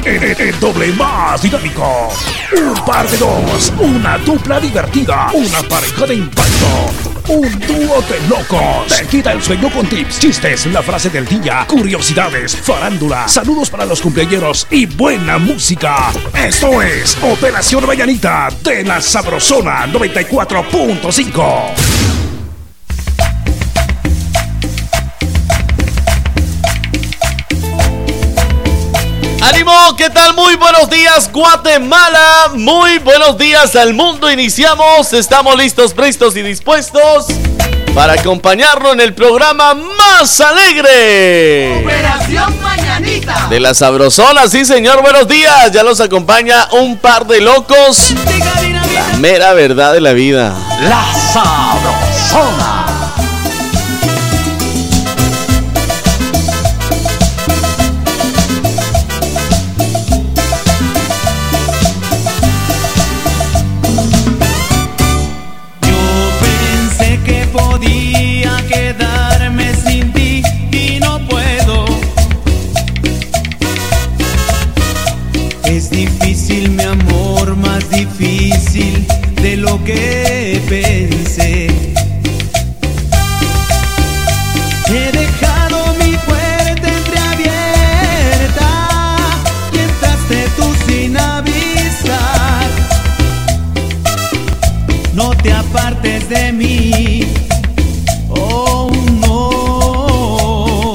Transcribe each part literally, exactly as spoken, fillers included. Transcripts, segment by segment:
el, el, el doble más dinámico. Un par de dos, una dupla divertida, una pareja de impacto, un dúo de locos. Te quita el sueño con tips, chistes, la frase del día, curiosidades, farándula, saludos para los cumpleañeros y buena música. Esto es Operación Mañanita de la Sabrosona noventa y cuatro punto cinco. ¡Ánimo! ¿Qué tal? Muy buenos días, Guatemala. Muy buenos días al mundo. Iniciamos. Estamos listos, prestos y dispuestos para acompañarlo en el programa más alegre. Operación Mañanita de la Sabrosona. Sí, señor. Buenos días. Ya los acompaña un par de locos. La mera verdad de la vida. La Sabrosona. Quedarme sin ti y no puedo. Es difícil, mi amor, más difícil de lo que pensé. He dejado mi puerta entreabierta y entraste tú sin avisar. No te apartes de mí. Oh no.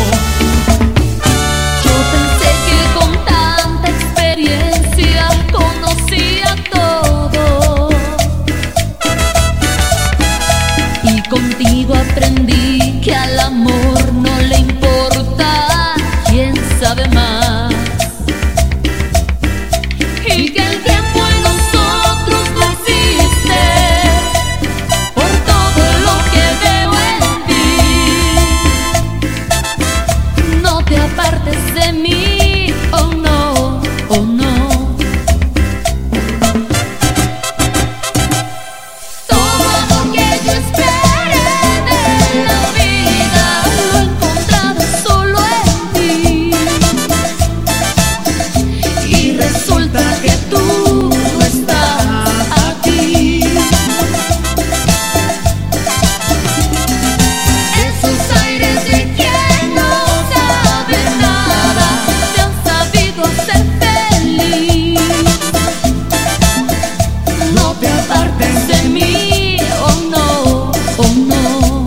Yo pensé que con tanta experiencia conocía todo, y contigo aprendí que al amor no le importa quién sabe más, y que el tiempo en nosotros no existe. Por todo lo que veo en ti, no te apartes de mí, oh no, oh no. Todo lo que yo esperé de la vida lo he encontrado solo en ti, y resulta que tú no estás aquí. Esos aires de quien no sabe nada te han sabido hacer feliz. No te apartes de mí, oh no, oh no.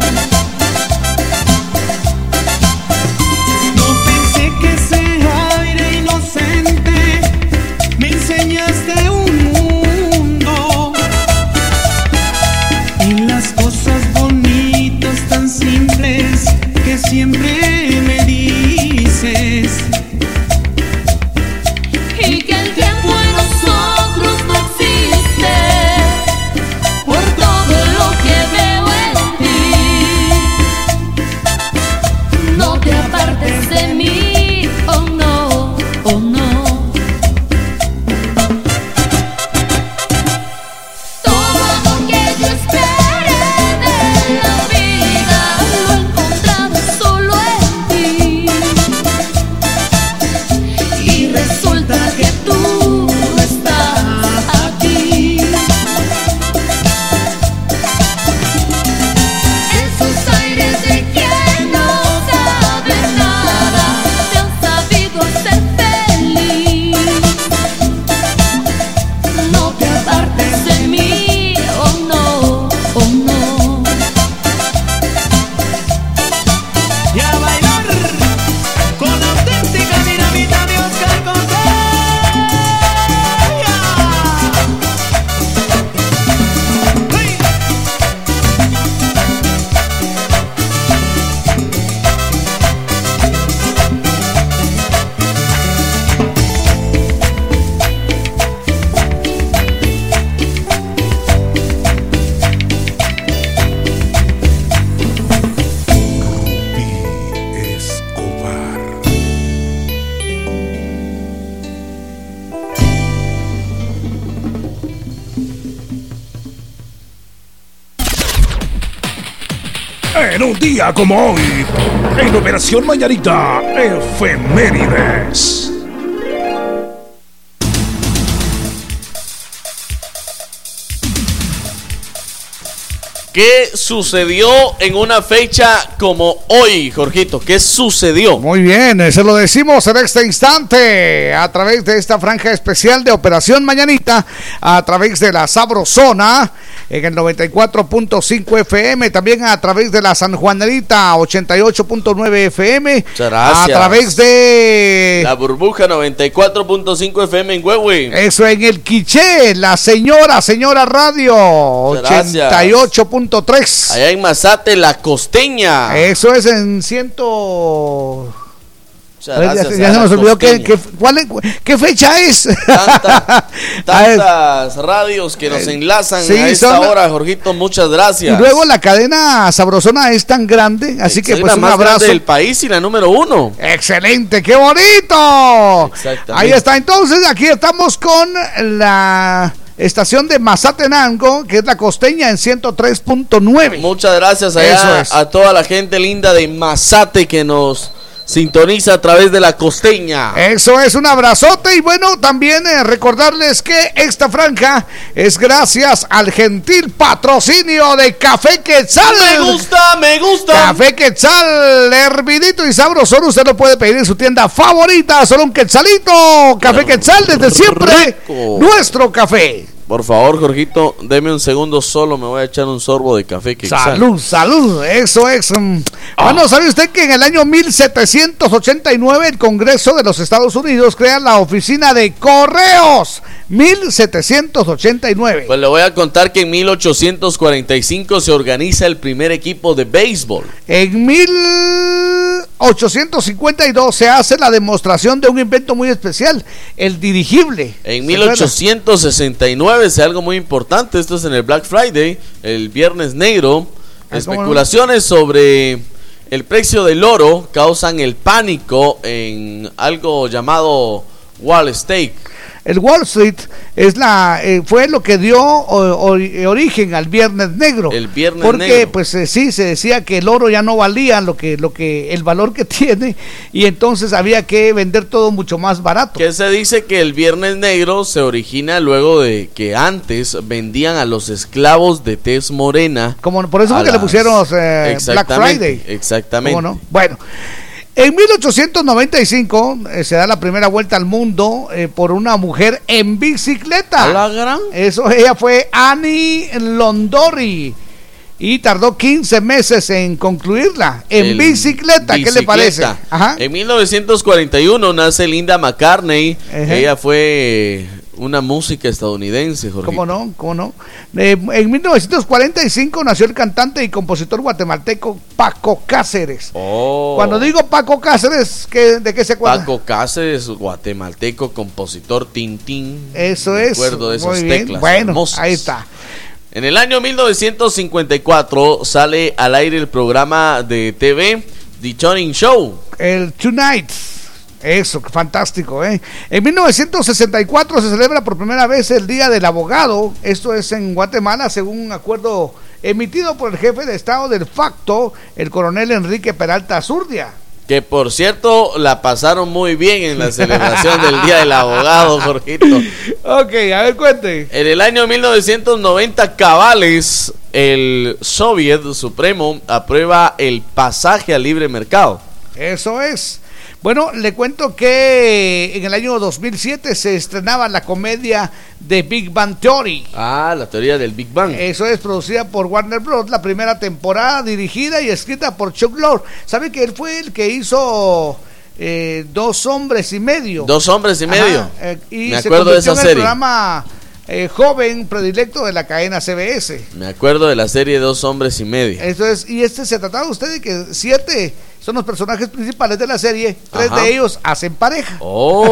No pensé que ese aire inocente me enseñaste un mundo, y las cosas bonitas tan simples que siempre me dices. Y que el tiempo en nosotros no existe. Por todo lo que veo en ti, no te apartes de mí, oh no, oh no. Todo lo que yo esperé de la vida lo he encontrado solo en ti, y resulta que tú no estás aquí. Esos aires de quien no sabe nada te han sabido hacer feliz. No te apartes de mí, oh no, oh no. Y a bailar con la auténtica dinamita de Oscar Correa. ¡Hey! Escobar. En un día como hoy, en Operación Mañanita, efemérides. ¿Qué sucedió en una fecha como hoy, Jorgito? ¿Qué sucedió? Muy bien, se lo decimos en este instante a través de esta franja especial de Operación Mañanita, a través de la Sabrosona en el noventa y cuatro punto cinco F M, también a través de la San Juanerita ochenta y ocho punto nueve F M, muchas gracias. A través de la Burbuja noventa y cuatro punto cinco F M en Huehue. Eso, en el Quiché, la señora, señora Radio ochenta y ocho punto tres. Allá en Mazate, la Costeña. Eso es en ciento... Gracias, ya, ya se nos olvidó qué, qué, cuál es, qué fecha es. Tanta, tantas radios que nos enlazan sí, a esta son, hora, Jorgito, muchas gracias. Y luego la cadena Sabrosona es tan grande, así que pues un más abrazo del país y la número uno. Excelente, qué bonito. Ahí está, entonces aquí estamos con la estación de Mazatenango, que es la Costeña en ciento tres punto nueve. Muchas gracias allá a toda la gente linda de Mazate que nos sintoniza a través de la Costeña. Eso es, un abrazote. Y bueno, también eh, recordarles que esta franja es gracias al gentil patrocinio de Café Quetzal. Me gusta, me gusta. Café Quetzal, hervidito y sabrosón. Usted lo puede pedir en su tienda favorita, solo un quetzalito. Café Quetzal, desde siempre rico. Nuestro café. Por favor, Jorgito, deme un segundo solo, me voy a echar un sorbo de café Quetzal. Salud, salud, eso es. Um, oh. Bueno, ¿sabe usted que en el año mil setecientos ochenta y nueve el Congreso de los Estados Unidos crea la Oficina de Correos? mil setecientos ochenta y nueve. Pues le voy a contar que en mil ochocientos cuarenta y cinco se organiza el primer equipo de béisbol. En mil ochocientos cincuenta y dos se hace la demostración de un invento muy especial, el dirigible. En mil ochocientos sesenta y nueve es algo muy importante, esto es en el Black Friday, el Viernes Negro. Especulaciones no? sobre el precio del oro causan el pánico en algo llamado Wall Street. El Wall Street es la eh, fue lo que dio o, o, origen al Viernes Negro. El Viernes porque, Negro. Porque pues eh, sí se decía que el oro ya no valía lo que lo que el valor que tiene y entonces había que vender todo mucho más barato. Que se dice que el Viernes Negro se origina luego de que antes vendían a los esclavos de tez morena. Como por eso fue que las... le pusieron eh, Black Friday. Exactamente. ¿Cómo no? Bueno. En mil ochocientos noventa y cinco eh, se da la primera vuelta al mundo eh, por una mujer en bicicleta. ¿A la gran? Eso, ella fue Annie Londori y tardó quince meses en concluirla en bicicleta. ¿Qué le parece? Ajá. En mil novecientos cuarenta y uno nace Linda McCartney. Ajá. Ella fue una música estadounidense, Jorge. ¿Cómo no? ¿Cómo no? Eh, en mil novecientos cuarenta y cinco nació el cantante y compositor guatemalteco Paco Cáceres. Oh. Cuando digo Paco Cáceres, ¿qué, ¿de qué se acuerda? Paco Cáceres, guatemalteco, compositor Tintín. Eso Me es. acuerdo de esas Muy bien. teclas Bueno, hermosas. Ahí está. En el año mil novecientos cincuenta y cuatro sale al aire el programa de T V The Tonight Show. El Tonight. Eso, fantástico, ¿eh? En mil novecientos sesenta y cuatro se celebra por primera vez el Día del Abogado. Esto es en Guatemala, según un acuerdo emitido por el jefe de Estado del facto, el coronel Enrique Peralta Zurdia. Que por cierto, la pasaron muy bien en la celebración del Día del Abogado, Jorgito. Ok, a ver, cuente. En el año mil novecientos noventa, cabales, el Soviet Supremo aprueba el pasaje al libre mercado. Eso es. Bueno, le cuento que en el año dos mil siete se estrenaba la comedia de Big Bang Theory. Ah, la teoría del Big Bang. Eso es, producida por Warner Bros. La primera temporada, dirigida y escrita por Chuck Lorre. ¿Sabe que él fue el que hizo eh, Dos Hombres y Medio? Dos Hombres y Medio. Ajá, eh, y Me se acuerdo de esa en el serie. programa eh, joven predilecto de la cadena C B S. Me acuerdo de la serie Dos Hombres y Medio. Eso es, y este se trataba usted de que siete son los personajes principales de la serie, tres Ajá. de ellos hacen pareja. Oh.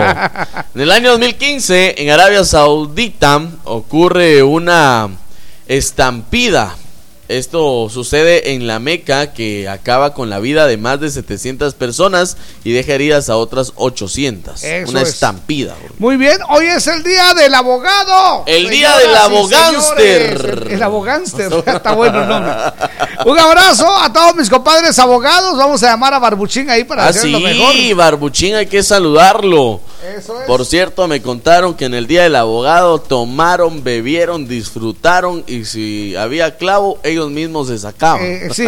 En el año dos mil quince, en Arabia Saudita, ocurre una estampida. Esto sucede en la Meca, que acaba con la vida de más de setecientas personas y deja heridas a otras ochocientas. Eso una es. estampida. Muy bien, hoy es el día del abogado. El día del abogánster. El, el abogánster, está bueno el nombre. Un abrazo a todos mis compadres abogados. Vamos a llamar a Barbuchín ahí para ah, hacer sí, lo mejor. Sí, Barbuchín, hay que saludarlo. Eso es. Por cierto, me contaron que en el día del abogado tomaron, bebieron, disfrutaron y si había clavo, ellos mismos se sacaban. Eh, sí,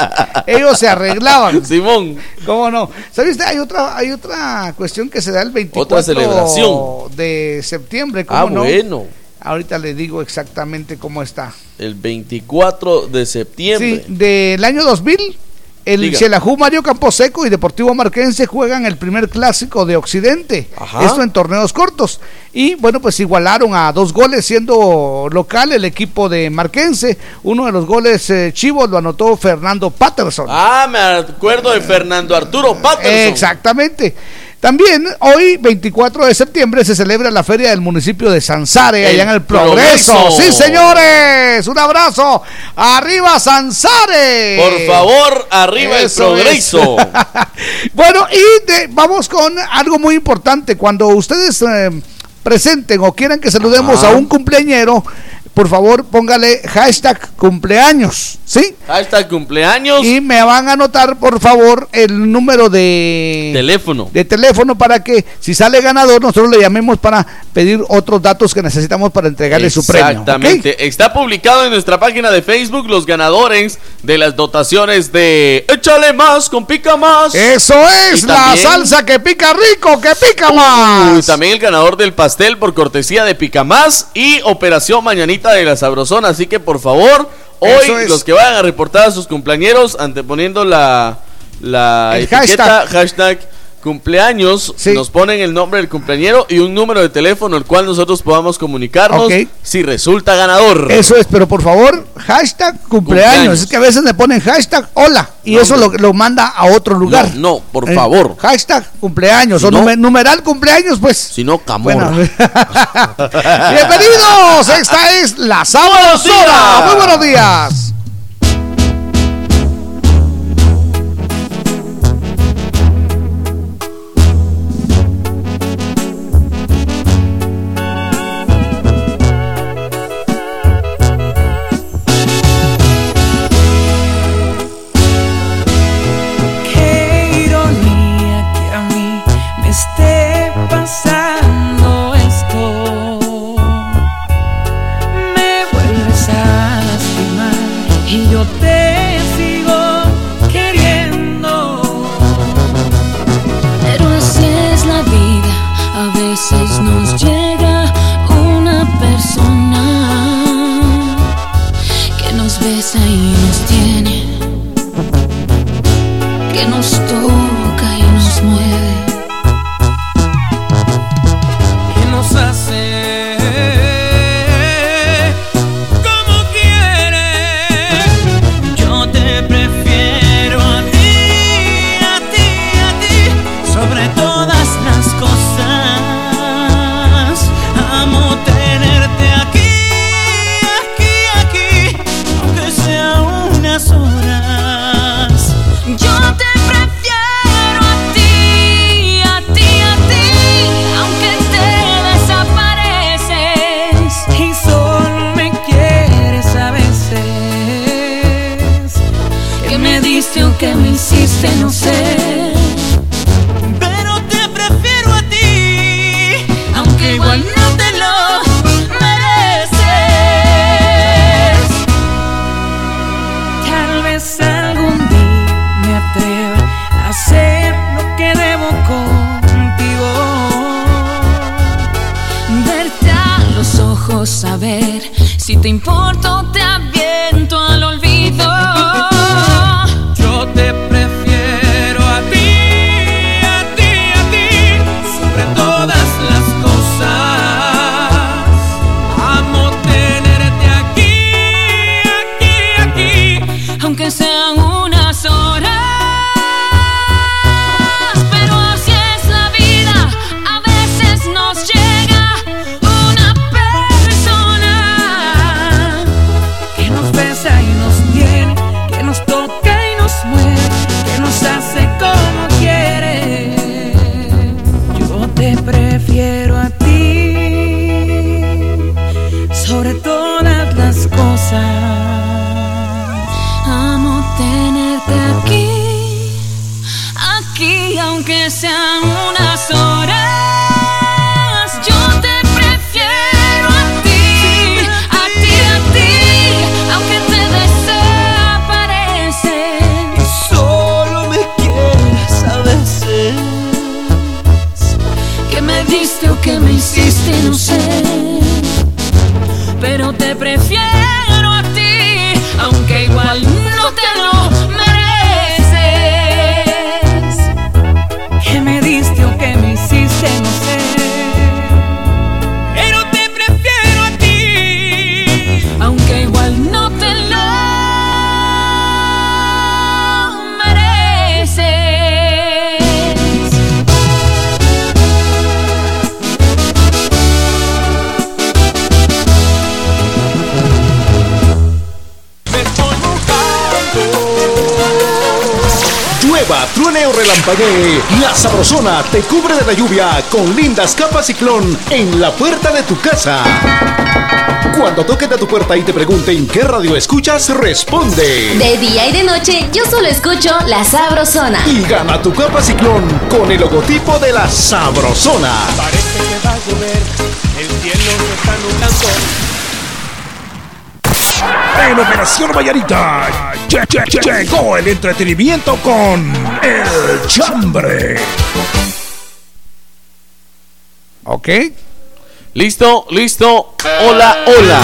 ellos se arreglaban. Simón. ¿Cómo no? ¿Sabes? Hay otra, hay otra cuestión que se da el veinticuatro Otra celebración de septiembre. ¿Cómo Ah, no? bueno. Ahorita le digo exactamente cómo está. El veinticuatro de septiembre. Sí, del año dos mil. El Diga. Xelajú Mario Camposeco y Deportivo Marquense juegan el primer clásico de Occidente. Ajá. Esto en torneos cortos. Y bueno, pues igualaron a dos goles siendo local el equipo de Marquense. Uno de los goles eh, chivos lo anotó Fernando Patterson. Ah, me acuerdo de Fernando Arturo Patterson. Exactamente. También hoy, veinticuatro de septiembre, se celebra la feria del municipio de Sansare, allá en el Progreso. Progreso. ¡Sí, señores! ¡Un abrazo! ¡Arriba, Sansare! Por favor, arriba Eso el Progreso. es. Bueno, y de- vamos con algo muy importante. Cuando ustedes eh, presenten o quieran que saludemos Ajá. a un cumpleañero, por favor, póngale hashtag cumpleaños, ¿sí? Hasta cumpleaños. Y me van a anotar, por favor, el número de Teléfono. de teléfono para que si sale ganador nosotros le llamemos para pedir otros datos que necesitamos para entregarle su premio. Exactamente. ¿Ok? Está publicado en nuestra página de Facebook los ganadores de las dotaciones de Échale Más con Pica Más. Eso es Y la también- salsa que pica rico, que pica Uy, más. también el ganador del pastel por cortesía de Pica Más y Operación Mañanita de la Sabrosona. Así que por favor, hoy Eso es. los que vayan a reportar a sus cumpleañeros anteponiendo la, la El etiqueta hashtag cumpleaños, Sí. nos ponen el nombre del cumpleañero y un número de teléfono el cual nosotros podamos comunicarnos Ok. si resulta ganador. Eso es, pero por favor, hashtag cumpleaños. Cumpleaños. Es que a veces le ponen hashtag hola y No, eso lo, hombre. lo manda a otro lugar. No, no, por Eh, favor. Hashtag cumpleaños Si o no- nume- numeral cumpleaños, pues. Si no, Camorra. Bueno. Bienvenidos, esta es la Sabrosona. Muy buenos días. Qué ironía que a mí me esté pasando esto. Me vuelves a lastimar y yo te sigo queriendo. Pero así es la vida, a veces nos llega una persona que nos besa y nos tiene, que nos toca y nos mueve. Que nos hace como quiere. Yo te prefiero a ti, a ti, a ti, sobre todas las cosas. Amo tenerte aquí, aquí, aquí, aunque sea unas horas. Yo te prefiero a ti, a ti, a ti, aunque te desapareces. Y solo me quieres a veces. Que me diste o que me hiciste, no sé. Pero te prefiero a ti, Aunque igual no te lo mereces. tal vez algún día me atreva a hacer lo que debo contigo. Verte a los ojos, saber si te importo, te aviento al olvido. Yo te prefiero a ti, a ti, a ti, sobre todas las cosas. Amo tenerte aquí, aquí, aquí, Aunque sean unas horas, pero así es la vida, a veces nos llega una persona que nos besa y nos tiene, que nos toca y nos mueve, que nos hace como quiere. Yo te prefiero a ti sobre todas las cosas. Amo tenerte aquí, aquí, aunque sean unas horas. me diste o qué me hiciste, no sé, pero te prefiero a ti, aunque igual no te lo mereces. ¿Qué me diste o qué me hiciste? No sé, pero te prefiero a ti, aunque igual no te lo Llueva, truene o relampaguee, La Sabrosona te cubre de la lluvia con lindas capas ciclón en la puerta de tu casa. Cuando toquen a tu puerta y te pregunten qué radio escuchas, responde. De día y de noche, yo solo escucho La Sabrosona. Y gana tu capa ciclón con el logotipo de La Sabrosona. Parece que va a llover, el cielo se está nublando. En Operación Vallarita lle- lle- lle- llegó el entretenimiento con El Chambre. ¿Ok? Listo, listo. Hola, hola.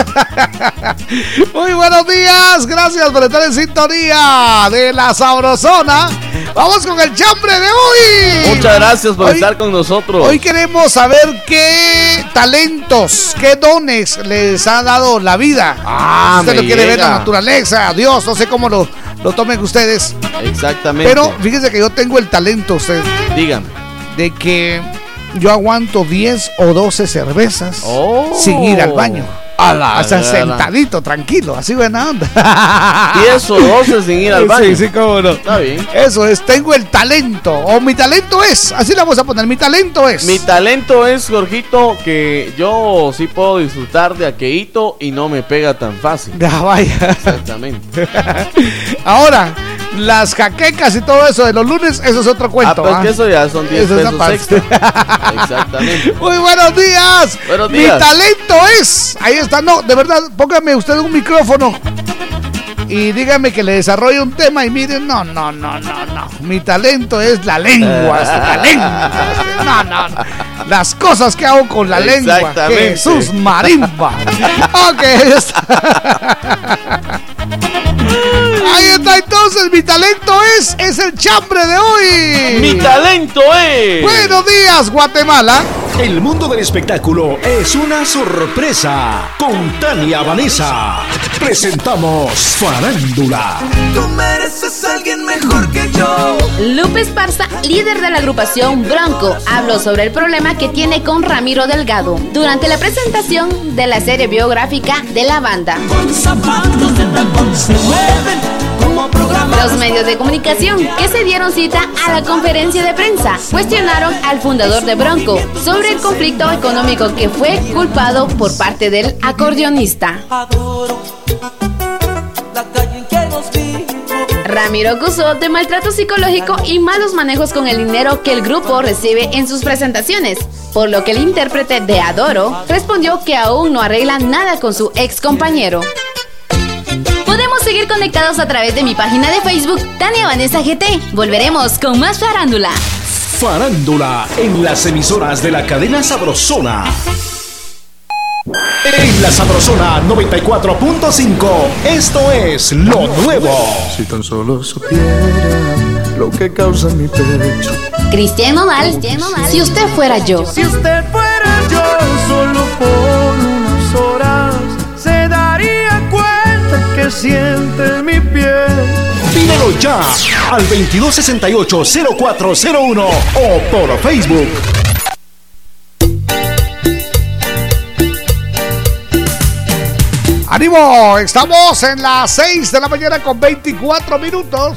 Muy buenos días, gracias por estar en sintonía de La Sabrosona. Vamos con el chambre de hoy. Muchas gracias por Hoy- estar con nosotros. Hoy queremos saber qué talentos, qué dones les ha dado la vida. Ah, Usted me lo quiere ver, llega. la naturaleza, Dios, no sé cómo lo, lo tomen ustedes. Exactamente. Pero fíjense que yo tengo el talento, usted, dígame. de que yo aguanto diez o doce cervezas Oh. sin ir al baño. A la Hasta gran- sentadito, tranquilo, así buena onda. diez o doce sin ir al baño. Sí, sí, cómo no. Está bien. Eso es, tengo el talento, o mi talento es, así le vamos a poner, mi talento es. Mi talento es, Jorgito, que yo sí puedo disfrutar de aqueíto y no me pega tan fácil. Ya, vaya. Exactamente. Ahora, las jaquecas y todo eso de los lunes, eso es otro Ah, cuento. pues ¿ah? que eso ya son diez Eso es pesos aparte. extra. Exactamente. Muy buenos días. Buenos Mi días. talento es. Ahí está, no, de verdad, póngame usted un micrófono y dígame que le desarrolle un tema y miren, no, no, no, no, no. Mi talento es la lengua, es la lengua. No, no, no. Las cosas que hago con la lengua. Exactamente. Jesús marimba. Ok, ahí está. Ahí está, entonces, mi talento es, es el chambre de hoy. Mi talento es. Buenos días, Guatemala. El mundo del espectáculo es una sorpresa. Con Tania Vanessa presentamos Farándula. Tú mereces a alguien mejor que yo. Lupe Esparza, líder de la agrupación Bronco, habló sobre el problema que tiene con Ramiro Delgado durante la presentación de la serie biográfica de la banda. Con zapatos de tacón se mueven como programas. Los medios de comunicación que se dieron cita a la conferencia de prensa cuestionaron al fundador de Bronco sobre el conflicto económico que fue culpado por parte del acordeonista. Adoro la calle en que nos vimos. Ramiro acusó de maltrato psicológico y malos manejos con el dinero que el grupo recibe en sus presentaciones, por lo que el intérprete de Adoro respondió que aún no arregla nada con su ex compañero. Podemos seguir conectados a través de mi página de Facebook, Tania Vanessa G T. Volveremos con más farándula. Farándula en las emisoras de la cadena Sabrosona. En la Sabrosona noventa y cuatro punto cinco, esto es lo nuevo. Si tan solo supiera lo que causa mi pecho. Cristian Nodal, si usted fuera yo. Si usted fuera yo, solo por unas horas se daría cuenta que siente mi piel. Pídelo ya al veintidós sesenta y ocho cero cuatro cero uno o por Facebook. ¡Ánimo! Estamos en las seis de la mañana con veinticuatro minutos.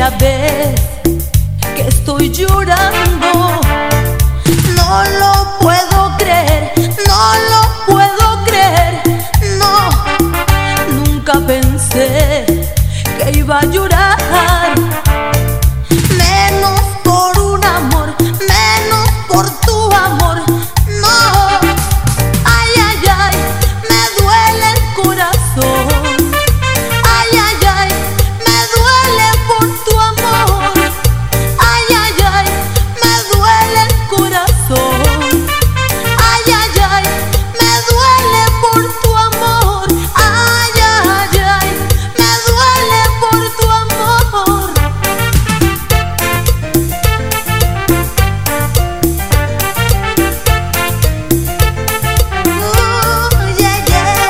Primera vez que estoy llorando, no lo puedo creer, no lo puedo creer, no, nunca pensé que iba a llorar, menos por un amor, menos por tu amor, no, ay, ay, ay, me duele el corazón, ay, ay, ay, me duele por tu amor, ay, ay, ay, me duele el corazón, ay, ay, ay, me duele por tu amor, ay, ay, ay, me duele por tu amor. Oh, yeah, yeah.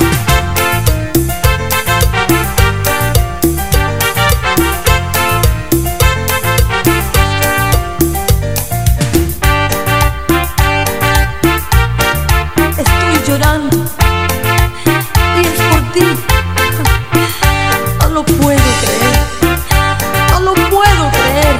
Estoy llorando y es por ti. No lo puedo creer, no lo puedo creer.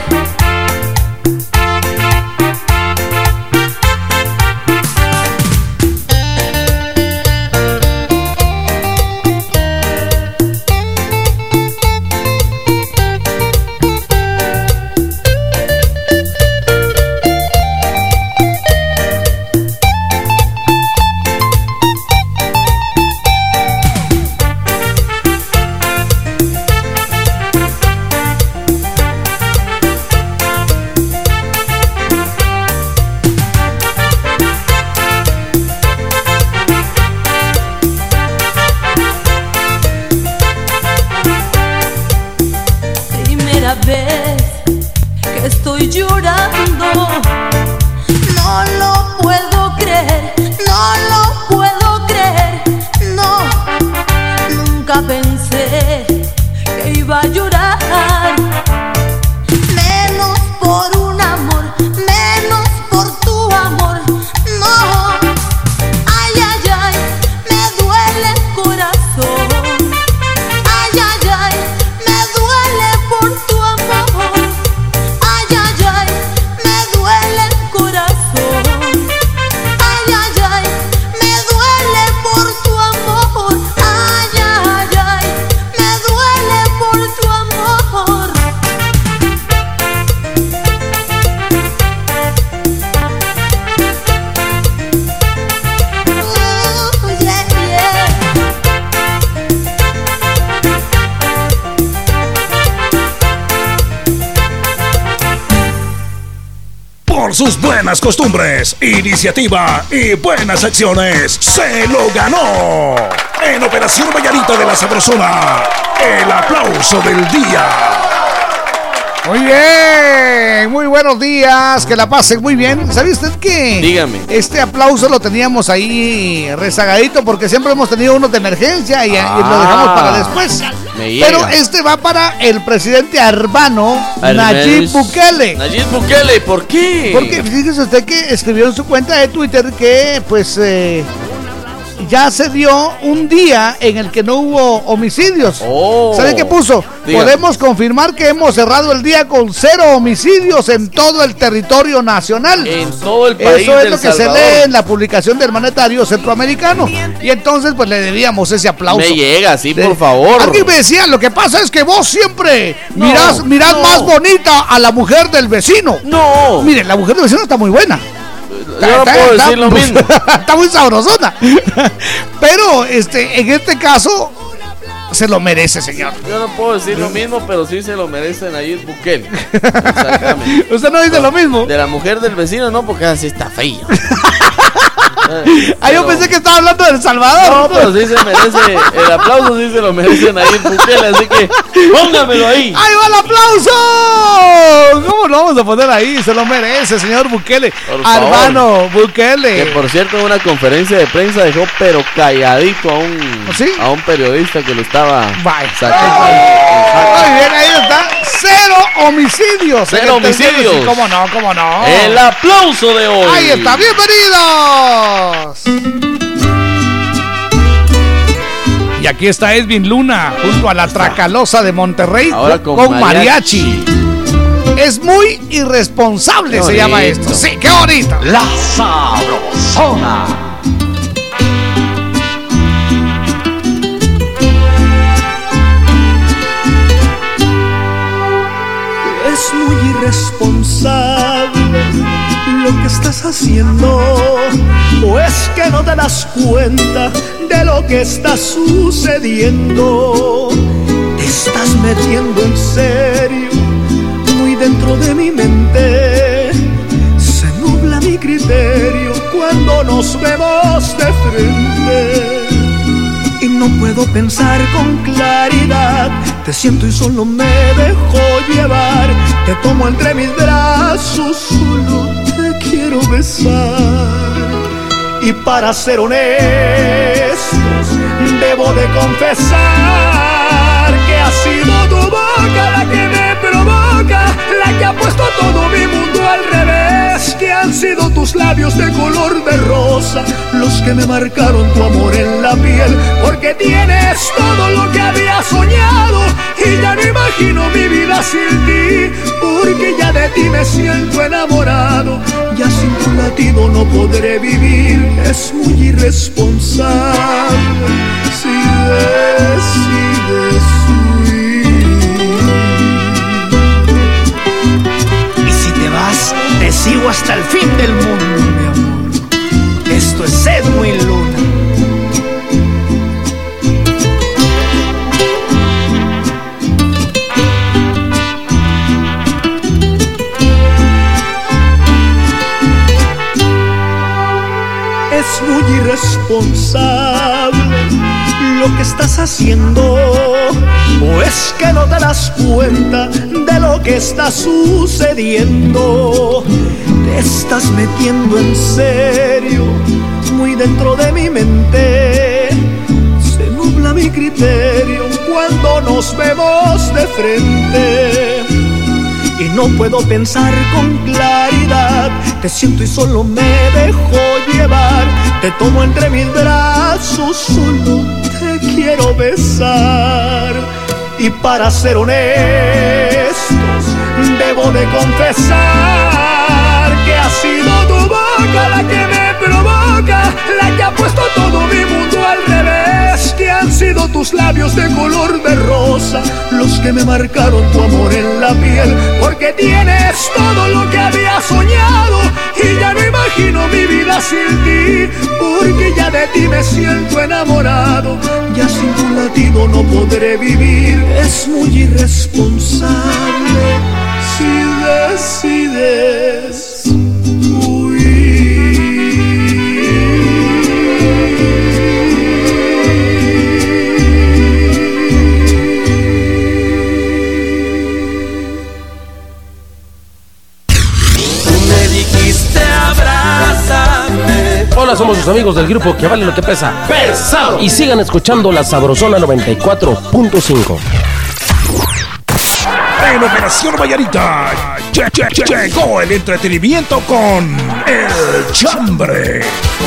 Primera vez que estoy llorando, no lo puedo creer, no lo puedo creer, no, nunca pensé que iba a llorar, menos por un amor, menos por tu amor, no, ay, ay, ay, me duele el corazón, ay, ay, ay, me duele por tu amor, ay, ay, ay, me duele el corazón, ay, ay, ay, me duele por tu amor, ay, ay, ay, me duele por tu amor. Oh, yeah, yeah. Por sus buenas costumbres, iniciativa y buenas acciones, se lo ganó. En Operación Mañanita de la Sabrosona, el aplauso del día. Muy bien, muy buenos días, que la pasen muy bien. ¿Sabe usted qué? Dígame. Este aplauso lo teníamos ahí rezagadito porque siempre hemos tenido unos de emergencia y, y lo dejamos para después. Me llega. Pero este va para el presidente arbano Al Nayib menos- Bukele. Nayib Bukele, ¿por qué? Porque fíjese usted que escribió en su cuenta de Twitter que pues eh, ya se dio un día en el que no hubo homicidios. Oh. ¿Sabe qué puso? Diga. Podemos confirmar que hemos cerrado el día con cero homicidios en todo el territorio nacional. En todo el país Eso es del lo que Salvador. se lee en la publicación del Manetario Centroamericano. Y entonces pues le debíamos ese aplauso. Me llega, sí, De- por favor. Alguien me decía, lo que pasa es que vos siempre No, mirás, mirás no. más bonita a la mujer del vecino. No. Miren, la mujer del vecino está muy buena. Yo no puedo decir lo mismo. Está muy sabrosona. Pero este, en este caso se lo merece, señor. Yo no puedo decir lo mismo, pero sí se lo merece Nayib Bukele. Exactamente. Usted no dice lo mismo. De la mujer del vecino, no, porque así está feo. Ah, yo pensé que estaba hablando de El Salvador. No, pero sí se merece, el aplauso sí se lo merece Nayib Bukele, así que póngamelo ahí. ¡Ahí va el aplauso! ¿Cómo lo vamos a poner ahí? Se lo merece, señor Bukele. Por favor. Hermano Bukele. Que por cierto, en una conferencia de prensa dejó pero calladito a un, ¿Sí? a un periodista que lo estaba Vaya. sacando. Muy bien, ahí está. Cero homicidios. Cero En el territorio. homicidios. Sí, ¿Cómo no? ¿Cómo no? El aplauso de hoy. Ahí está, bienvenidos. Y aquí está Edwin Luna, junto a la Tracalosa de Monterrey, Ahora con, con mariachi. mariachi. Es muy irresponsable, se llama esto. Sí, qué bonito. La Sabrosona. Es muy irresponsable lo que estás haciendo, o es que no te das cuenta de lo que está sucediendo. Te estás metiendo en serio muy dentro de mi mente. Se nubla mi criterio cuando nos vemos de frente. Y no puedo pensar con claridad. Te siento y solo me dejo llevar. Te tomo entre mis brazos, solo te quiero besar. Y para ser honestos, debo de confesar que ha sido tu boca la que me provoca, la que ha puesto todo mi mundo al revés, que han sido tus labios de color de rosa los que me marcaron tu amor en la piel, porque tienes todo lo que había soñado y ya no imagino mi vida sin ti, porque ya de ti me siento enamorado, ya sin tu latido no podré vivir. Es muy irresponsable si decides huir. Y si te vas, te sigo hasta el fin del mundo, mi amor. Esto es Edwin Luna. Es muy irresponsable lo que estás haciendo, o es que no te das cuenta de lo que está sucediendo. Te estás metiendo en serio muy dentro de mi mente. Se nubla mi criterio cuando nos vemos de frente. Y no puedo pensar con claridad. Te siento y solo me dejo llevar. Te tomo entre mis brazos, solo te quiero besar. Y para ser honestos, debo de confesar que ha sido tu boca la que me provoca, la que ha puesto todo mi mundo al revés, que han sido tus labios de color de rosa los que me marcaron tu amor en la piel, porque tienes todo lo que había soñado y ya no imagino mi vida sin ti, porque ya de ti me siento enamorado, ya sin tu latido no podré vivir. Es muy irresponsable si decides Hola, somos sus amigos del grupo Que Vale Lo Que Pesa. ¡Pesado! Y sigan escuchando La Sabrosona noventa y cuatro punto cinco. En Operación Vallarita che, che, che, llegó el entretenimiento con El Chambre.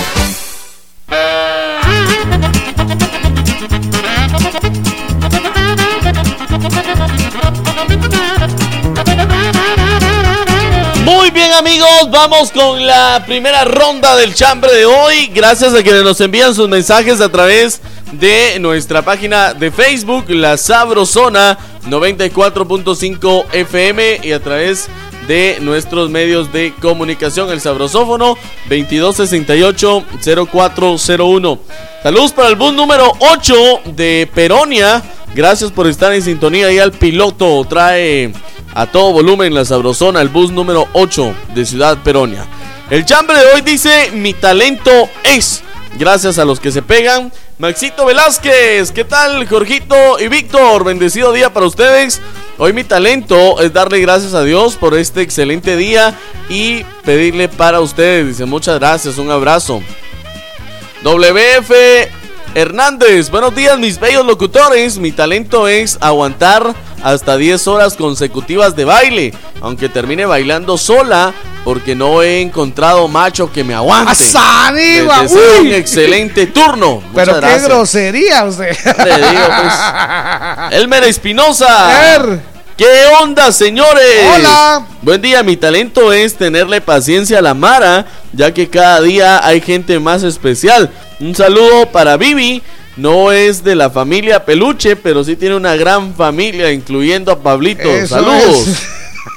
Muy bien, amigos, vamos con la primera ronda del chambre de hoy. Gracias a quienes nos envían sus mensajes a través de nuestra página de Facebook, La Sabrosona noventa y cuatro punto cinco F M, y a través de nuestros medios de comunicación, el Sabrosófono veintidós sesenta y ocho cero cuatro cero uno. Saludos para el bus número ocho de Peronia. Gracias por estar en sintonía. Y al piloto trae a todo volumen La Sabrosona, el bus número ocho de Ciudad Peronia. El chambre de hoy dice: mi talento es. Gracias a los que se pegan. Maxito Velázquez, ¿qué tal? Jorgito y Víctor, bendecido día para ustedes. Hoy mi talento es darle gracias a Dios por este excelente día y pedirle para ustedes. Dice: muchas gracias, un abrazo. W F Hernández, buenos días mis bellos locutores. Mi talento es aguantar hasta diez horas consecutivas de baile, aunque termine bailando sola porque no he encontrado macho que me aguante. ¡Asanigua! Les deseo un excelente turno. Pero Muchas qué gracias. grosería usted. Le digo, pues. Elmer Espinosa. Ver. ¿Qué onda, señores? Hola. Buen día, mi talento es tenerle paciencia a la Mara, ya que cada día hay gente más especial. Un saludo para Vivi. No es de la familia Peluche, pero sí tiene una gran familia, incluyendo a Pablito. Eso Saludos. Es.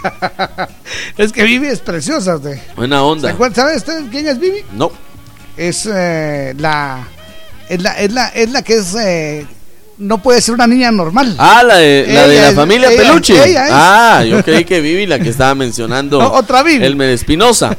Es que Vivi es preciosa usted. Buena onda. ¿Sabe usted quién es Vivi? No. Es eh, la, es la es la es la que es eh, no puede ser una niña normal. Ah, la de la, de la es, familia ella, Peluche. Ella es. Ah, yo creí que Vivi, la que estaba mencionando. No, otra Vivi. Elmer Espinosa.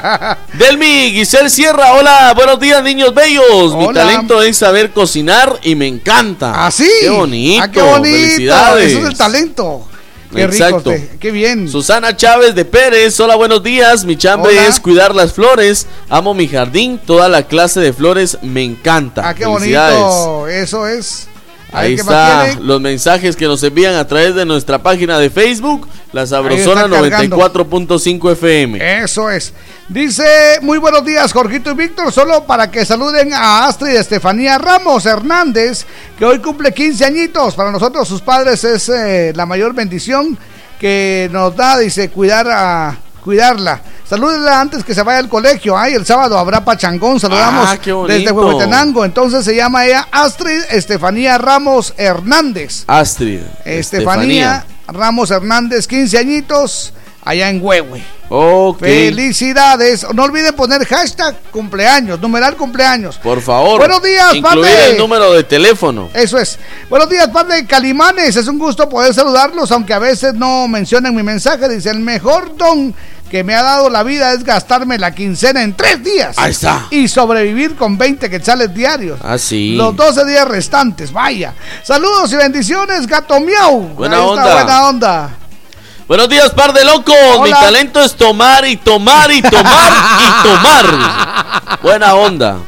Delmi Giselle Sierra, hola, buenos días, niños bellos. Hola. Mi talento es saber cocinar y me encanta. ¿Ah, sí? Qué bonito. Ah, qué bonito. Felicidades. Eso es el talento. Qué Exacto. rico usted. Qué bien. Susana Chávez de Pérez, hola, buenos días. Mi chambre Hola. es cuidar las flores. Amo mi jardín, toda la clase de flores me encanta. Ah, qué Felicidades. bonito. Eso es. A ver Ahí qué más está tiene. los mensajes que nos envían a través de nuestra página de Facebook, La Sabrosona Ahí está noventa y cuatro punto cinco F M. Eso es. Dice, muy buenos días, Jorgito y Víctor, solo para que saluden a Astrid Estefanía Ramos Hernández, que hoy cumple quince añitos. Para nosotros, sus padres, es eh, la mayor bendición que nos da, dice, cuidar a cuidarla. Salúdenla antes que se vaya al colegio. Ay, el sábado habrá pachangón. Saludamos Ah, qué bonito. desde Huehuetenango. Entonces se llama ella Astrid Estefanía Ramos Hernández. Astrid Estefanía, Ramos Hernández, quince añitos, allá en Huehue. Ok. Felicidades. No olviden poner hashtag cumpleaños, numeral cumpleaños. Por favor. Buenos días, incluir padre. el número de teléfono. Eso es. Buenos días, par de Calimanes. Es un gusto poder saludarlos, aunque a veces no mencionen mi mensaje. Dice, el mejor don que me ha dado la vida es gastarme la quincena en tres días. Ahí está. Y sobrevivir con veinte quetzales diarios. Ah, sí. Los doce días restantes, vaya. Saludos y bendiciones, Gato Miau. Buena Ahí está, onda. buena onda. Buenos días, par de locos. Hola. Mi talento es tomar y tomar y tomar y tomar. Buena onda.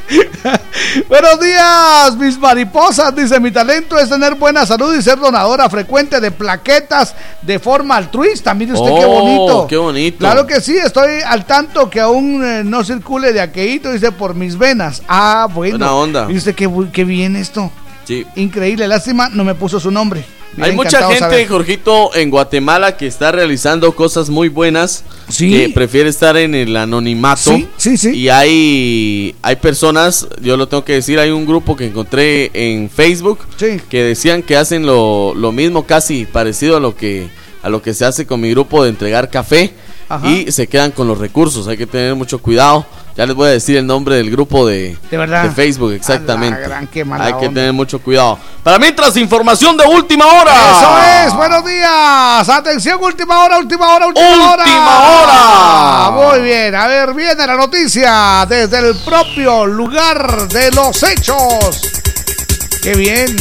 Buenos días, mis mariposas. Dice, mi talento es tener buena salud y ser donadora frecuente de plaquetas de forma altruista. Mire usted qué Oh, bonito. qué bonito. Claro que sí, estoy al tanto que aún eh, no circule de aquelito, dice, por mis venas. Ah, bueno. Buena onda. Mire usted qué, bu- qué bien esto. Sí. Increíble, lástima, no me puso su nombre. Me Hay hubiera mucha encantado gente, saber. Jorgito, en Guatemala que está realizando cosas muy buenas, Sí. que prefiere estar en el anonimato. Sí, sí, sí. Y hay, hay personas, yo lo tengo que decir, hay un grupo que encontré en Facebook Sí. que decían que hacen lo, lo mismo, casi parecido a lo que a lo que se hace con mi grupo de entregar café. Ajá. Y se quedan con los recursos, hay que tener mucho cuidado. Ya les voy a decir el nombre del grupo de, ¿De verdad? de Facebook, exactamente. A la gran, qué mala Hay que onda. tener mucho cuidado. Para mientras, información de última hora. Eso es, buenos días. Atención, última hora, última hora, última, Última hora. Muy bien, a ver, viene la noticia desde el propio lugar de los hechos. Qué bien.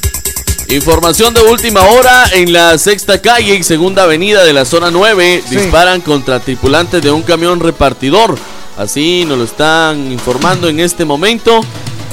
Información de última hora en la sexta calle y segunda avenida de la zona nueve. Sí. Disparan contra tripulantes de un camión repartidor. Así nos lo están informando en este momento.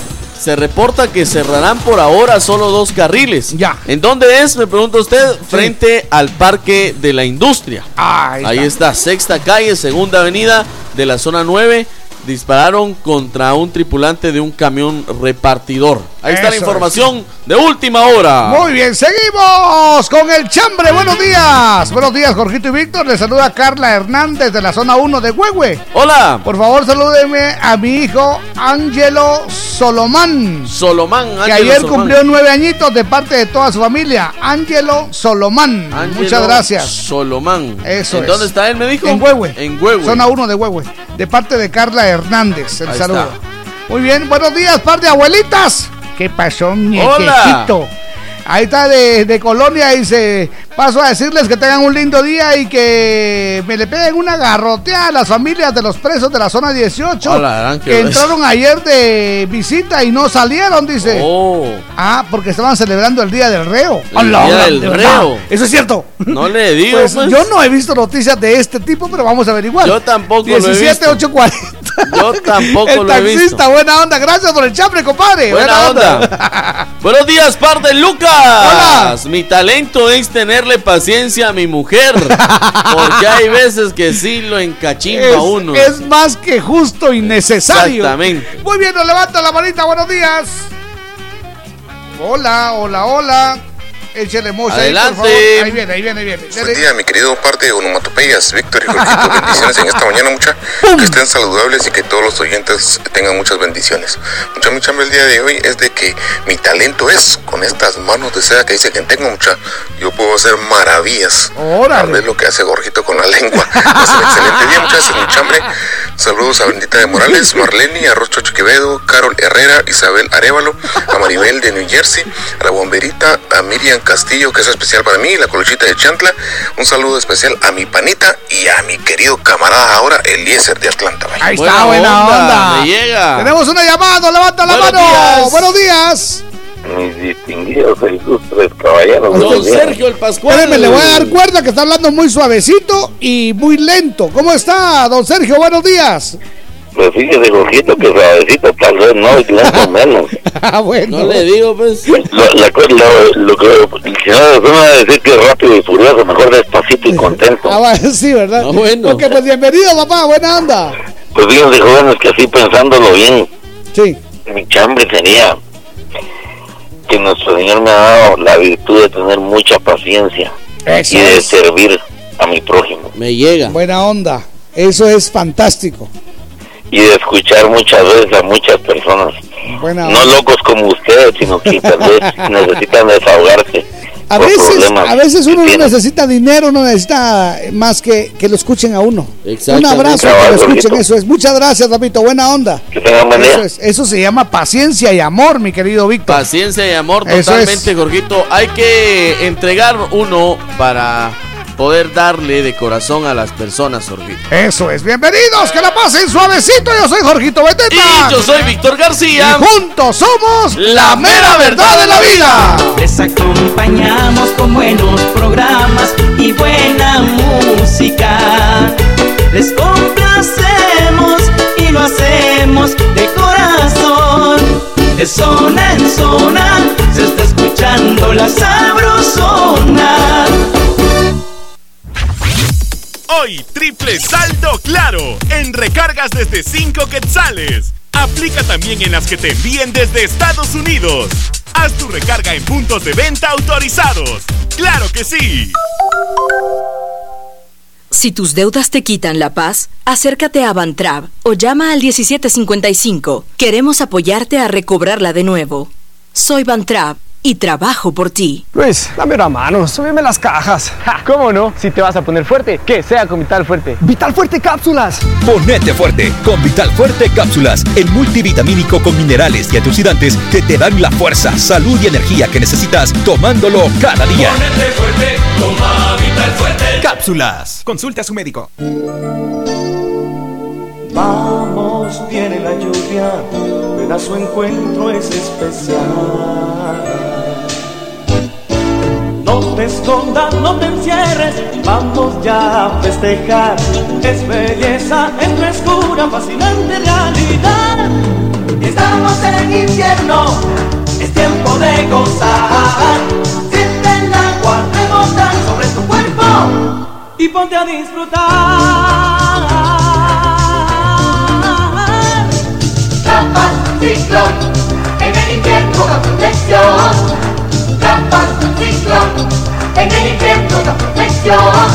Se reporta que cerrarán por ahora solo dos carriles. Ya. ¿En dónde es? Me pregunta usted. Frente al Parque de la Industria. Ahí, Ahí está, sexta calle, segunda avenida de la zona nueve. Dispararon contra un tripulante de un camión repartidor. Ahí está la Eso información de última hora. Muy bien, seguimos con el chambre. Buenos días. Buenos días, Jorgito y Víctor. Les saluda Carla Hernández de la zona uno de Huehue. Hola. Por favor, salúdeme a mi hijo Ángelo Solomán, Solomán. que ayer cumplió nueve añitos de parte de toda su familia. Ángelo Solomán. Ángelo Muchas gracias. Solomán. Eso ¿En es. dónde está él, me dijo? En Huehue. En Huehue. Zona uno de Huehue. De parte de Carla Hernández. El Ahí saludo. está. Muy bien, buenos días, par de abuelitas. ¿Qué pasó, niequecito? Ahí está de, de Colonia, dice, paso a decirles que tengan un lindo día y que me le peguen una garroteada a las familias de los presos de la zona dieciocho Hola, gran, qué que bueno. entraron ayer de visita y no salieron, dice. Oh, Ah, porque estaban celebrando el Día del Reo. El Hola, Día hola, del de verdad. Reo. Eso es cierto. no le digo. Pues, pues. yo no he visto noticias de este tipo, pero vamos a averiguar. Yo tampoco lo he diecisiete visto. ocho cuarenta Yo tampoco el lo he visto. taxista, buena onda. Gracias por el chambre, compadre. Buena, buena onda. onda. Buenos días, par de Lucas. Hola. Mi talento es tenerle paciencia a mi mujer. Porque hay veces que sí lo encachimba es, uno. Es más que justo y necesario. Exactamente. Muy bien, nos levanta la manita. Buenos días. Hola, hola, hola. Échale mocha Adelante. ahí, por favor. Ahí viene, ahí viene, ahí viene. Buen día, mi querido par de onomatopeyas, Víctor y Jorgito. Bendiciones en esta mañana, mucha. Que estén saludables y que todos los oyentes tengan muchas bendiciones. Mucha, mucha, el día de hoy es de que mi talento es con estas manos de seda que dice que tengo, mucha. Yo puedo hacer maravillas. Órale. Al ver lo que hace Jorgito con la lengua. Es un excelente día, muchachos. Mucha hambre. Saludos a Bendita de Morales, Marlene, a Rocho Quevedo, Carol Herrera, Isabel Arevalo, a Maribel de New Jersey, a la Bomberita, a Miriam Castillo, que es especial para mí, la Colochita de Chantla. Un saludo especial a mi panita y a mi querido camarada ahora, Eliezer de Atlanta. Ahí está, buena onda. onda. Me llega. Tenemos una llamada, levanta la Buenos mano. Días. Buenos días. Mis distinguidos e ilustres caballeros. Don Sergio el Pascual. Espéreme, le voy a dar cuerda que está hablando muy suavecito y muy lento. ¿Cómo está, don Sergio? Buenos días. Pues fíjese, Jorgito, que suavecito tal vez no, y lento menos. Ah, bueno. No le digo, pues. Lo, la, lo, lo que si no, no va a decir que es rápido y furioso, mejor despacito y contento. Ah, bueno, sí, ¿verdad? Ah, bueno. Ok, pues bienvenido, papá, buena onda. Pues fíjense, jóvenes, que así pensándolo bien, sí. Mi chambre sería que nuestro Señor me ha dado la virtud de tener mucha paciencia. Eso y de es. servir a mi prójimo. Me llega. Buena onda, eso es fantástico. Y de escuchar muchas veces a muchas personas. Buena no onda. Locos como ustedes, sino que tal vez necesitan desahogarse. A veces, a veces uno no necesita dinero, no necesita más que que lo escuchen a uno. Un abrazo, que lo escuchen, eso es. Muchas gracias, papito, buena onda. Que tengan buen día. Eso, es, eso se llama paciencia y amor, mi querido Víctor. Paciencia y amor, totalmente, Jorgito. Hay que entregar uno para poder darle de corazón a las personas, Jorgito. Eso es, bienvenidos, que la pasen suavecito. Yo soy Jorgito Beteta. Y yo soy Víctor García. Y juntos somos la mera verdad de la vida. Les acompañamos con buenos programas y buena música. Les complacemos y lo hacemos de corazón. De zona en zona se está escuchando la Sabrosona. Hoy, triple saldo claro en recargas desde cinco quetzales. Aplica también en las que te envíen desde Estados Unidos. Haz tu recarga en puntos de venta autorizados. ¡Claro que sí! Si tus deudas te quitan la paz, acércate a Bantrab o llama al diecisiete cincuenta y cinco. Queremos apoyarte a recobrarla de nuevo. Soy Bantrab y trabajo por ti. Luis, dame una mano, súbeme las cajas. Ja, ¿cómo no? Si te vas a poner fuerte, que sea con Vital Fuerte. ¡Vital Fuerte Cápsulas! Ponete fuerte con Vital Fuerte Cápsulas, el multivitamínico con minerales y antioxidantes que te dan la fuerza, salud y energía que necesitas tomándolo cada día. Ponete fuerte, toma Vital Fuerte. Cápsulas. Consulte a su médico. Vamos, viene la lluvia, ven a su encuentro, es especial. No te escondas, no te encierres, vamos ya a festejar. Es belleza, es frescura, fascinante realidad. Estamos en invierno, es tiempo de gozar. Siente el agua rebotar sobre tu cuerpo y ponte a disfrutar. Trampas, ciclón, en el invierno da protección. Trampas, ciclón, en el invierno da protección.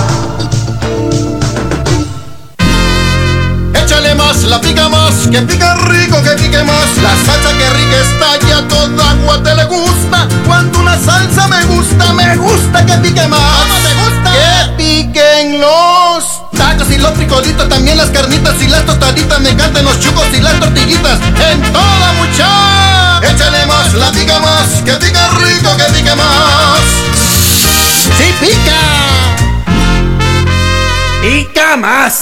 Échale más, la pica más, que pica rico, que pique más. La salsa que rica está ya toda agua te le gusta. Cuando una salsa me gusta, me gusta que pique más. ¿Cómo te gusta? Que piquen los tacos y los frijolitos, también las carnitas y las tostaditas. Me encantan los chucos y las tortillitas. En toda mucha, échale más, la pica más, que pica rico, que pique más. ¡Sí pica! ¡Pica más!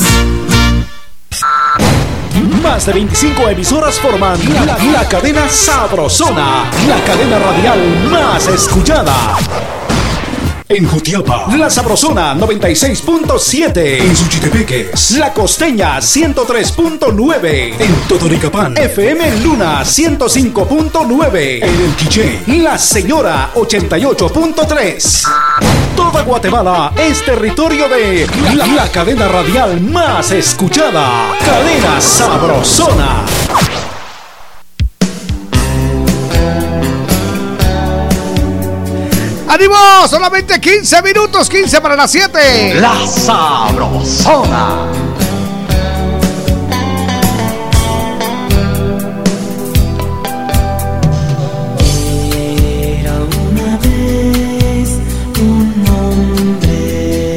Más de veinticinco emisoras forman la, la cadena Sabrosona, la cadena radial más escuchada. En Jutiapa, La Sabrosona noventa y seis punto siete. En Suchitepeques, La Costeña ciento tres punto nueve. En Totonicapán, F M Luna ciento cinco punto nueve. En El Quiché, La Señora ochenta y ocho punto tres. Toda Guatemala es territorio de la, la cadena radial más escuchada, Cadena Sabrosona. ¡Ánimo! Solamente quince minutos, quince para las siete. La Sabrosona. Era una vez un hombre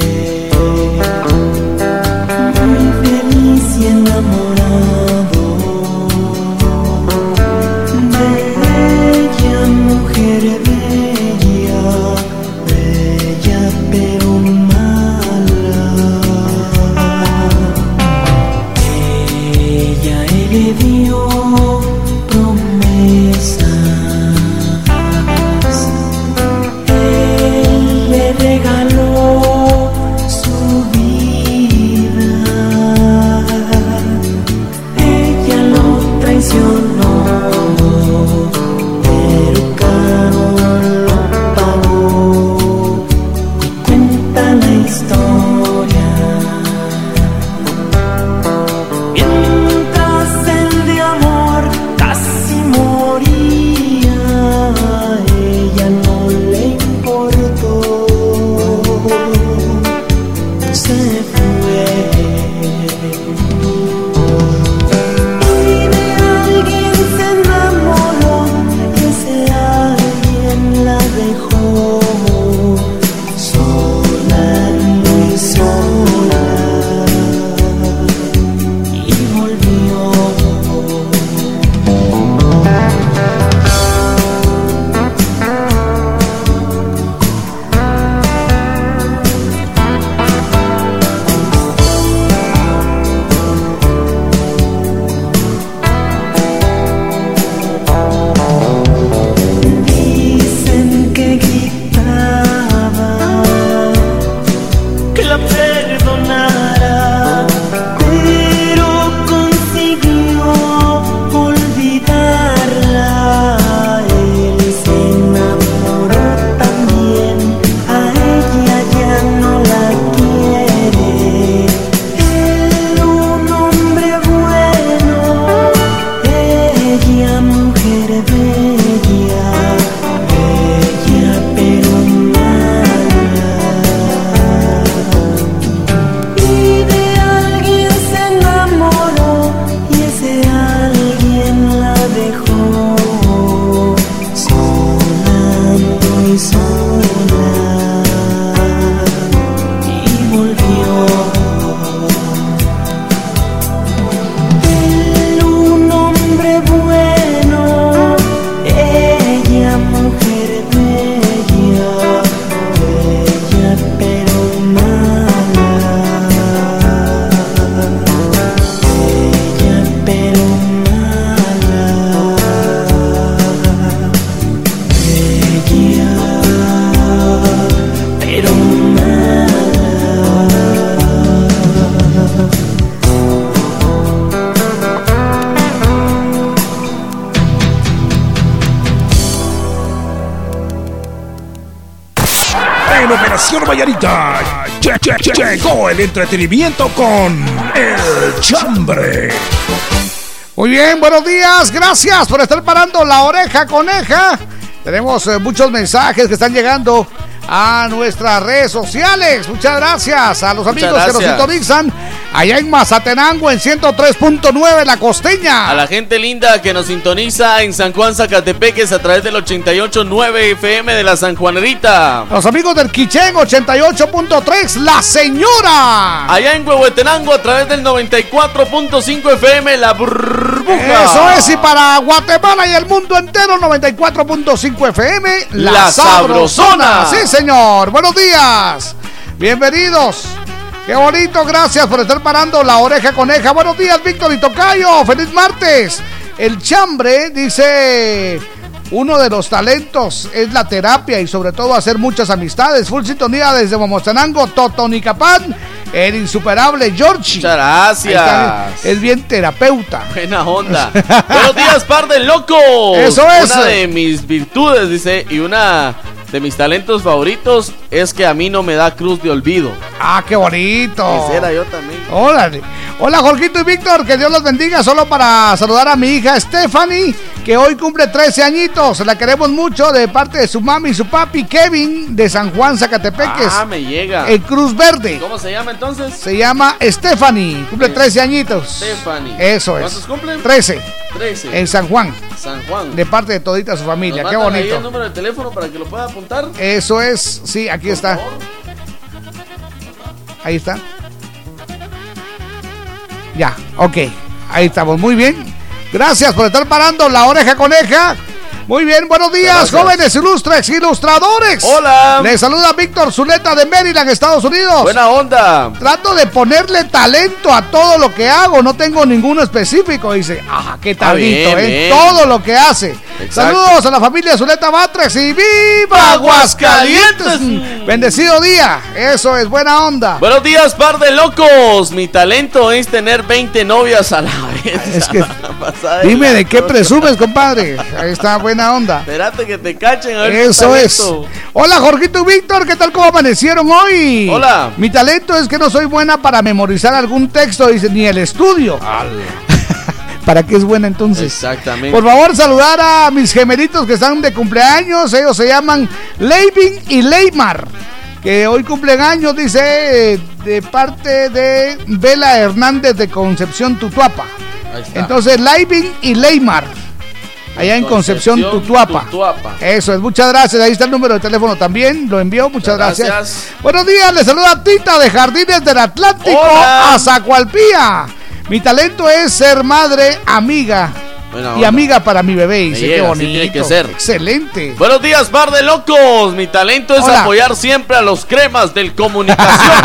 muy feliz y enamorado de ella, mujer bella, bella pero mala. Ella le dio promesas, él le regaló su vida, ella lo traicionó, pero caro lo pagó. Y cuenta la historia, mientras el de amor casi moría, ella no le importó, se fue. Y de alguien se enamoró, y ese alguien la dejó sola, muy sola, y volvió. Dicen que gritaba que la perdonara, pero consiguió olvidarla. Él se enamoró también, a ella ya no la quiere. Él un hombre bueno, ella mujer bella, bella pero mala. Y de alguien se enamoró, y ese alguien la dejó sola, muy sola, y volvió. Él un hombre bueno, ella mujer bella, bella pero mala, bella pero mala, bella pero mala. En Operación Vallarita lle- lle- lle- llegó el entretenimiento con El Chambre. Muy bien, buenos días. Gracias por estar parando la oreja coneja. Tenemos eh, muchos mensajes que están llegando a nuestras redes sociales. Muchas gracias a los Muchas amigos que nos gracias. sintonizan allá en Mazatenango en ciento tres punto nueve La Costeña. A la gente linda que nos sintoniza en San Juan Zacatepeques a través del ochenta y ocho punto nueve F M de la San Juanerita. Los amigos del Quichén ochenta y ocho punto tres La Señora. Allá en Huehuetenango a través del noventa y cuatro punto cinco F M La Burbuja. Eso es, y para Guatemala y el mundo entero noventa y cuatro punto cinco F M La, La Sabrosona. Sabrosona. Sí, señor. Buenos días. Bienvenidos. Qué bonito, gracias por estar parando la oreja coneja. Buenos días, Víctor y Tocayo. Feliz martes. El Chambre dice: Uno de los talentos es la terapia y sobre todo hacer muchas amistades. Full sintonía desde Momostanango, Totonicapán, el insuperable Georgie. Muchas gracias. Está, es bien terapeuta. Buena onda. Buenos días, par de locos. Eso es. Una de mis virtudes, dice, y una de mis talentos favoritos es que a mí no me da cruz de olvido. Ah, qué bonito. Quisiera yo también. Órale. Hola, Jorgito y Víctor, que Dios los bendiga. Solo para saludar a mi hija Stephanie, que hoy cumple trece añitos. La queremos mucho de parte de su mami y su papi Kevin de San Juan, Zacatepeques. Ah, me llega. En Cruz Verde. ¿Cómo se llama entonces? Se llama Stephanie. Cumple trece añitos. Stephanie. Eso es. ¿Cuántos cumplen? trece. trece. En San Juan. San Juan. De parte de todita su familia. ¿Nos Qué mandan bonito. ahí el número de teléfono para que lo pueda apuntar? Eso es. Sí, aquí Por está. favor. Ahí está. Ya, ok. Ahí estamos, muy bien. Gracias por estar parando la oreja coneja. Muy bien, buenos días, Gracias. jóvenes ilustres ilustradores. Hola. Les saluda Víctor Zuleta de Maryland, Estados Unidos. Buena onda. Trato de ponerle talento a todo lo que hago, no tengo ninguno específico. Dice, ah, qué talento, bien, ¿eh? bien. Todo lo que hace. Exacto. Saludos a la familia Zuleta Batres y ¡viva Aguascalientes! Bendecido día, eso es buena onda. Buenos días, par de locos. Mi talento es tener veinte novias a la vez. Es que, Pasada de dime la de qué cosa. presumes, compadre. Ahí está, buena onda. Espérate que te cachen. A ver Eso tu es. talento. Hola, Jorgito y Víctor, ¿qué tal? ¿Cómo amanecieron hoy? Hola. Mi talento es que no soy buena para memorizar algún texto, dice, ni el estudio. ¿Para qué es buena entonces? Exactamente. Por favor, saludar a mis gemelitos que están de cumpleaños. Ellos se llaman Leivin y Leymar, que hoy cumplen años, dice, de parte de Vela Hernández de Concepción, Tutuapa. Ahí está. Entonces, Leivin y Leymar, allá en Concepción, Concepción, Tutuapa. Tutuapa. Eso es, muchas gracias. Ahí está el número de teléfono también, lo envió, muchas, Muchas gracias. gracias. Buenos días, les saluda Tita de Jardines del Atlántico, Hola. a Zacualpía. Mi talento es ser madre, amiga Buena y onda. amiga para mi bebé. Me Dice, llega, qué así bonito. tiene que ser. Excelente. Buenos días, par de locos. Mi talento es Hola. apoyar siempre a los cremas del comunicaciones.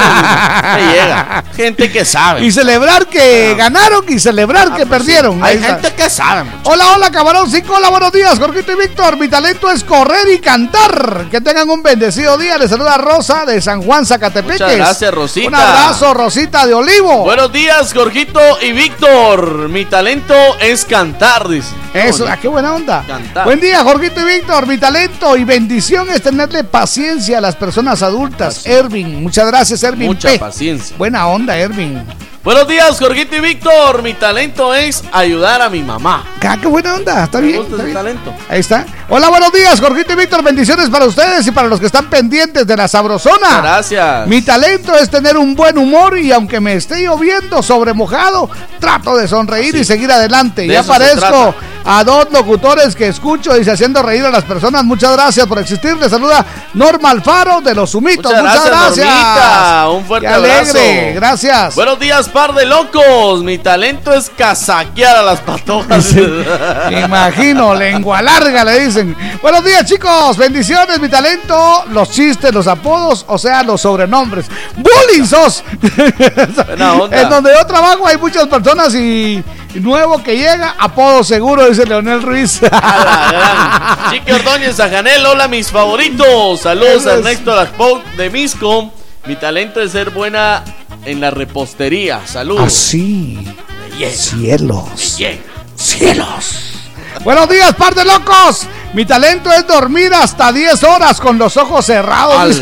Me llega. Gente que sabe. Y celebrar que ganaron y celebrar Ah, que pues sí. perdieron. Hay Ahí está. gente que sabe mucho. Hola, hola, camarón cinco, hola, buenos días, Jorgito y Víctor. Mi talento es correr y cantar. Que tengan un bendecido día. Les saluda Rosa de San Juan, Zacatepeques. Muchas gracias, Rosita. Un abrazo, Rosita de Olivo. Buenos días, Jorgito y Víctor. Mi talento es cantar, dice. Eso, ah, qué buena onda. Cantar. Buen día, Jorgito y Víctor. Mi talento y bendición es tenerle paciencia a las personas adultas. Ervin, muchas gracias, Ervin. Mucha P. paciencia. Buena onda, Ervin. Buenos días, Jorgito y Víctor. Mi talento es ayudar a mi mamá. Ah, qué buena onda. Está Me bien. gusta está ese bien. talento. Ahí está. Hola, buenos días, Jorgito y Víctor. Bendiciones para ustedes y para los que están pendientes de la Sabrosona. Gracias. Mi talento es tener un buen humor y aunque me esté lloviendo sobre mojado, trato de sonreír Sí. y seguir adelante. De Ya eso se aparezco trata. a dos locutores que escucho y se haciendo reír a las personas. Muchas gracias por existir. Les saluda Norma Alfaro de Los Humitos. Muchas Muchas, gracias, gracias. Normita. Un fuerte Qué alegre. abrazo. Gracias. Buenos días, par de locos. Mi talento es casaquear a las patojas. Me imagino, lengua larga le dicen. Buenos días, chicos, bendiciones. Mi talento, los chistes, los apodos, o sea, los sobrenombres. ¡Bullying sos! Buena onda. En donde yo trabajo hay muchas personas y nuevo que llega, apodo seguro, dice Leonel Ruiz. Chiqui Ordóñez, Sajanel, hola mis favoritos. Saludos a Ernesto Lacpou de Misco. Mi talento es ser buena en la repostería. Saludos. Así. Cielos. Yeah. Cielos. Buenos días, par de locos. Mi talento es dormir hasta diez horas con los ojos cerrados.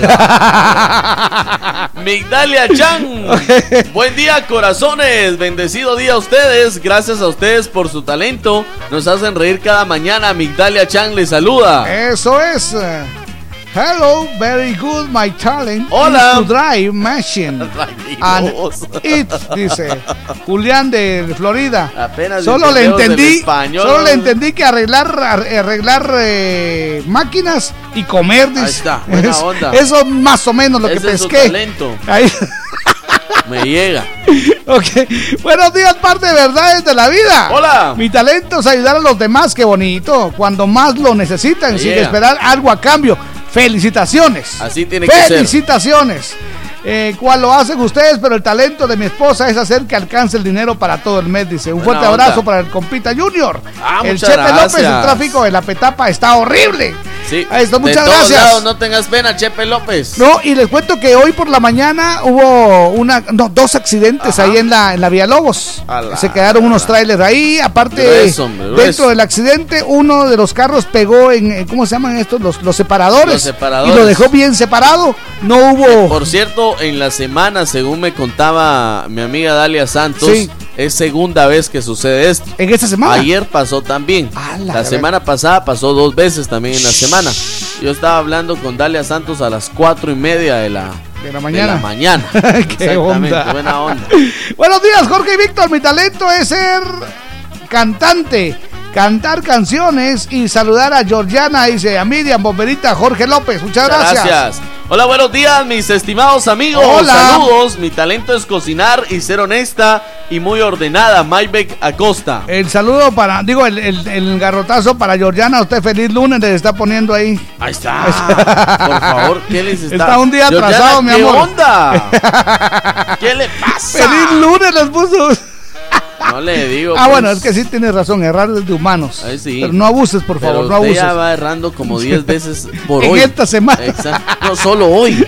Migdalia Chan. Buen día, corazones. Bendecido día a ustedes. Gracias a ustedes por su talento. Nos hacen reír cada mañana. Migdalia Chan les saluda. Eso es. Hello, very good, my talent. Hola. Is to drive machine. And it, dice Julián de Florida. Apenas Solo le entendemos el entendí, español. solo le entendí que arreglar, arreglar eh, máquinas y comer. Dice. Ahí está, buena Es- onda. Eso es más o menos lo Ese que es su pesqué. talento. Ahí. Me llega. Ok. Buenos días, parte de verdades de la vida. Hola. Mi talento es ayudar a los demás, qué bonito. Cuando más lo necesitan, Me sin llega. esperar algo a cambio. Felicitaciones. Así tiene que ser. Felicitaciones. eh, cual lo hacen ustedes, pero el talento de mi esposa es hacer que alcance el dinero para todo el mes, dice. Un Buena fuerte onda. abrazo para el compita Junior. Ah, el muchas Chepe gracias. López, el tráfico de la Petapa está horrible. Sí. Ahí está, muchas de todos gracias. lados, no tengas pena, Chepe López. No, y les cuento que hoy por la mañana hubo una, no, dos accidentes. Ajá. Ahí en la, en la Villalobos. La, Se quedaron unos trailers ahí. Aparte, grueso, hombre, grueso. Dentro del accidente, uno de los carros pegó en, ¿cómo se llaman estos? Los, los separadores. Los separadores. Y lo dejó bien separado. No hubo. Por cierto, en la semana, según me contaba mi amiga Dalia Santos, sí. es segunda vez que sucede esto. ¿En esta semana? Ayer pasó también. Ah, la la semana pasada pasó dos veces también en la semana. Yo estaba hablando con Dalia Santos a las cuatro y media de la, de la mañana. De la mañana. Qué onda. Buena onda. Buenos días, Jorge y Víctor. Mi talento es ser cantante, cantar canciones y saludar a Georgiana, dice a Miriam Bomberita, Jorge López. Muchas, Muchas gracias. gracias. Hola, buenos días, mis estimados amigos. Hola. Saludos. Mi talento es cocinar y ser honesta y muy ordenada. Maybek Acosta. El saludo para, digo, el, el, el garrotazo para Georgiana. Usted feliz lunes le está poniendo ahí. Ahí está. Por favor, ¿qué les está? Está un día Georgiana, atrasado, mi amor. ¿Qué onda? ¿Qué le pasa? Feliz lunes les puso. No le digo. Ah, pues. Bueno, es que sí tienes razón, errar es de humanos. Ahí sí. Pero no abuses, por favor, Pero no abuses. ya va errando como diez veces por en hoy. En esta semana. Exacto. No, solo hoy.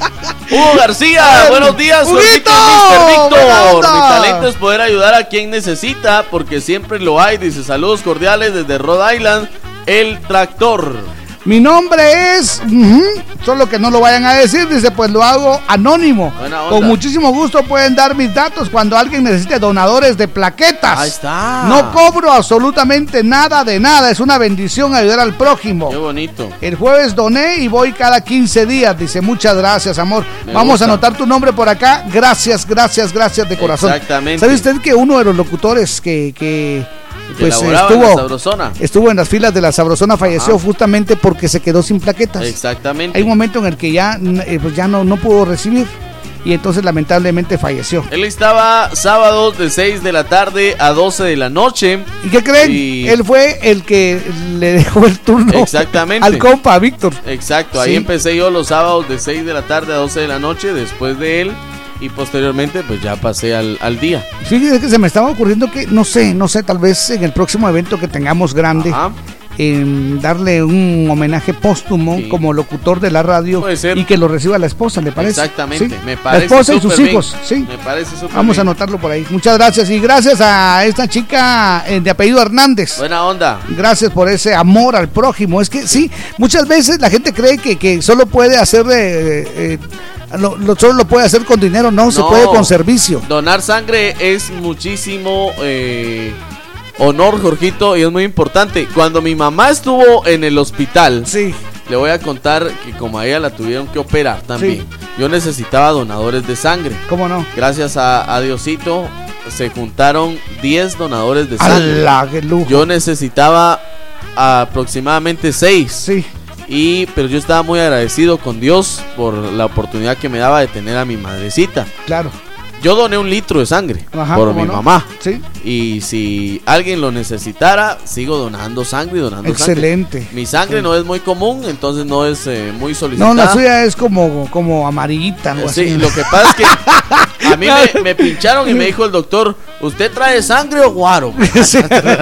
Hugo García, buenos días. ¡Huguito! mister Víctor. Mi talento es poder ayudar a quien necesita, porque siempre lo hay. Dice, saludos cordiales desde Rhode Island, el tractor. Mi nombre es, uh-huh, solo que no lo vayan a decir, dice, pues lo hago anónimo. Con muchísimo gusto pueden dar mis datos cuando alguien necesite donadores de plaquetas. Ahí está. No cobro absolutamente nada de nada, es una bendición ayudar al prójimo. Qué bonito. El jueves doné y voy cada quince días, dice, muchas gracias, amor. Me Vamos gusta. a anotar tu nombre por acá, gracias, gracias, gracias de corazón. Exactamente. ¿Sabe usted que uno de los locutores que... que pues estuvo en, estuvo en las filas de la Sabrosona, falleció Ajá. justamente porque se quedó sin plaquetas. Exactamente. Hay un momento en el que ya, eh, pues ya no, no pudo recibir y entonces lamentablemente falleció. Él estaba sábados de seis de la tarde a doce de la noche. ¿Y qué creen? Y... Él fue el que le dejó el turno Exactamente. al compa Víctor. Exacto, ahí sí. empecé yo los sábados de seis de la tarde a doce de la noche después de él. Y posteriormente pues ya pasé al, al día. Fíjate que se me estaba ocurriendo que, no sé, no sé, tal vez en el próximo evento que tengamos grande, eh, darle un homenaje póstumo sí. como locutor de la radio y que lo reciba la esposa, ¿le parece? Exactamente, ¿Sí? me parece. La esposa y sus bien. hijos, sí. Me parece súper Vamos bien. a anotarlo por ahí. Muchas gracias y gracias a esta chica eh, de apellido Hernández. Buena onda. Gracias por ese amor al prójimo. Es que sí, muchas veces la gente cree que, que solo puede hacer... Eh, eh, Lo, lo, solo lo puede hacer con dinero, no, no, se puede con servicio. Donar sangre es muchísimo eh, honor, Jorgito, y es muy importante. Cuando mi mamá estuvo en el hospital, sí. le voy a contar que como a ella la tuvieron que operar también, sí. yo necesitaba donadores de sangre. ¿Cómo no? Gracias a, a Diosito se juntaron diez donadores de sangre. ¡Ala, qué lujo! Yo necesitaba aproximadamente seis. Sí. Y, pero yo estaba muy agradecido con Dios por la oportunidad que me daba de tener a mi madrecita. Claro. Yo doné un litro de sangre Ajá, por mi no? mamá. Sí. Y si alguien lo necesitara, sigo donando sangre y donando Excelente. sangre. Mi sangre sí. no es muy común, entonces no es eh, muy solicitada. No, la suya es como, como amarillita. Eh, sí, así. Lo que pasa es que a mí me, me pincharon y me dijo el doctor, ¿usted trae sangre o guaro? Sí.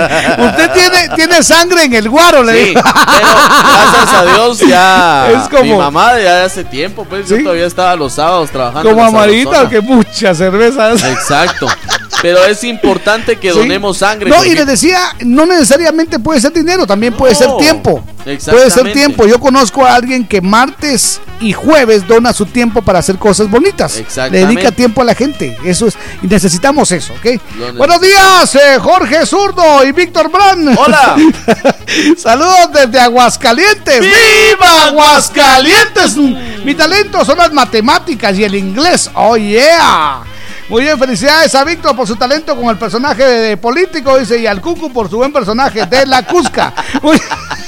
Usted tiene, tiene sangre en el guaro, le sí, digo. Pero gracias a Dios ya es como... mi mamá ya hace tiempo, pues ¿sí? yo todavía estaba los sábados trabajando. Como amarillita, que muchas cervezas. Exacto. Pero es importante que sí. donemos sangre. No, porque... y les decía, no necesariamente puede ser dinero, también puede no, ser tiempo. Puede ser tiempo. Yo conozco a alguien que martes y jueves dona su tiempo para hacer cosas bonitas. Le dedica tiempo a la gente. Eso es, y necesitamos eso, ¿ok? Buenos días, eh, Jorge Zurdo y Víctor Brand. Hola. Saludos desde Aguascalientes. ¡Viva Aguascalientes! Mi talento son las matemáticas y el inglés. Oh, yeah. Muy bien, felicidades a Víctor por su talento con el personaje de político, dice, y al Cucu por su buen personaje de la Cusca. Muy...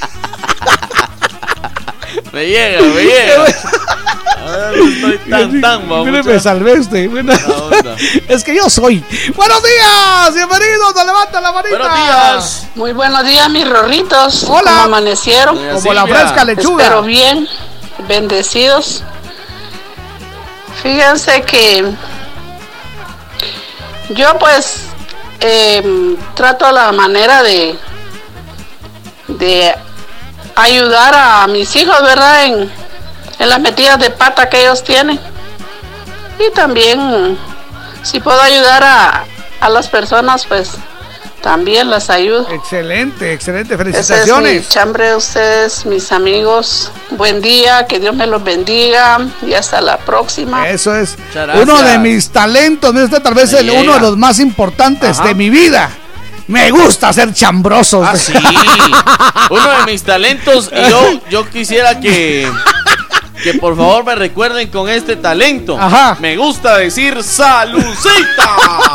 Me llega, me llega. Ahora no estoy tan tan, mire, me salvé usted. Buena... Es que yo soy. Buenos días, bienvenidos a Levanta la Manita. Buenos días. Muy buenos días, mis rorritos. Hola. ¿Cómo amanecieron? Como la fresca lechuga. Espero bien, bendecidos. Fíjense que yo pues eh, trato la manera de de ayudar a mis hijos, ¿verdad? En, en las metidas de pata que ellos tienen. Y también, si puedo ayudar a, a las personas, pues también las ayudo. Excelente, excelente, felicitaciones. Ese es mi chambre de ustedes, mis amigos. Buen día, que Dios me los bendiga y hasta la próxima. Eso es uno de mis talentos, este tal vez el, uno de los más importantes. Ajá. De mi vida. Me gusta ser chambroso. Ah, sí. Uno de mis talentos. Y yo, yo quisiera que, que por favor me recuerden con este talento. Ajá. Me gusta decir salucita.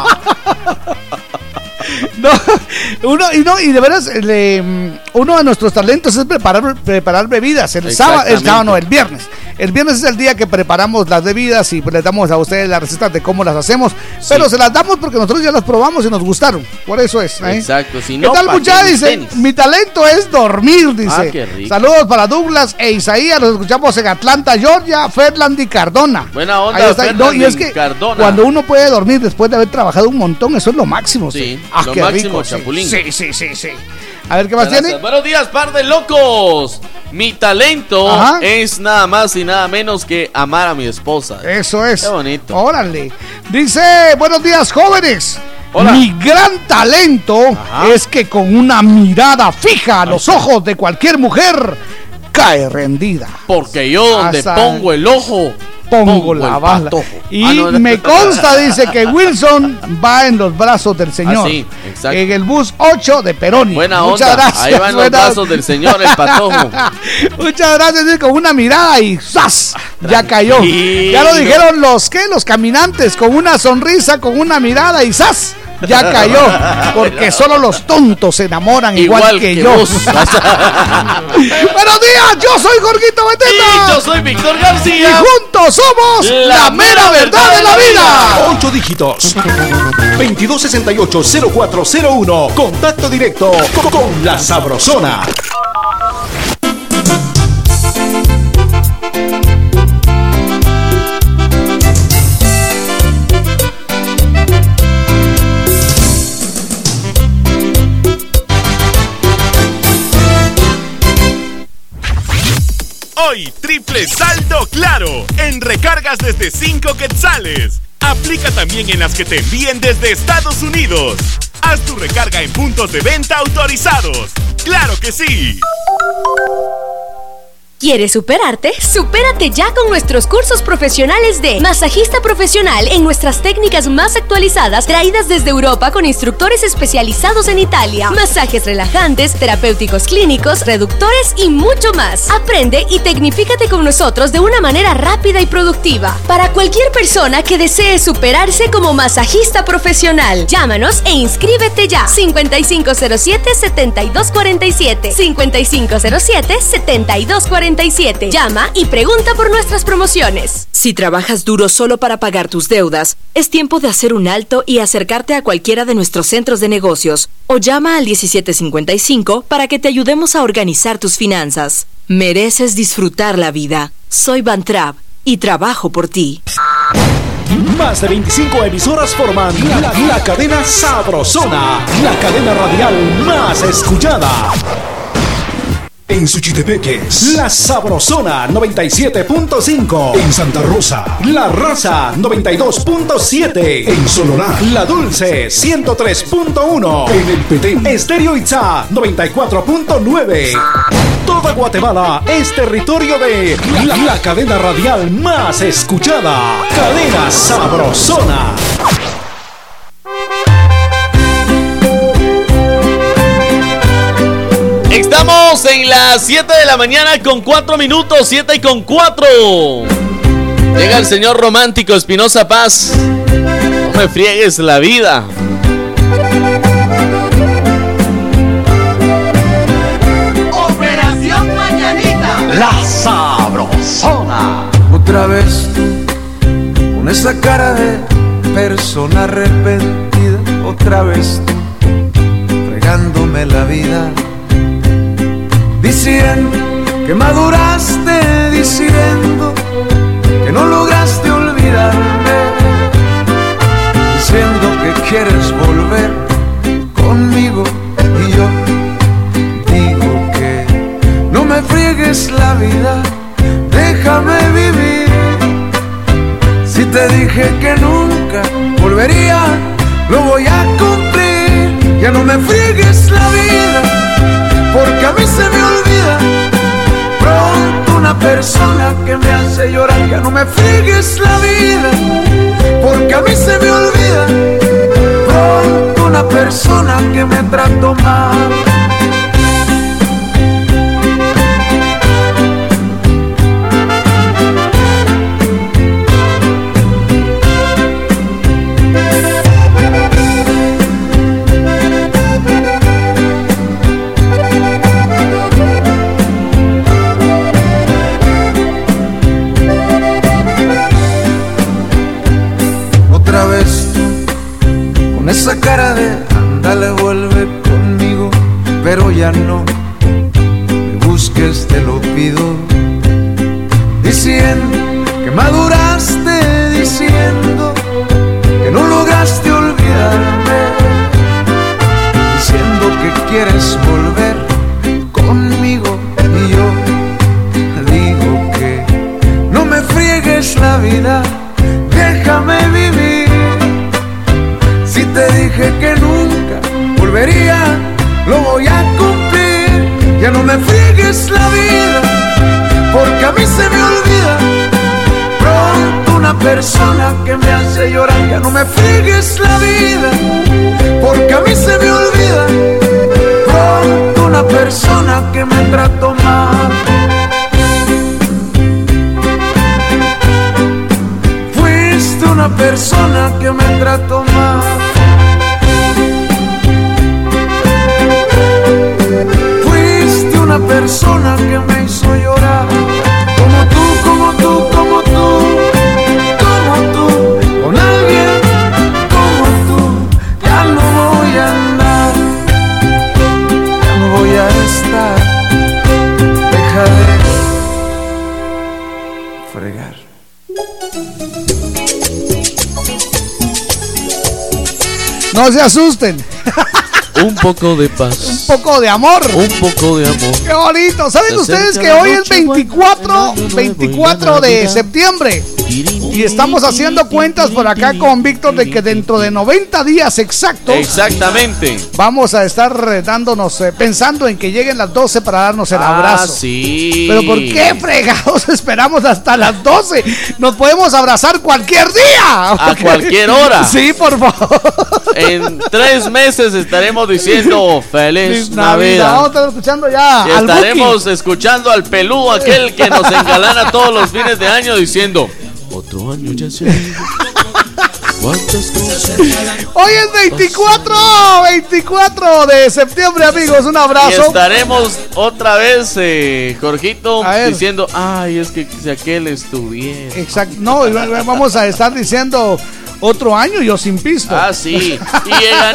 No, uno, y no, y de veras, le, uno de nuestros talentos es preparar, preparar bebidas. El sábado, el sábado no, el viernes. El viernes es el día que preparamos las bebidas y les damos a ustedes las recetas de cómo las hacemos. Sí. Pero se las damos porque nosotros ya las probamos y nos gustaron. Por eso es. ¿eh? Exacto. Si ¿Qué no, tal, muchachos? Dice, tenis. Mi talento es dormir, dice. Ah, qué rico. Saludos para Douglas e Isaías. Los escuchamos en Atlanta, Georgia, Ferland y Cardona. Buena onda, Ferland no, y es que Cardona. Cuando uno puede dormir después de haber trabajado un montón, eso es lo máximo. Sí, sí. Ah, lo qué máximo, rico, Chapulín. Sí, sí, sí, sí. A ver, ¿qué más Gracias. tiene? Buenos días, par de locos. Mi talento Ajá. es nada más y nada menos que amar a mi esposa. Eso es. Qué bonito. Órale. Dice, buenos días, jóvenes. Hola. Mi gran talento Ajá. es que con una mirada fija a los ojos de cualquier mujer cae rendida. Porque yo donde Hasta... pongo el ojo Pongo, pongo la bala. Y ah, no, no, me consta, dice, que Wilson va en los brazos del Señor. Ah, sí, exacto. En el bus ocho de Peroni. Buena Muchas onda. Gracias. Ahí va en los Buenas... brazos del Señor, el patojo. Muchas gracias. Dice, con una mirada y ¡zas! Ya cayó. Ya lo dijeron los, ¿qué? Los caminantes. Con una sonrisa, con una mirada y ¡zas! Ya cayó, porque solo los tontos se enamoran igual, igual que, que yo. Buenos días, yo soy Jorgito Beteta. Y yo soy Víctor García. Y juntos somos la, la mera verdad de la vida. Ocho dígitos. veintidós sesenta y ocho, cero cuatro cero uno. Contacto directo con, con La Sabrosona. Hoy, triple saldo claro en recargas desde cinco quetzales. Aplica también en las que te envíen desde Estados Unidos. Haz tu recarga en puntos de venta autorizados. ¡Claro que sí! ¿Quieres superarte? ¡Supérate ya con nuestros cursos profesionales de masajista profesional en nuestras técnicas más actualizadas traídas desde Europa con instructores especializados en Italia, masajes relajantes, terapéuticos clínicos, reductores y mucho más! Aprende y tecnifícate con nosotros de una manera rápida y productiva. Para cualquier persona que desee superarse como masajista profesional, llámanos e inscríbete ya. cincuenta y cinco cero siete, setenta y dos cuarenta y siete cincuenta y cinco cero siete, setenta y dos cuarenta y siete. Llama y pregunta por nuestras promociones. Si trabajas duro solo para pagar tus deudas, es tiempo de hacer un alto y acercarte a cualquiera de nuestros centros de negocios o llama al diecisiete cincuenta y cinco para que te ayudemos a organizar tus finanzas. Mereces disfrutar la vida. Soy Bantrab y trabajo por ti. Más de veinticinco emisoras forman la, la, la cadena Sabrosona, la cadena radial más escuchada. En Suchitepeques, La Sabrosona noventa y siete punto cinco. En Santa Rosa, La Raza noventa y dos punto siete. En Sololá, La Dulce ciento tres punto uno. En El Petén, Estéreo Itzá noventa y cuatro punto nueve. Toda Guatemala es territorio de la, la cadena radial más escuchada, Cadena Sabrosona. Estamos en las siete de la mañana con cuatro minutos, siete y con cuatro. Llega el señor romántico Espinosa Paz. No me friegues la vida. Operación Mañanita. La Sabrosona. Otra vez tú, con esa cara de persona arrepentida. Otra vez tú, fregándome la vida. Diciendo que maduraste, diciendo que no lograste olvidar. olvidarme, diciendo que quieres volver conmigo y yo digo que no me friegues la vida, déjame vivir. Si te dije que nunca volvería, lo voy a cumplir. Ya no me friegues la vida, porque a mí se me olvida pronto una persona que me hace llorar. Ya no me friegues la vida, porque a mí se me olvida pronto una persona que me trató mal. Con esa cara de ándale, vuelve conmigo, pero ya no me busques, te lo pido. Diciendo que maduraste, diciendo que no lograste olvidarme, diciendo que quieres volver conmigo y yo digo que no me friegues la vida, déjame vivir. Si te dije que nunca volvería, lo voy a cumplir. Ya no me friegues la vida, porque a mí se me olvida pronto una persona que me hace llorar. Ya no me friegues la vida, porque a mí se me olvida pronto una persona que me trató mal. Fuiste una persona que me trató mal. Fuiste una persona que me hizo llorar. Como tú, como tú, como tú, como tú, con alguien como tú. Ya no voy a andar, ya no voy a estar. Deja de fregar. No se asusten. Un poco de paz. Un poco de amor. Un poco de amor. Qué bonito. ¿Saben ustedes que hoy es veinticuatro, veinticuatro de septiembre? Y estamos haciendo cuentas por acá con Víctor de que dentro de noventa días exactos. Exactamente. Vamos a estar dándonos, eh, pensando en que lleguen las doce para darnos el Ah, abrazo. sí. Pero ¿por qué fregados esperamos hasta las doce? Nos podemos abrazar cualquier día. A cualquier hora. Sí, por favor. En tres meses estaremos diciendo Feliz Navidad. Navidad. Vamos a estar escuchando ya. Y al estaremos Buki. escuchando al pelú, aquel que nos engalana todos los fines de año, diciendo otro año ya se ha ido. ¿Cuántas cosas? Hoy es veinticuatro, veinticuatro de septiembre, amigos. Un Y abrazo. estaremos otra vez, eh, Jorgito, diciendo, ay, es que si aquel estuviera. Exacto. No, vamos a estar diciendo otro año yo sin pisto. Ah, sí. Y llega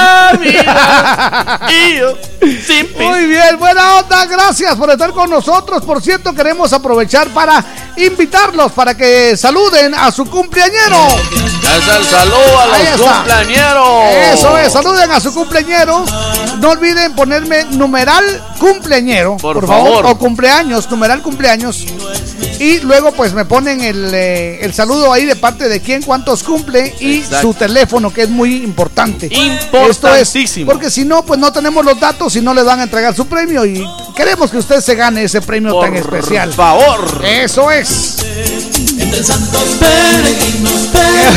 Navidad y yo sin pisto. Muy bien, buena onda, gracias por estar con nosotros. Por cierto, queremos aprovechar para invitarlos para que saluden a su cumpleañero. Es el saludo a Ahí los está. cumpleañeros. Eso es, saluden a su cumpleañero. No olviden ponerme numeral cumpleañero, Por por, favor. favor. O cumpleaños, numeral cumpleaños. Y luego pues me ponen el, eh, el saludo ahí de parte de quién, cuántos cumple y Exacto. su teléfono, que es muy importante. Importantísimo. Esto es, porque si no, pues no tenemos los datos y no les van a entregar su premio. Y queremos que usted se gane ese premio Por tan especial. favor. Eso es. Entre santos peregrinos,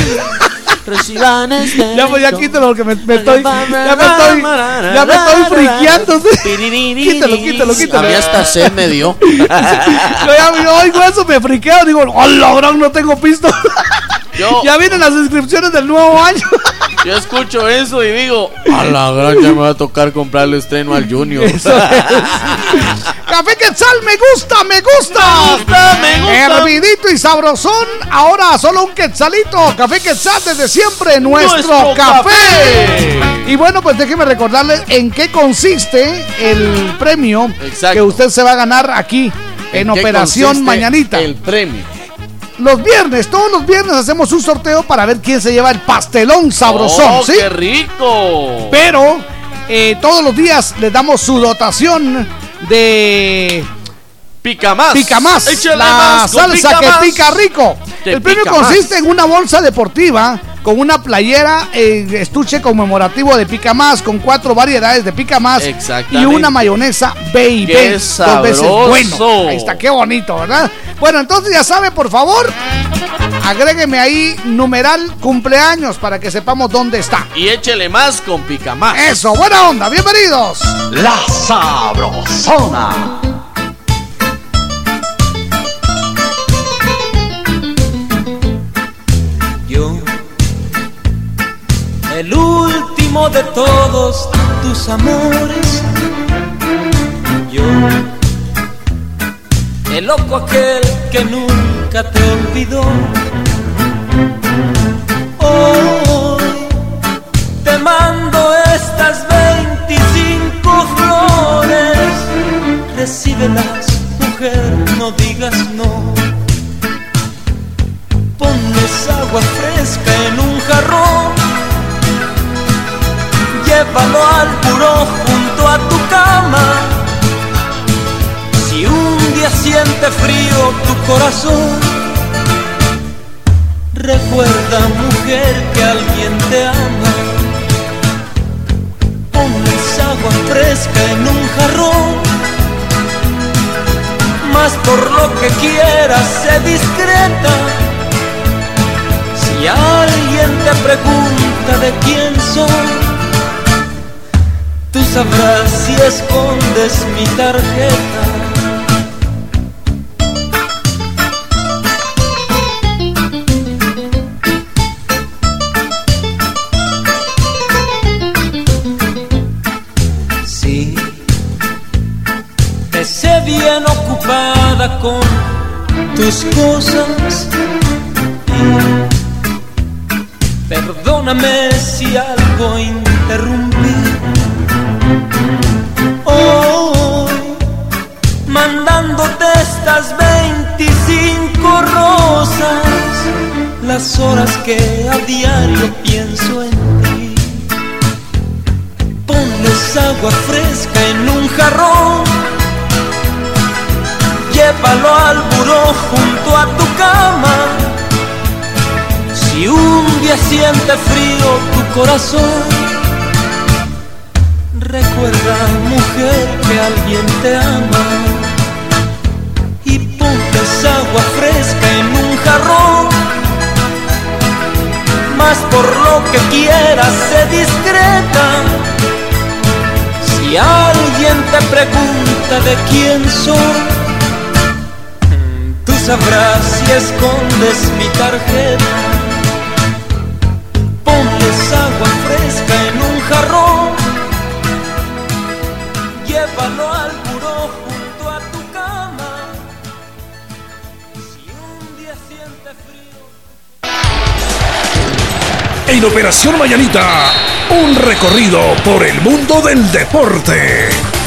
Reciban este Ya, pues ya quítalo porque me, me estoy, ya me estoy, ya me estoy friqueando. Quítalo, quítalo, quítalo. A mí hasta sed me dio. Yo ya yo oigo eso, me friqueo, digo, hola, bro, no tengo pisto. Yo- Ya vienen las inscripciones del nuevo año. Yo escucho eso y digo, a la gran ya me va a tocar comprarle estreno al Junior. Café Quetzal, me gusta, me gusta. Me gusta, me gusta. Hervidito y sabrosón. Ahora solo un quetzalito. Café Quetzal desde siempre, nuestro, Nuestro café. café. Y bueno, pues déjeme recordarles en qué consiste el premio Exacto. que usted se va a ganar aquí en, ¿En qué Operación consiste Mañanita. el premio? los viernes, todos los viernes hacemos un sorteo para ver quién se lleva el pastelón sabrosón, ¡Oh, ¿sí? qué rico! Pero eh, todos los días les damos su dotación de Pica Más. Pica Más, Échale la más con salsa Pica que Más. pica rico. Que El premio pica consiste más. en una bolsa deportiva con una playera, eh, estuche conmemorativo de Pica Más, con cuatro variedades de Pica Más y Exactamente. una mayonesa Baby. ¡Qué Dos veces sabroso! bueno. Ahí está, qué bonito, ¿verdad? Bueno, entonces ya sabe, por favor, agrégueme ahí numeral cumpleaños para que sepamos dónde está. Y échele más con Pica Más. Eso, buena onda, bienvenidos. La Sabrosona. Yo, el último de todos tus amores. Yo, el loco aquel que nunca te olvidó. Hoy te mando estas veinticinco flores. Recíbelas, mujer, no digas no. Ponles agua fresca en un jarrón, llévalo al buró junto a tu cama. Si un día siente frío tu corazón, recuerda, mujer, que alguien te ama. Ponles agua fresca en un jarrón, mas por lo que quieras, sé discreta. Si alguien te pregunta de quién soy, tú sabrás si escondes mi tarjeta. Sí, te sé bien ocupada con tus cosas. Perdóname si algo interrumpí. Hoy, mandándote estas veinticinco rosas, las horas que a diario pienso en ti. Ponles agua fresca en un jarrón, llévalo al buró junto a tu cama. Si un día siente frío tu corazón, recuerda, mujer, que alguien te ama. Y ponles agua fresca en un jarrón, mas por lo que quieras, sé discreta. Si alguien te pregunta de quién soy, tú sabrás si escondes mi tarjeta. Ponles agua fresca en un jarrón, llévalo al buró junto a tu cama. Si un día siente frío. En Operación Mañanita, un recorrido por el mundo del deporte.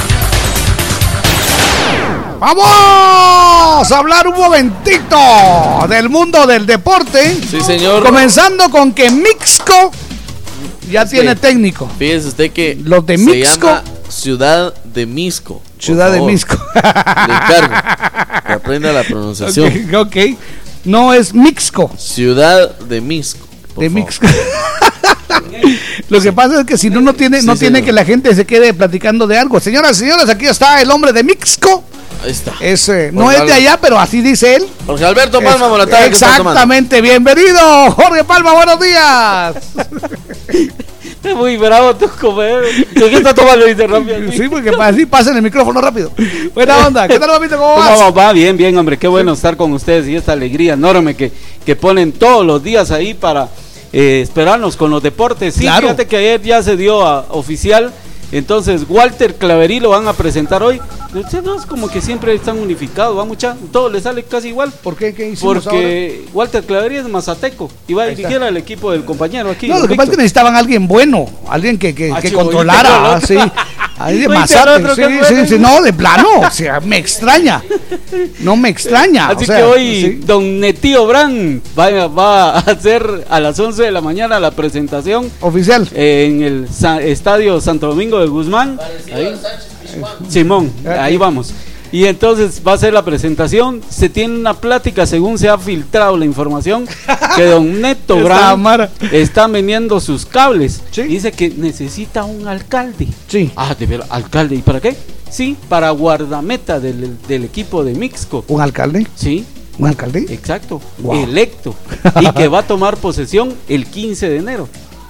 Vamos a hablar un momentito del mundo del deporte. Sí, señor. Comenzando con que Mixco ya es tiene que, técnico. Fíjese usted que los de se Mixco, llama Ciudad de Misco. Ciudad favor. de Misco. Le encargo que aprenda la pronunciación. Okay, ok, no es Mixco. Ciudad de Misco. De Mixco. Lo que pasa es que si no, no tiene, Sí, no tiene señor. que la gente se quede platicando de algo. Señoras y señores, aquí está el hombre de Mixco. Ahí está. Es, eh, no Jorge es de Al- allá, pero así dice él. Jorge Alberto Palma Es- Morataya. Exactamente, bienvenido, Jorge Palma, buenos días. Muy bravo tú, comer. ¿De qué está tomando interrupción? Sí, porque así pasen el micrófono rápido. Buena onda, ¿qué tal, papito? ¿Cómo vas? ¿Cómo va? Bien, bien, hombre, qué bueno estar con ustedes y esta alegría enorme que, que ponen todos los días ahí para eh, esperarnos con los deportes. Sí, Claro. fíjate que ayer ya se dio a oficial. Entonces, Walter Claverí lo van a presentar hoy. No es como que siempre están unificados, va mucha, todo le sale casi igual. ¿Por qué? ¿Qué hicimos Porque Walter Claverí es mazateco y va a Ahí dirigir está. al equipo del compañero aquí. No, lo don que pasa es que Víctor. necesitaban a alguien bueno, alguien que, que, Ah, que chivo, controlara, yo te ¿sí? Ahí de Mazate, sí, sí, sí, no, de plano, o sea, me extraña, no me extraña. Así o sea, que hoy sí. don Netío Brand va, va a hacer a las once de la mañana la presentación oficial eh, en el Sa- Estadio Santo Domingo de Guzmán. Ahí. Simón, ahí vamos. Y entonces va a ser la presentación. Se tiene una plática, según se ha filtrado la información, que don Neto Brand está vendiendo sus cables. ¿Sí? Dice que necesita un alcalde. Sí. Ah, de ver, alcalde. ¿Y para qué? Sí, para guardameta del, del equipo de Mixco. ¿Un alcalde? Sí. ¿Un alcalde? Exacto. Wow. Electo. Y que va a tomar posesión el quince de enero.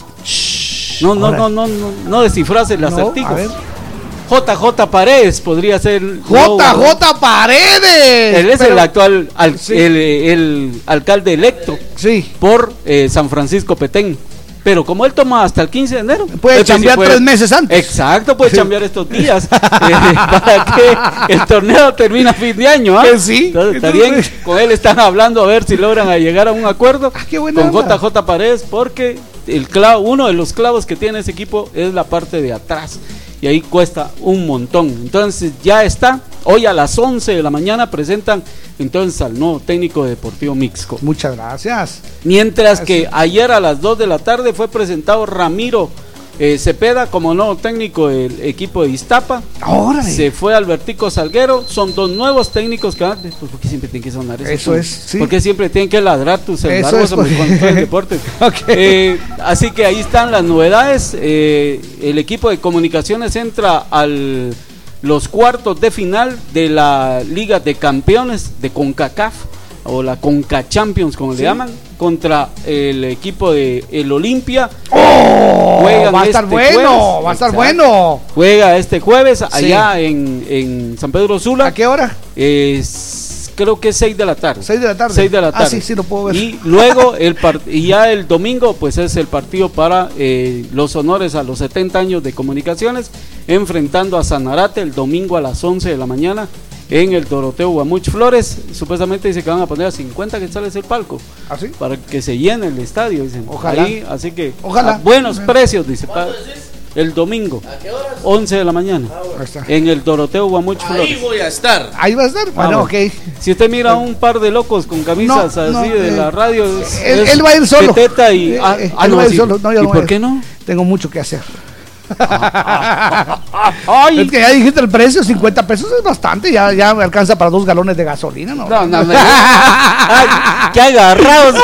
Shh, no, no, no, no, no, no descifras el acertijo. No, a ver. J J Paredes podría ser. J J Paredes. Él es pero, el actual al, sí. el, el alcalde electo sí. por eh, San Francisco Petén. Pero como él toma hasta el quince de enero, puede cambiar tres meses antes. Exacto, puede cambiar estos días eh, para que el torneo termine a fin de año. ¿eh? Sí. Entonces, está bien, con él están hablando a ver si logran a llegar a un acuerdo ah, qué buena con onda. J J Paredes, porque el clavo, uno de los clavos que tiene ese equipo es la parte de atrás. Y ahí cuesta un montón. Entonces ya está. Hoy a las once de la mañana presentan entonces al nuevo técnico de Deportivo Mixco. Muchas gracias. Mientras gracias. que ayer a las dos de la tarde fue presentado Ramiro eh, Cepeda como nuevo técnico del equipo de Iztapa. ¡Órale! Se fue Albertico Salguero. Son dos nuevos técnicos que van. Pues porque siempre tienen que sonar eso. Eso es, sí. Porque siempre tienen que ladrar tus celulares cuando el deporte. Okay. Eh, así que ahí están las novedades. Eh, el equipo de comunicaciones entra al los cuartos de final de la Liga de Campeones de CONCACAF o la CONCA Champions como ¿sí? le llaman, contra el equipo de el Olimpia. ¡Oh! Va a estar este bueno, jueves, va a estar exacto. bueno. Juega este jueves allá sí. en, en San Pedro Sula. ¿A qué hora? Es creo que es seis de la tarde. seis de la tarde. seis de la tarde. Ah, sí, sí, lo puedo ver. Y luego, el part y ya el domingo, pues es el partido para eh, los honores a los setenta años de comunicaciones, enfrentando a Sanarate el domingo a las once de la mañana en el Doroteo Guamuch Flores. Supuestamente dice que van a poner a cincuenta quetzales el palco. ¿Ah, sí? Para que se llene el estadio, dicen. Ojalá. Ahí, así que, ojalá. A buenos precios, dice. El domingo, ¿a qué horas? once de la mañana, ah, está. En el Doroteo Guamuch Flores. Ahí voy a estar. Ahí va a estar. Bueno, ok. Si usted mira a un par de locos con camisas no, así no, de eh, la radio, es, él, es él va a ir solo. Y, eh, ah, eh, ah, él no, va a ir sí. solo. No, yo ¿Y no por qué no? Tengo mucho que hacer. Ah, ah, ah, es que ya dijiste el precio, cincuenta pesos es bastante, ya, ya me alcanza para dos galones de gasolina, ¿no? No, no, no. Ay, qué agarrados.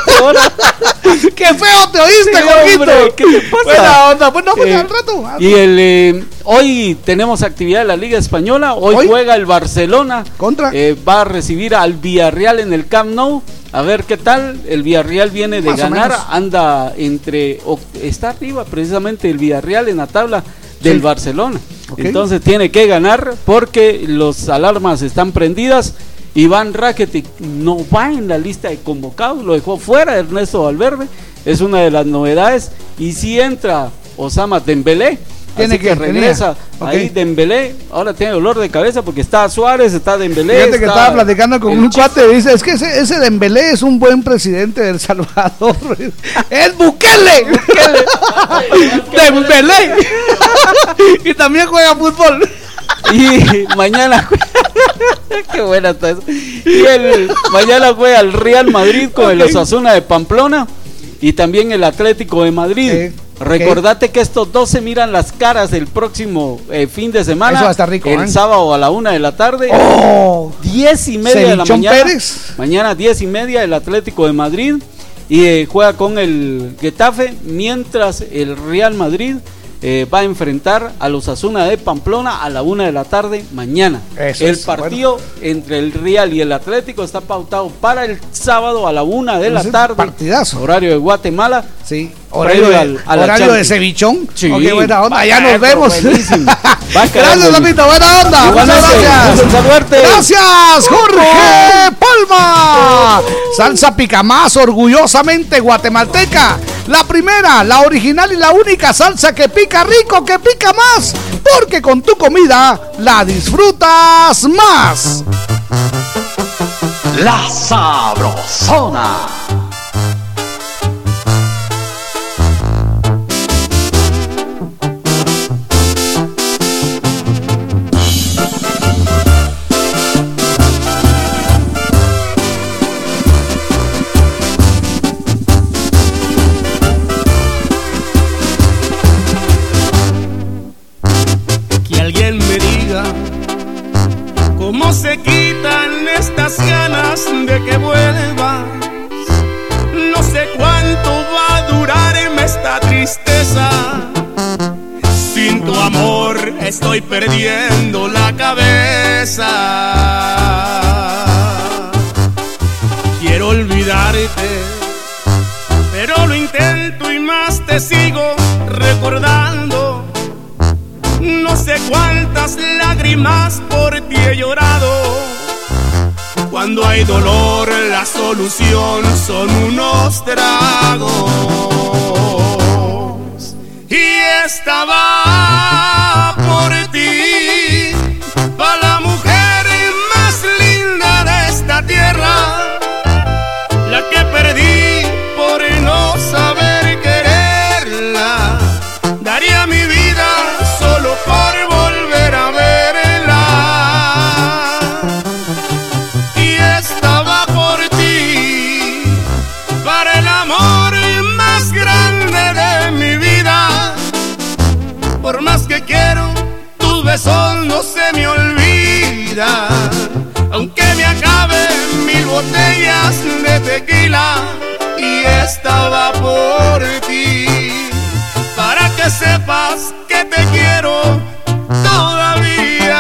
Qué feo te oíste, sí, Jorgito. ¿Qué te pasa? Buena onda, pues no, pues eh, al rato. Y el eh, hoy tenemos actividad en la Liga Española, hoy, hoy juega el Barcelona. ¿Contra? Eh, va a recibir al Villarreal en el Camp Nou. A ver qué tal, el Villarreal viene de Más ganar, anda entre, está arriba precisamente el Villarreal en la tabla del sí. Barcelona, okay. Entonces tiene que ganar porque los alarmas están prendidas. Iván Rakitic no va en la lista de convocados, lo dejó fuera Ernesto Valverde, es una de las novedades, y si entra Osama Dembélé, tiene que, que regresa okay. Ahí Dembélé, ahora tiene dolor de cabeza porque está Suárez, está Dembélé. Fíjate está que estaba platicando con un cuate, dice, es que ese, ese Dembélé es un buen presidente de El Salvador. ¡Es Bukele! ¡Dembélé! Y también juega fútbol. Y mañana qué buena está eso. Y el, mañana juega el Real Madrid con okay. el Osasuna de Pamplona y también el Atlético de Madrid. Eh. Recordate okay. que estos dos se miran las caras el próximo eh, fin de semana. Eso va a estar rico, el ¿eh? sábado a la una de la tarde. Oh, diez y media de la mañana. Pérez. Mañana diez y media el Atlético de Madrid y eh, juega con el Getafe, mientras el Real Madrid eh, va a enfrentar a los Osasuna de Pamplona a la una de la tarde mañana. Eso el es, partido bueno. entre el Real y el Atlético está pautado para el sábado a la una de la tarde. Partidazo. Horario de Guatemala. Sí. Horario, de, al, horario de cevichón. Sí. Okay, buena onda. Allá nos vemos. Gracias, Lopito. Buena onda. Muchas gracias. Gracias, Jorge Palma. Salsa Picamás, orgullosamente guatemalteca. La primera, la original y la única salsa que pica rico, que pica más. Porque con tu comida la disfrutas más. La Sabrosona. ¿Cómo se quitan estas ganas de que vuelvas? No sé cuánto va a durarme esta tristeza. Sin tu amor estoy perdiendo la cabeza. Quiero olvidarte, pero lo intento y más te sigo recordando. No sé cuántas lágrimas por ti he llorado. Cuando hay dolor, la solución son unos tragos. Y estaba por ti, pa' la mujer más linda de esta tierra, la que perdí por no saber quererla. Daría mi vida solo por volver a verla. Y estaba por ti, para el amor más grande de mi vida. Por más que quiero, tus besos no se me olvidan. Aunque me acaben mil botellas de tequila. Y estaba por ti, para que sepas que te quiero todavía.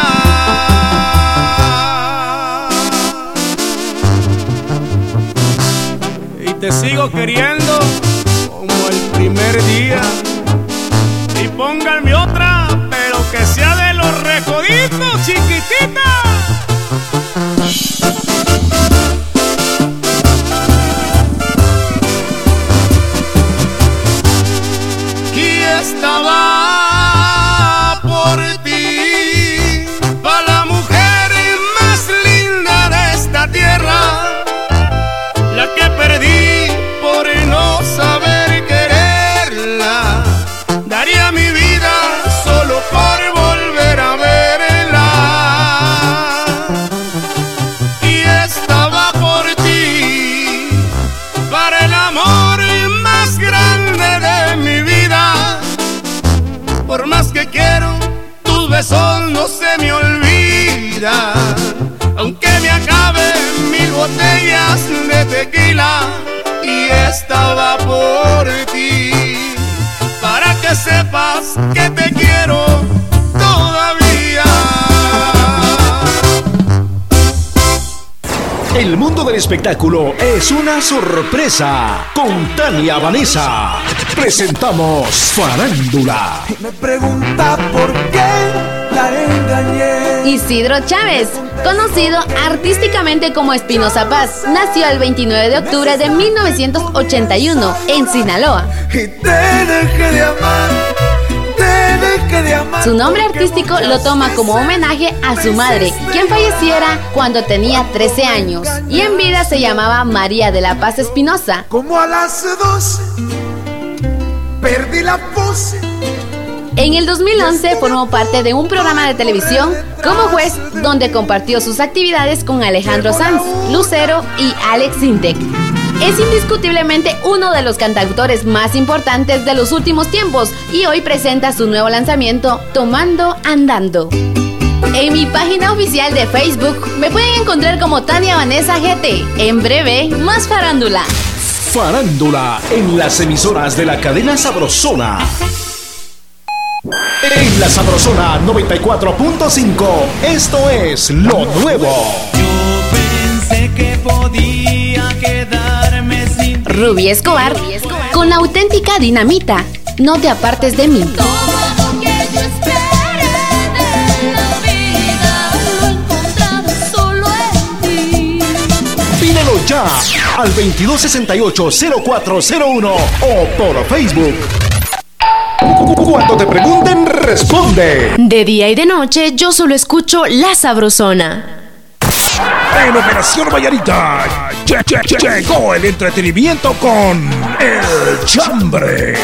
Y te sigo queriendo como el primer día. Y pónganme otra, pero que sea de los recoditos, chiquitita. Estaba por ti, pa' la mujer más linda de esta tierra, la que perdí por no saber quererla. Daría mi vida solo por volver a verla. Y estaba por ti, para el amor más grande de mi vida. Por más que quiero, tus besos no se me olvidan. Aunque me acaben mil botellas de tequila. Y estaba por ti, para que sepas que te quiero todavía. El mundo del espectáculo es una sorpresa. Con Tania Vanessa presentamos Farándula. Me pregunta por qué la engañé. Isidro Chávez, conocido artísticamente como Espinosa Paz, nació el veintinueve de octubre de mil novecientos ochenta y uno en Sinaloa. Y te dejé de amar, te dejé de amar. Su nombre artístico lo toma como homenaje a su madre, quien falleciera cuando tenía trece años, y en vida se llamaba María de la Paz Espinosa. Como a las doce perdí la voz. En el dos mil once formó parte de un programa de televisión como juez, donde compartió sus actividades con Alejandro Sanz, Lucero y Alex Sintek. Es indiscutiblemente uno de los cantautores más importantes de los últimos tiempos y hoy presenta su nuevo lanzamiento, Tomando Andando. En mi página oficial de Facebook me pueden encontrar como Tania Vanessa G T. En breve, más farándula. Farándula en las emisoras de la cadena Sabrosona. En la Sabrosona noventa y cuatro punto cinco, esto es Lo Nuevo. Yo pensé que podía quedarme sin ti. Rubí Escobar, con la auténtica dinamita, No te apartes de mí. Todo lo que yo esperé de la vida lo he encontrado solo en ti. Pídelo ya al veintidós sesenta y ocho cero cuatro cero uno o por Facebook. Cuando te pregunten, responde. De día y de noche yo solo escucho La Sabrosona. En Operación Vallarita che, che, che, llegó el entretenimiento con El Chambre.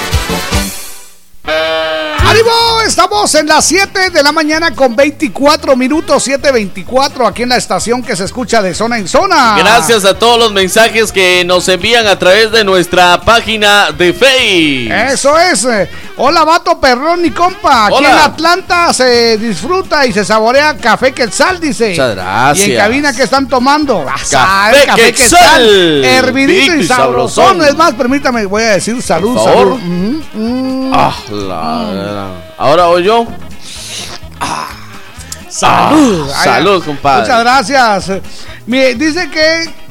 ¡Ánimo! Estamos en las siete de la mañana con veinticuatro minutos, siete veinticuatro, aquí en la estación que se escucha de zona en zona. Gracias a todos los mensajes que nos envían a través de nuestra página de Facebook. Eso es. Hola, vato perrón y compa. Aquí Hola. en Atlanta se disfruta y se saborea café Quetzal, dice. Muchas gracias. Y en cabina, ¿qué están tomando? Ah, sabe, Café café Quetzal. Quetzal. Hervidito y Rico y sabrosón. sabrosón. Es más, permítame, voy a decir salud, Por favor. salud. Mm, mm. Ah, la- Ahora voy yo. Salud. Ah, salud, compadre. Muchas gracias. Mire, dice que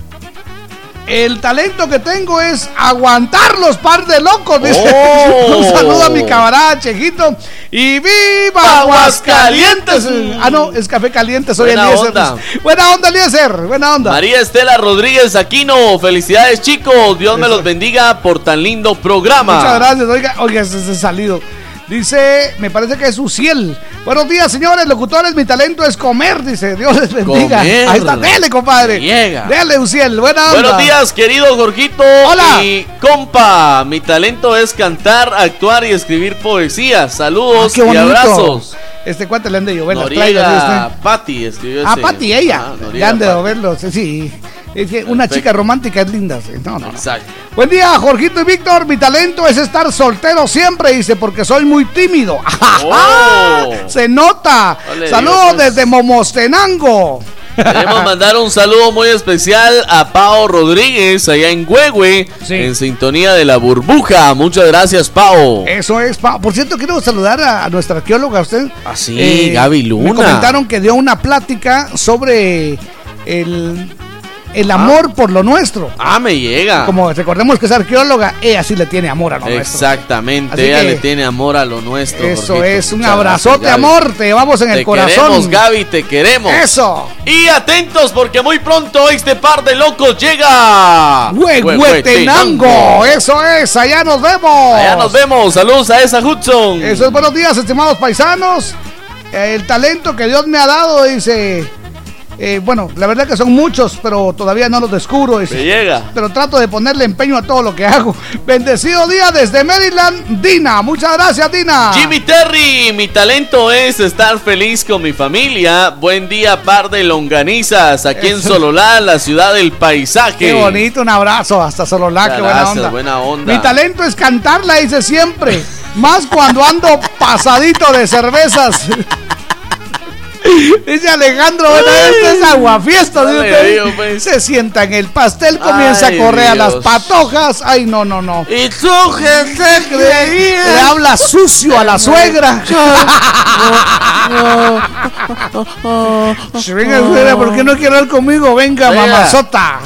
el talento que tengo es aguantar los par de locos. Dice. Oh. Un saludo a mi camarada Chejito. Y viva Aguascalientes. Ah, no, es café caliente. Soy Buena Eliezer. onda. Buena onda, Eliezer. Buena onda. María Estela Rodríguez Aquino, felicidades chicos, Dios me los bendiga por tan lindo programa. Muchas gracias. Oiga, oiga, se, se ha salido. Dice, me parece que es Uciel. Buenos días, señores locutores. Mi talento es comer, dice. Dios les bendiga. Comer. Ahí está, dele, compadre. Llega. Dele, Uciel. Buena onda. Buenos días, querido Jorgito. Hola. Y compa, mi talento es cantar, actuar y escribir poesía. Saludos Ah, qué y bonito. abrazos. Este cuate le han de llover las Noriega traigas. Patti escribió Ah, ese. Pati, ella. Ah, Le Noriega han de Patti. lloverlos. Sí. Es que una Perfecto. chica romántica es linda. Sí. No, no, no. Exacto. Buen día, Jorgito y Víctor. Mi talento es estar soltero siempre, dice, porque soy muy tímido. Oh. Se nota. No le Saludos digo, pues. desde Momostenango. Queremos mandar un saludo muy especial a Pao Rodríguez allá en Huehue, Sí. en sintonía de la burbuja. Muchas gracias, Pao. Eso es, pa. Por cierto, quiero saludar a, a nuestra arqueóloga, usted. Ah, sí, Gaby Luna. Me comentaron que dio una plática sobre el, el amor por lo nuestro. Ah, me llega. Como recordemos que es arqueóloga, ella sí le tiene amor a lo nuestro. Exactamente, Así ella que le tiene amor a lo nuestro. Eso Jorgito. es, un Muchas abrazote, gracias, Gaby. amor, te llevamos en el Te corazón. queremos, Gaby, te queremos. Eso. Y atentos porque muy pronto este par de locos llega. Huehuetenango, eso es, allá nos vemos. Allá nos vemos. Saludos a esa Hudson. Eso es, buenos días, estimados paisanos. El talento que Dios me ha dado, dice. eh, bueno, la verdad que son muchos, pero todavía no los descubro. Dice. Me llega. Pero trato de ponerle empeño a todo lo que hago. Bendecido día desde Maryland, Dina. Muchas gracias, Dina. Jimmy Terry, mi talento es estar feliz con mi familia. Buen día, par de longanizas, aquí en Eso. Sololá, la ciudad del paisaje. Qué bonito, un abrazo hasta Sololá, qué buena Gracias, onda. buena onda. Mi talento es cantarla, dice siempre. Más cuando ando pasadito de cervezas. Dice Alejandro, bueno, esto es aguafiestas. No dice le usted. digo, pues. Se sienta en el pastel, comienza Ay, a correr a las Dios. patojas. Ay, no, no, no. Y tú que se creía. Le habla sucio a la suegra. Si venga, suegra, ¿por qué no quiere hablar conmigo? Venga, Venga. mamazota.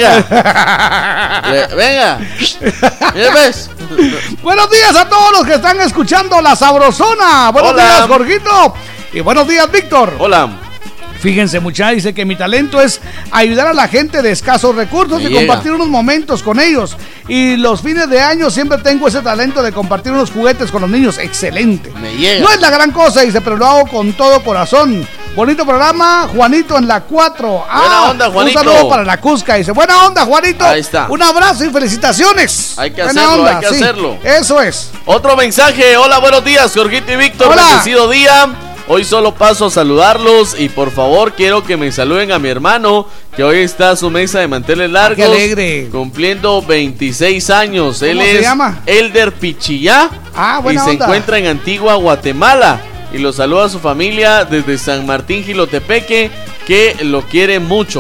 Venga. Le- venga. Mira, ves. Buenos días a todos los que están escuchando La Sabrosona. Buenos Hola. días, Jorgito. Y buenos días, Víctor. Hola. Fíjense, muchachos, dice que mi talento es ayudar a la gente de escasos recursos Me y llega. compartir unos momentos con ellos. Y los fines de año siempre tengo ese talento de compartir unos juguetes con los niños. Excelente. Me llega. No es la gran cosa, dice, pero lo hago con todo corazón. Bonito programa, Juanito en la cuatro. Buena onda, Juanito. Un saludo para la Cusca, dice. Buena onda, Juanito. Ahí está. Un abrazo y felicitaciones. Hay que Buena hacerlo, onda, hay que sí. hacerlo. Eso es. Otro mensaje. Hola, buenos días, Jorgito y Víctor. Hola. Bendecido día. Hoy solo paso a saludarlos y por favor quiero que me saluden a mi hermano que hoy está a su mesa de manteles largos. qué alegre. Cumpliendo veintiséis años. ¿Cómo Él se es llama? Elder Pichillá. Ah, y buena se onda. encuentra en Antigua, Guatemala. Y lo saluda a su familia desde San Martín, Jilotepeque, que lo quiere mucho.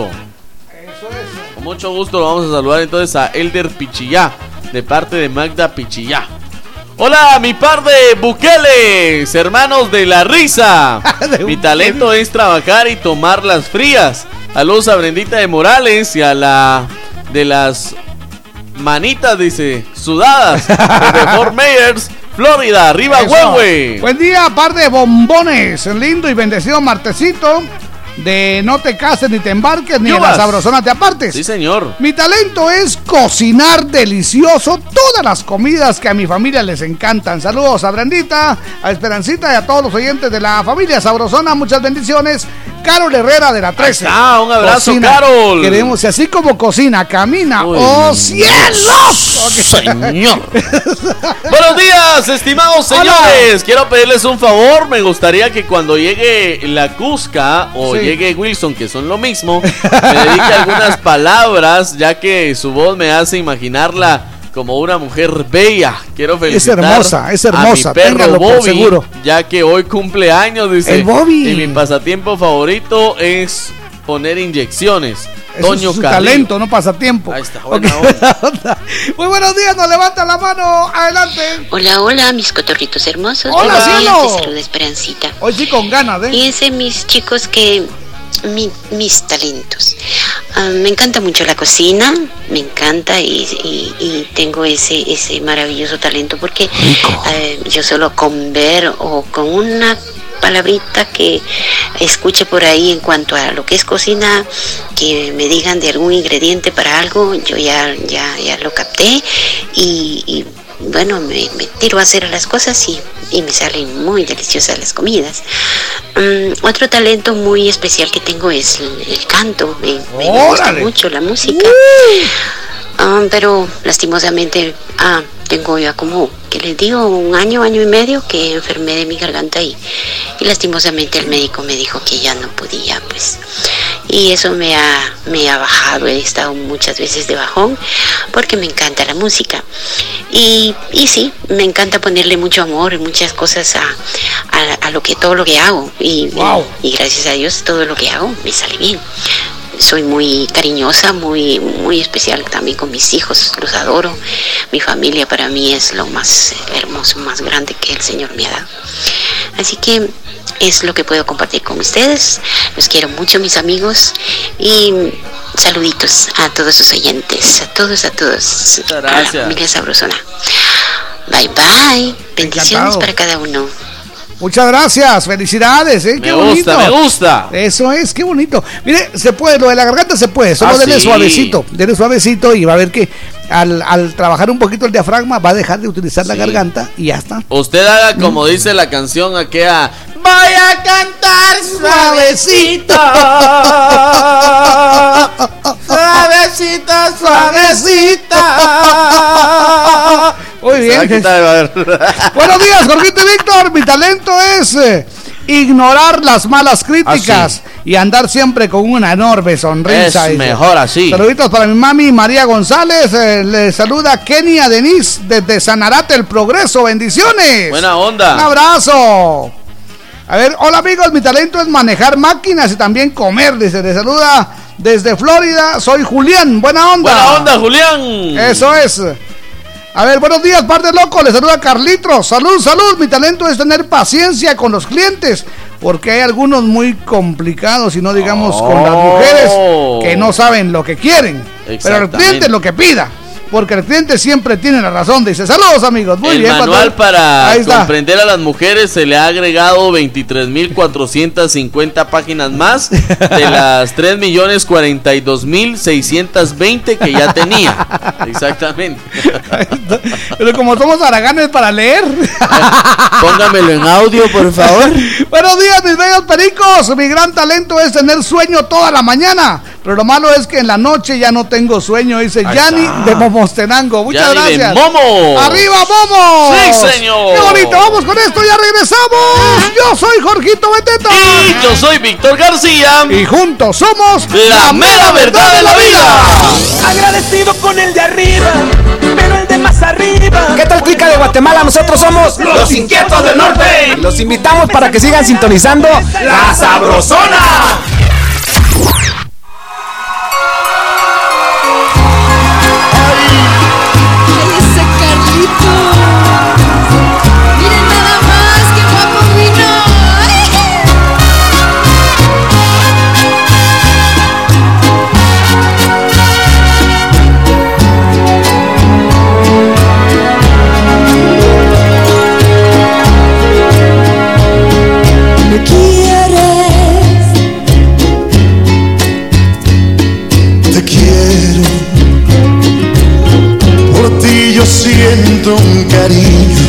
Eso es. Con mucho gusto lo vamos a saludar entonces a Elder Pichillá, de parte de Magda Pichillá. Hola, mi par de buqueles, hermanos de la risa. Mi talento es trabajar y tomar las frías. Saludos a Brendita de Morales y a la de las manitas, dice, sudadas, de Fort Myers, Florida. Arriba, Eso. Huehue. Buen día, par de bombones. Lindo y bendecido martesito. De no te cases ni te embarques ni en Yubas. la sabrosona te apartes. Sí, señor. Mi talento es cocinar delicioso todas las comidas que a mi familia les encantan. Saludos a Brandita, a Esperancita y a todos los oyentes de la familia Sabrosona. Muchas bendiciones. Carol Herrera de la trece. Ah, un abrazo, Cocina. Carol. Queremos, y así como cocina, camina. Uy, ¡Oh, cielos! Señor. Buenos días, estimados señores. Quiero pedirles un favor. Me gustaría que cuando llegue la Cusca o Sí. llegue Wilson, que son lo mismo, me dedique algunas palabras, ya que su voz me hace imaginarla como una mujer bella. Quiero felicitar es hermosa, es hermosa, a mi perro téngalo por Bobby, seguro. ya que hoy cumple años, dice. El Bobby. Y mi pasatiempo favorito es poner inyecciones. Eso Toño es su Carrillo. talento, no pasatiempo. Ahí está, Okay. Muy buenos días, nos levanta la mano, adelante. Hola, hola, mis cotorritos hermosos. Hola, Buenos días, cielo. te saluda Esperancita. Hoy sí con ganas, ¿eh? Fíjense, mis chicos, que mi- mis talentos. Ah, me encanta mucho la cocina, me encanta y, y- y tengo ese ese maravilloso talento porque eh, yo solo con ver o con una palabrita que escuche por ahí en cuanto a lo que es cocina, que me digan de algún ingrediente para algo, yo ya ya ya lo capté y, y bueno, me, me tiro a hacer las cosas y, y me salen muy deliciosas las comidas. Um, otro talento muy especial que tengo es el, el canto, me, me gusta mucho la música. Um, pero lastimosamente ah, tengo ya como, que les digo, un año, año y medio que enfermé de mi garganta y, y lastimosamente el médico me dijo que ya no podía, pues. Y eso me ha, me ha bajado, he estado muchas veces de bajón porque me encanta la música. Y, y sí, me encanta ponerle mucho amor y muchas cosas a, a, a lo que, todo lo que hago. Y, wow. y, y gracias a Dios todo lo que hago me sale bien. Soy muy cariñosa, muy muy especial también con mis hijos, los adoro. Mi familia para mí es lo más hermoso, más grande que el Señor me ha dado. Así que es lo que puedo compartir con ustedes. Los quiero mucho, mis amigos, y saluditos a todos sus oyentes, a todos, a todos, a la familia Sabrosona. Bye bye, bendiciones Encantado. para cada uno. Muchas gracias, felicidades, ¿eh? Me Qué gusta, bonito. me gusta. Eso es, qué bonito. Mire, se puede, lo de la garganta se puede, solo Ah, denle sí. suavecito, denle suavecito y va a ver que al, al trabajar un poquito el diafragma va a dejar de utilizar la Sí. garganta y ya está. Usted haga como dice la canción aquella. Voy a cantar suavecito. Suavecita, suavecita. Muy bien. Buenos días, Jorgito y Víctor. Mi talento es eh, ignorar las malas críticas Ah, y andar siempre con una enorme sonrisa. Es dice. mejor así. Saluditos para mi mami María González. eh, le saluda Kenia Denise desde Sanarate El Progreso. Bendiciones. Buena onda. Un abrazo. A ver, hola amigos, mi talento es manejar máquinas y también comer. Dice, le saluda desde Florida. Soy Julián. Buena onda. Buena onda, Julián. Eso es. A ver, buenos días, par de locos, les saluda Carlitos. Salud, salud, mi talento es tener paciencia con los clientes, porque hay algunos muy complicados y no digamos con las mujeres que no saben lo que quieren, pero el Exactamente. cliente lo que pida, porque el cliente siempre tiene la razón. Dice, saludos amigos, muy el bien. manual patrón. para Ahí está. comprender a las mujeres se le ha agregado veintitrés mil cuatrocientas cincuenta páginas más de las tres millones cuarenta y dos mil seiscientos veinte que ya tenía. Exactamente. Pero como somos haraganes para leer. Póngamelo en audio, por favor. Buenos días, mis bellos pericos. Mi gran talento es tener sueño toda la mañana, pero lo malo es que en la noche ya no tengo sueño. Dice Ahí Yanni está. de Momostenango. Muchas Yanni de gracias. Momo. ¡Arriba, Momo! Sí, señor. ¡Qué bonito! Vamos con esto, ya regresamos. Yo soy Jorgito Beteta. Y yo soy Víctor García. Y juntos somos la mera verdad de la vida. Agradecido con el de arriba, pero el de más arriba. ¿Qué tal, clica de Guatemala? Nosotros somos Los Inquietos del Norte. Los invitamos para que sigan sintonizando La Sabrosona. Ay, ese Carlito. Miren nada más, qué guapo vino. Me quieres, te quiero, por ti yo siento un cariño,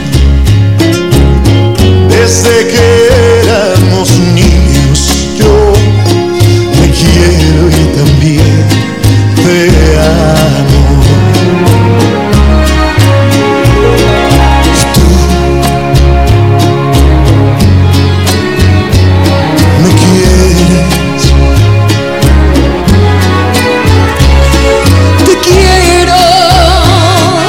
desde que éramos niños yo me quiero y también te amo. Me quieres, te quiero,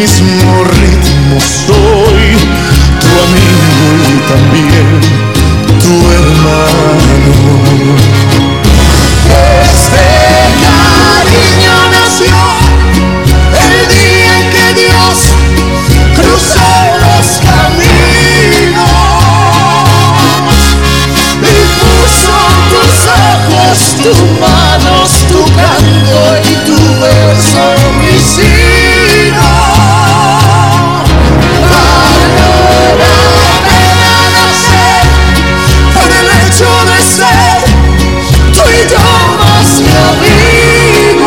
mismo ritmo soy tu amigo y también tu hermano. Este cariño nació el día en que Dios cruzó los caminos y puso tus ojos, tus manos, tu canto y tu beso mi sino. Valora de nacer por el hecho de ser tú y yo más que amigos,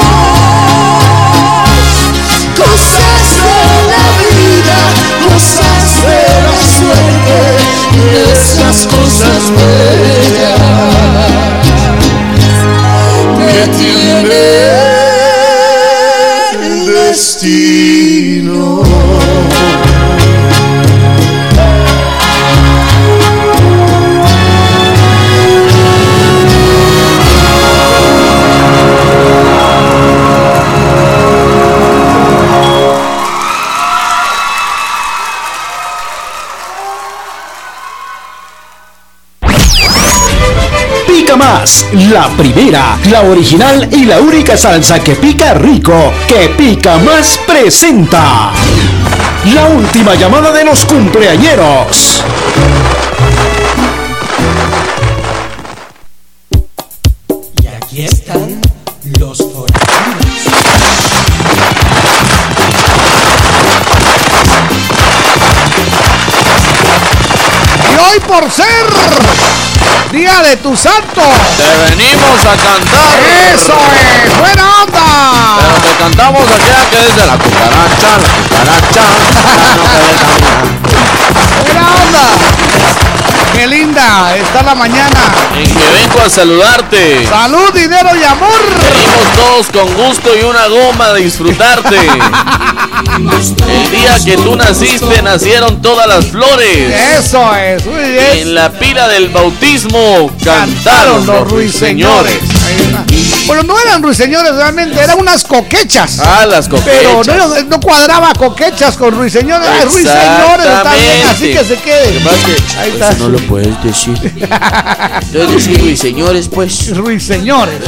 cosas de la vida, cosas de la suerte, esas cosas bellas que tiene el destino. Más, la primera, la original y la única salsa que pica rico, que pica más presenta la última llamada de los cumpleañeros. Y aquí están los forajidos. Y hoy por ser Día de tu santo, te venimos a cantar. Eso es, buena onda. Pero te cantamos aquella que es de la cucaracha, la cucaracha. Buena onda. Qué linda está la mañana. En que vengo a saludarte. Salud, dinero y amor. Venimos todos con gusto y una goma de disfrutarte. El día que tú naciste nacieron todas las flores. Eso es, muy bien. En la pila del bautismo cantaron los ruiseñores. Bueno, no eran ruiseñores realmente, eran unas coquechas. Ah, las coquechas. Pero no, no cuadraba coquechas con ruiseñores. Ah, ruiseñores, está bien, así que se quede. Que, ahí está. Eso no lo puedes decir. Debes decir ruiseñores, pues. Ruiseñores.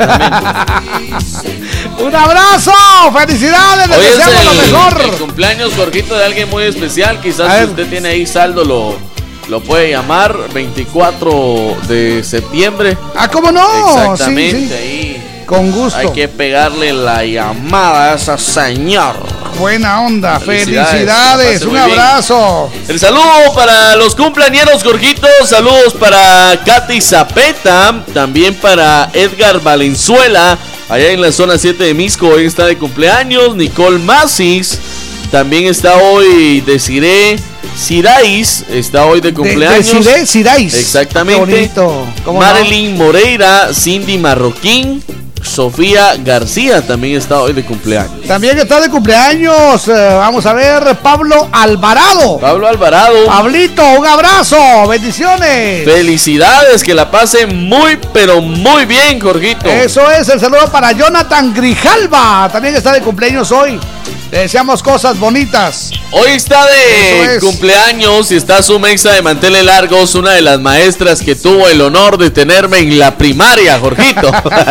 Un abrazo, felicidades, les deseamos el, lo mejor. El cumpleaños, Jorgito, de alguien muy especial. Quizás si usted tiene ahí saldo, lo, lo puede llamar. veinticuatro de septiembre. Ah, ¿cómo no? Exactamente, sí, sí. ahí. Con gusto. Hay que pegarle la llamada a esa señor. Buena onda, felicidades, felicidades. Un abrazo. Bien. El saludo para los cumpleañeros, Jorgito. Saludos para Katy Zapeta, también para Edgar Valenzuela, allá en la zona siete de Misco. Hoy está de cumpleaños. Nicole Masis, también está hoy Desiree Cirais, está hoy de cumpleaños. De, Desiree Cirais. Exactamente. Qué bonito. Marilyn no? Moreira, Cindy Marroquín, Sofía García también está hoy de cumpleaños. También está de cumpleaños, eh, vamos a ver, Pablo Alvarado. Pablo Alvarado. Pablito, un abrazo, bendiciones. Felicidades, que la pasen muy, pero muy bien, Jorgito. Eso es, el saludo para Jonathan Grijalva, también está de cumpleaños hoy. Le deseamos cosas bonitas. Hoy está de cumpleaños y está su mexa de manteles largos, una de las maestras que tuvo el honor de tenerme en la primaria, Jorgito.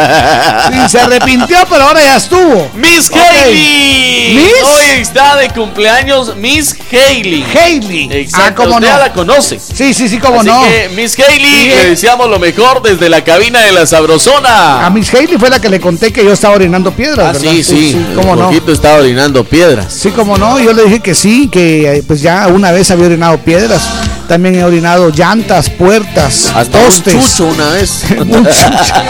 Sí, se arrepintió, pero ahora ya estuvo. Miss okay. Hailey. Miss. Hoy está de cumpleaños Miss Hailey. Hailey. Exacto. Ah, cómo Usted no. ya la conoce. Sí, sí, sí, cómo Así no. que Miss Hailey, sí, le deseamos lo mejor desde la cabina de la Sabrosona. A Miss Hailey fue la que le conté que yo estaba orinando piedras, ah, ¿verdad? Sí, sí, sí. Cómo no. Jorgito estaba orinando piedras. Sí, cómo no. Yo le dije que sí, que pues ya una vez había orinado piedras. También he orinado llantas, puertas, hasta postes. un chucho una vez. Un chucho.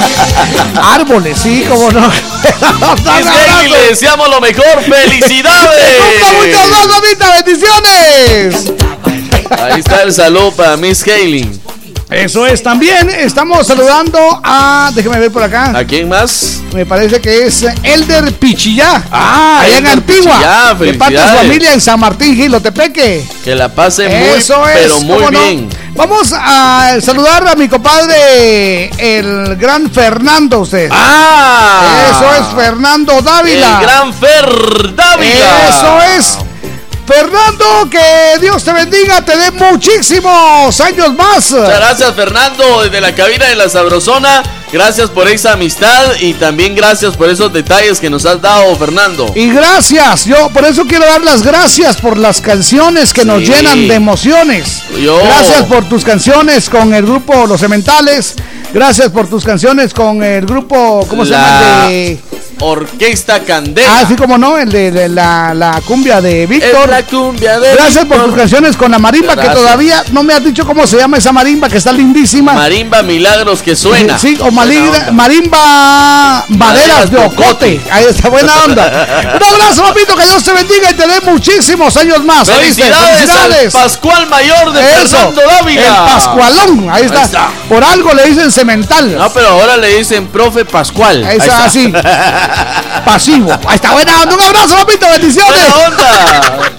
Árboles, sí, cómo no. Miss Hailey, le deseamos lo mejor. ¡Felicidades! ¡Muchas más, mamita! ¡Bendiciones! Ahí está el saludo para Miss Hailey. Eso es, también estamos saludando a, déjeme ver por acá. ¿A quién más? Me parece que es Elder Pichillá. Ah, allá Elder en Antigua. Pichillá, de parte de su familia en San Martín, Gilotepeque. Que la pase muy, Eso es, pero muy bien. No. Vamos a saludar a mi compadre, el gran Fernando, usted. Ah. Eso es, Fernando Dávila. El gran Fer Dávila. Eso es. Fernando, que Dios te bendiga, te dé muchísimos años más. Muchas gracias, Fernando, desde la cabina de La Sabrosona. Gracias por esa amistad y también gracias por esos detalles que nos has dado, Fernando. Y gracias, yo por eso quiero dar las gracias por las canciones que nos Sí. llenan de emociones. Yo. Gracias por tus canciones con el grupo Los Cementales. Gracias por tus canciones con el grupo, ¿cómo se La llama? De... Orquesta Candela. Ah, sí, como no, el de, de la, la cumbia de Víctor. Es la cumbia de Gracias Víctor. por tus canciones con la marimba, Gracias. que todavía no me has dicho cómo se llama esa marimba, que está lindísima. Marimba Milagros que suena. Sí, o maligna- marimba Maderas de Ocote. Ahí está, buena onda. Un abrazo, papito, que Dios te bendiga y te dé muchísimos años más. ¿oíste? Felicidades, Felicidades. al Pascual Mayor de Eso, Fernando Dávila. el Pascualón, ahí está. Ahí está. Por algo le dicen cemental. No, pero ahora le dicen profe Pascual. Ahí está, así. Pasivo. Ahí está, buena onda. Un abrazo, papito, bendiciones. Buena onda.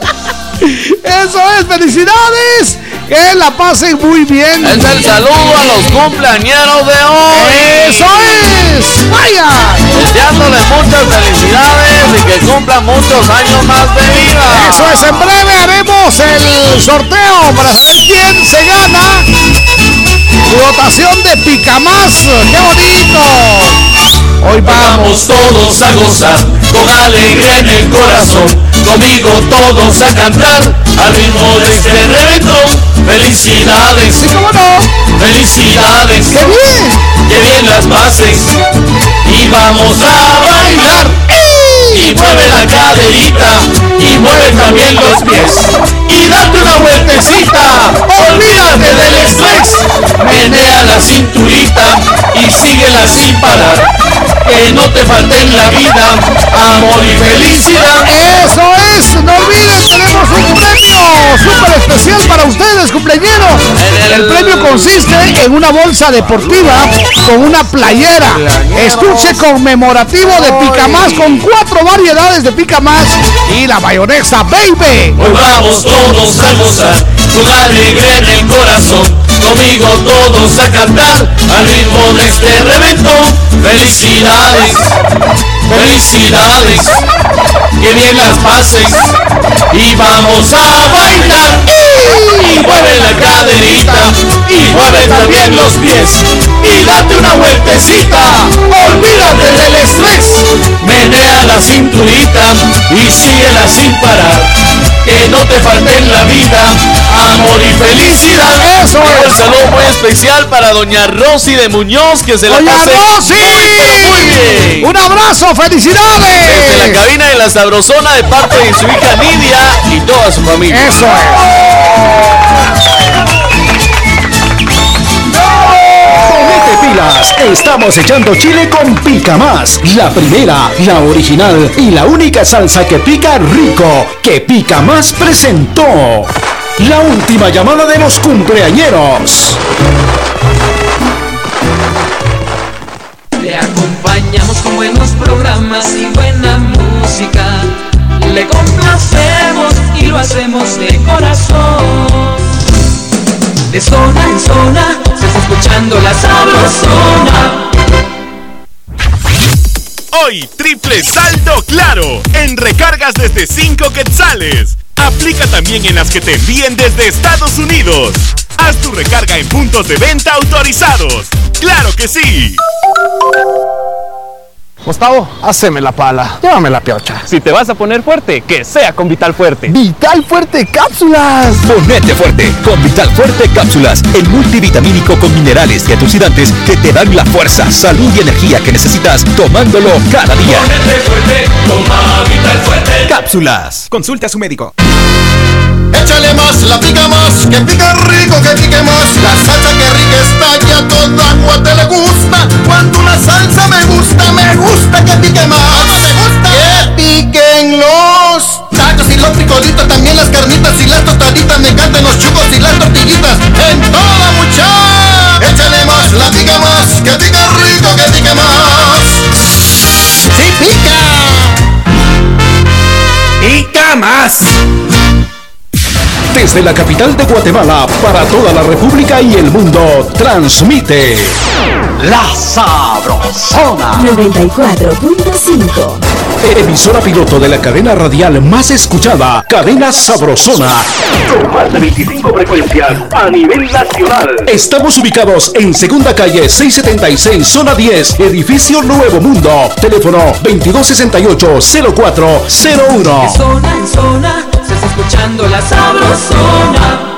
Eso es, felicidades. Que la pasen muy bien. Es el saludo a los cumpleañeros de hoy. Eso es. Vaya. Deseándoles muchas felicidades y que cumplan muchos años más de vida. Eso es, en breve haremos el sorteo para saber quién se gana. Dotación de Picamás. ¡Qué bonito! Hoy vamos todos a gozar, con alegría en el corazón, conmigo todos a cantar, al ritmo de este reventón. Felicidades, sí, cómo no, felicidades, ¡qué bien! que bien las pases, y vamos a bailar, y mueve la caderita, y mueve también los pies, y date una vueltecita, olvídate del estrés, menea la cinturita, y síguela sin parar, que no te falte en la vida amor y felicidad. Eso es, no olviden, tenemos un premio súper especial para ustedes, cumpleañeros. El premio consiste en una bolsa deportiva con una playera, estuche conmemorativo de Picamás con cuatro variedades de Picamás y la mayonesa Baby. Hoy vamos todos a gozar, con alegría en el corazón, conmigo todos a cantar, al ritmo de este reventón. Felicidades, felicidades, que bien las pases, y vamos a bailar, y mueve la caderita, y mueve también los pies, y date una vueltecita, olvídate del estrés, menea la cinturita, y síguela sin parar, que no te falte en la vida amor y felicidad. Eso Un es. saludo muy especial para doña Rosy de Muñoz, que se la ¡Doña pase Rosy! muy, pero muy bien. Un abrazo, felicidades. Desde la cabina de La Sabrosona, de parte de su hija Nidia y toda su familia. Eso es. Ponete pilas, estamos echando chile con Picamás, la primera, la original y la única salsa que pica rico, que Picamás presentó. La última llamada de los cumpleañeros. Le acompañamos con buenos programas y buena música. Le complacemos y lo hacemos de corazón. De zona en zona se está escuchando La Sabrosona. Hoy, triple saldo claro en recargas desde cinco quetzales. Aplica también en las que te envíen desde Estados Unidos. Haz tu recarga en puntos de venta autorizados. ¡Claro que sí! Gustavo, haceme la pala, llévame la piocha. Si te vas a poner fuerte, que sea con Vital Fuerte. Vital Fuerte Cápsulas. Ponete fuerte con Vital Fuerte Cápsulas, el multivitamínico con minerales y antioxidantes que te dan la fuerza, salud y energía que necesitas tomándolo cada día. Ponete fuerte, toma Vital Fuerte. Cápsulas. Consulte a su médico. Échale más, la pica más, que pica rico, que pique más. La salsa que rica está, ya toda agua te le gusta. Cuando una salsa me gusta, me gusta que pique más. ¿Cómo te gusta? Que piquen los tacos y los frijolitos, también las carnitas y las tostaditas. Me encantan los chucos y las tortillitas, en toda mucha. Échale más, la pica más, que pica rico, que pique más. ¡Sí pica! ¡Pica más! Desde la capital de Guatemala para toda la República y el mundo, transmite La Sabrosona noventa y cuatro punto cinco. Emisora piloto de la cadena radial más escuchada, Cadena Sabrosona. Con más de veinticinco frecuencias a nivel nacional. Estamos ubicados en Segunda Calle seiscientos setenta y seis, Zona diez, Edificio Nuevo Mundo. Teléfono veintidós sesenta y ocho, cero cuatro cero uno. De zona en zona, se está escuchando La Sabrosona.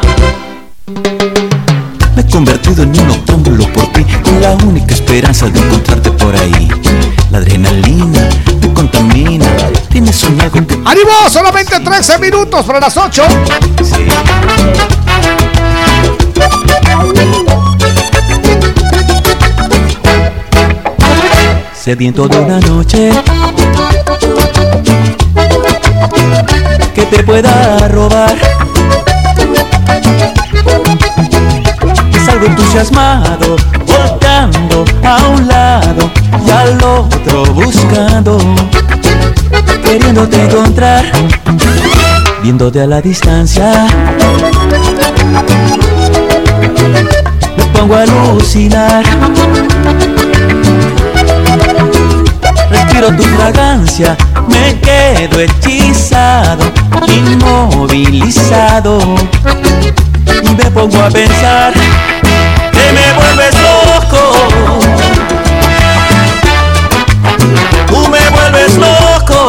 Me he convertido en un octámbulo por ti, con la única esperanza de encontrarte por ahí. La adrenalina me contamina. Tienes un algo que... ¡Ánimo! Solamente trece minutos para las ocho. Sí. Sediento de una noche que te pueda robar. Salgo entusiasmado, volcando a un lado y al otro buscando, queriéndote encontrar, viéndote a la distancia. Me pongo a alucinar, respiro tu fragancia, me quedo hechizado, inmovilizado, y me pongo a pensar que me vuelves loco. Tú me vuelves loco.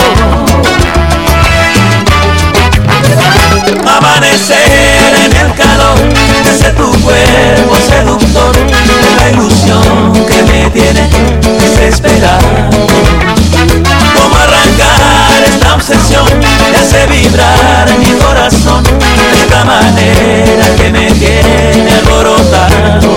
Amanecer en el calor de tu cuerpo seductor, la ilusión que me tiene desesperado. Cómo arrancar esta obsesión que hace vibrar mi corazón de esta manera que me tiene alborotado.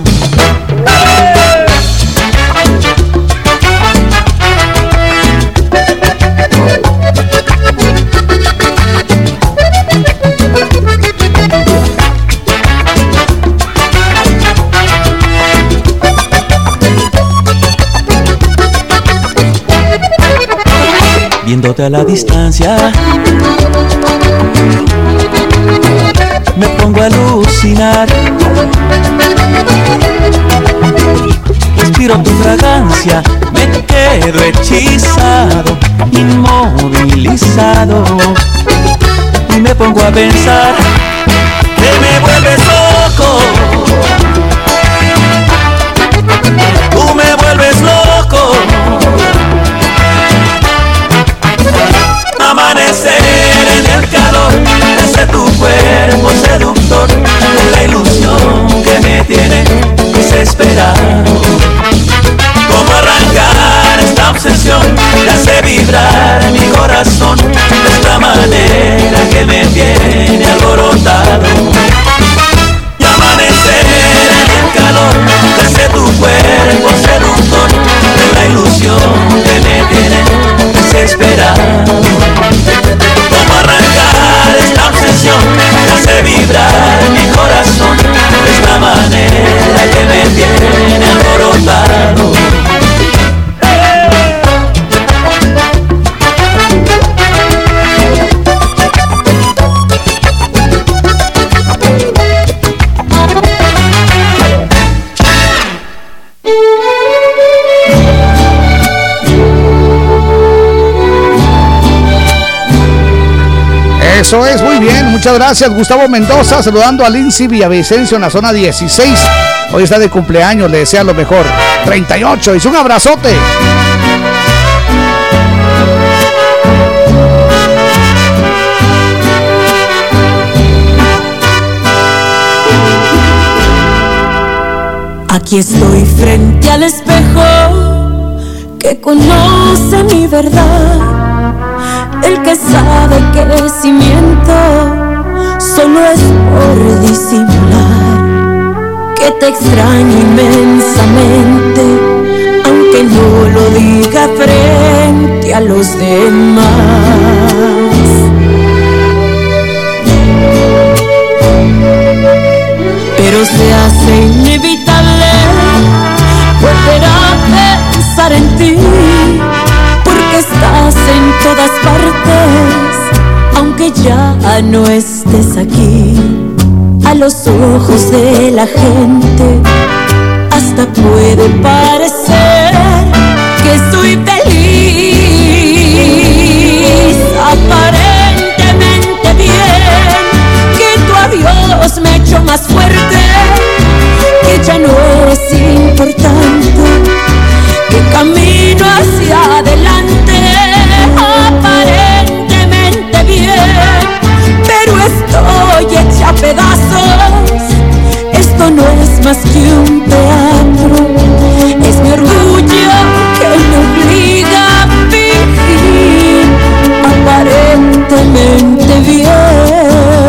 Viéndote a la distancia, me pongo a alucinar, respiro tu fragancia, me quedo hechizado, inmovilizado, y me pongo a pensar que me vuelves loco. Tú me vuelves loco. Amanecer en el calor de tu cuerpo seductor, la ilusión que me tiene desesperado. Cómo arrancar esta obsesión que hace vibrar mi corazón de esta manera que me tiene alborotado. Y amanecer en el calor de tu cuerpo seductor, la ilusión que me tiene desesperado. Cómo arrancar esta obsesión que hace vibrar mi corazón de esta manera que me tiene alborotado. Eso es, muy bien, muchas gracias. Gustavo Mendoza saludando a Lindsay Villavicencio en la zona dieciséis. Hoy está de cumpleaños, le desea lo mejor. treinta y ocho, dice un abrazote. Aquí estoy frente al espejo que conoce mi verdad. El que sabe que si miento solo es por disimular que te extraño inmensamente, aunque no lo diga frente a los demás. Pero se hace inevitable volver a pensar en ti, porque estás en todas partes, aunque ya no estés aquí. A los ojos de la gente has hasta puede parecer que estoy feliz, aparentemente bien, que tu adiós me ha hecho más fuerte, que ya no eres importante, que camino hacia adelante, aparentemente bien, pero estoy hecha a pedazos. Esto no es más que un teatro, es mi orgullo que me obliga a vivir aparentemente bien.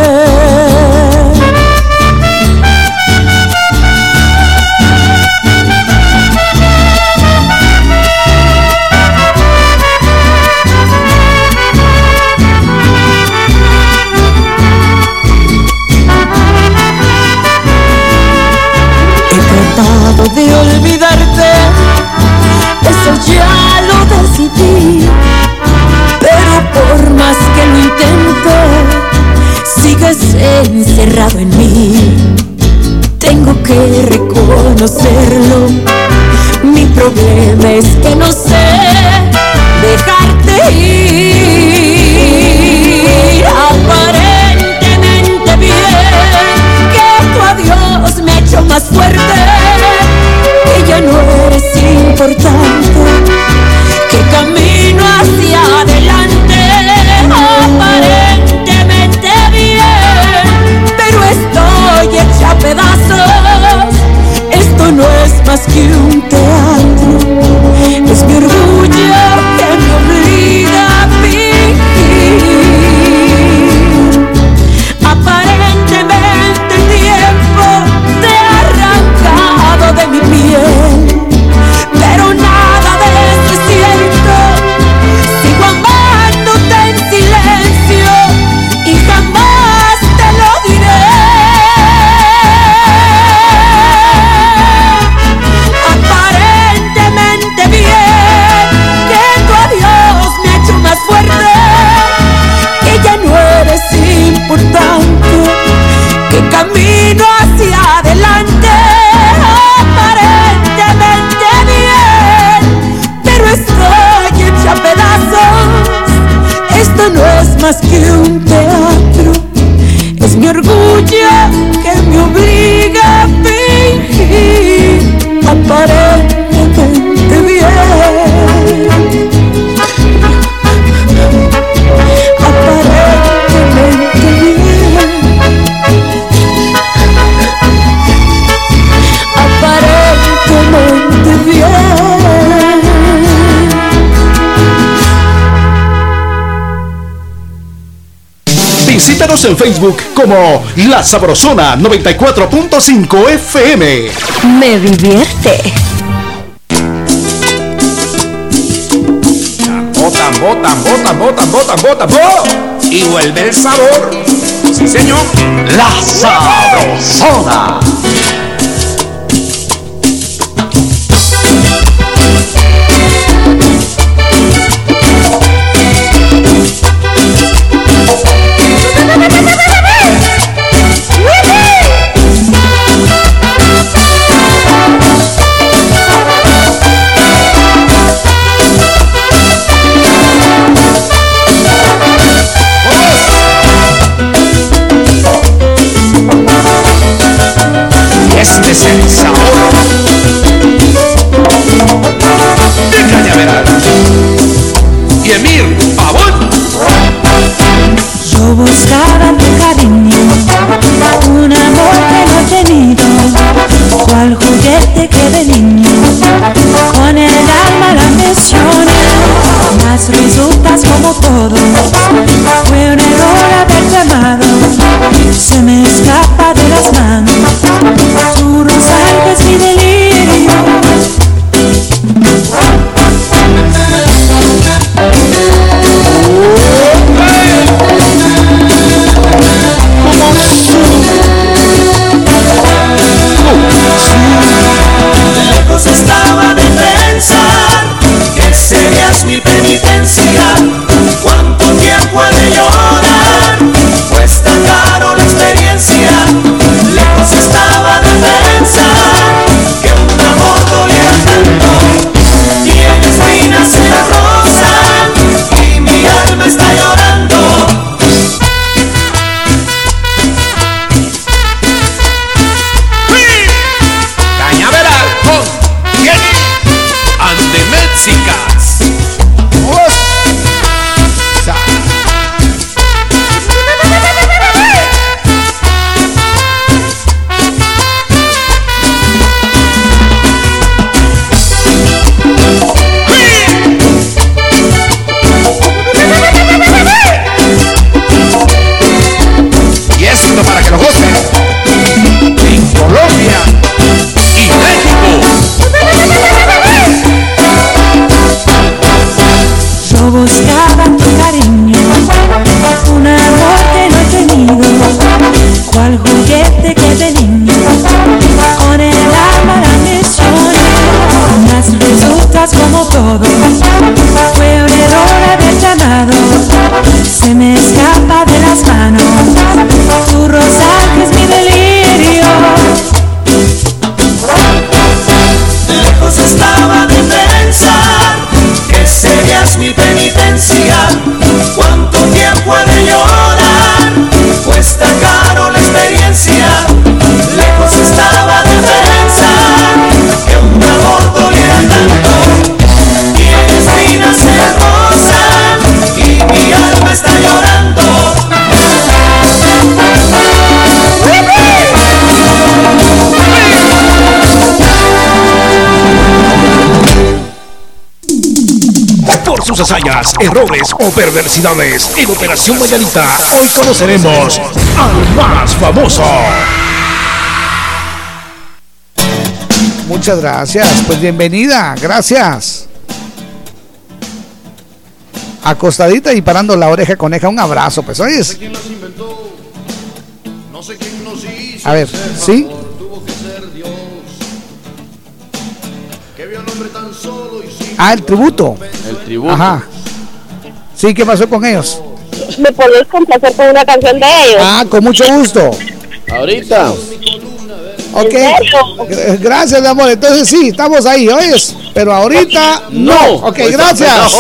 De olvidarte, eso ya lo decidí, pero por más que lo intento, sigues encerrado en mí. Tengo que reconocerlo, mi problema es que no sé dejarte ir. Aparentemente bien, que tu adiós me ha hecho más fuerte, que ya no eres importante, que camino hacia adelante, aparentemente bien, pero estoy hecha a pedazos. Esto no es más que un teatro, es mi orgullo que me obliga a vivir. Aparentemente el tiempo te ha arrancado de mi piel, pero nada de esto es cierto. Sigo amándote en silencio y jamás te lo diré. Aparentemente bien, que tu adiós me ha hecho más fuerte, que ya no eres importante, que camino hacia adelante, aparentemente bien, pero estoy hecha a pedazos. Esto no es más que un teatro, es mi orgullo que me obliga a fingir aparentemente bien. Aparentemente bien. Aparentemente bien. Visítanos en Facebook como La Sabrosona noventa y cuatro punto cinco F M. Me divierte. Botan, botan, botan, botan, botan, botan, botan. Y vuelve el sabor. Sí, señor. La Sabrosona. Este es el sabor de Cañaveral y Emir Pavón. Yo buscaba tu cariño, un amor que no he tenido, cual juguete que de niño con el alma la ambicioné, mas resultas como todo, fue un error haberte amado, se me escapa de las manos, tu rosario es mi delirio. Lejos estaba de pensar que serías mi penitencia. Cuánto tiempo he de llorar, cuesta caro la experiencia. Lejos estaba de pensar que un amor por sus hazañas, errores o perversidades. En Operación Mañanita, hoy conoceremos al más famoso. Muchas gracias, pues bienvenida, gracias. Acostadita y parando la oreja coneja, un abrazo, pues, ¿oyes? A ver, ¿sí? Ah, el tributo. El tributo. Ajá. Sí, ¿qué pasó con ellos? ¿Me podés complacer con una canción de ellos? Ah, con mucho gusto. Ahorita. Ok, gracias, mi amor. Entonces sí, estamos ahí, ¿oyes? Pero ahorita no. no. Ok, pues gracias.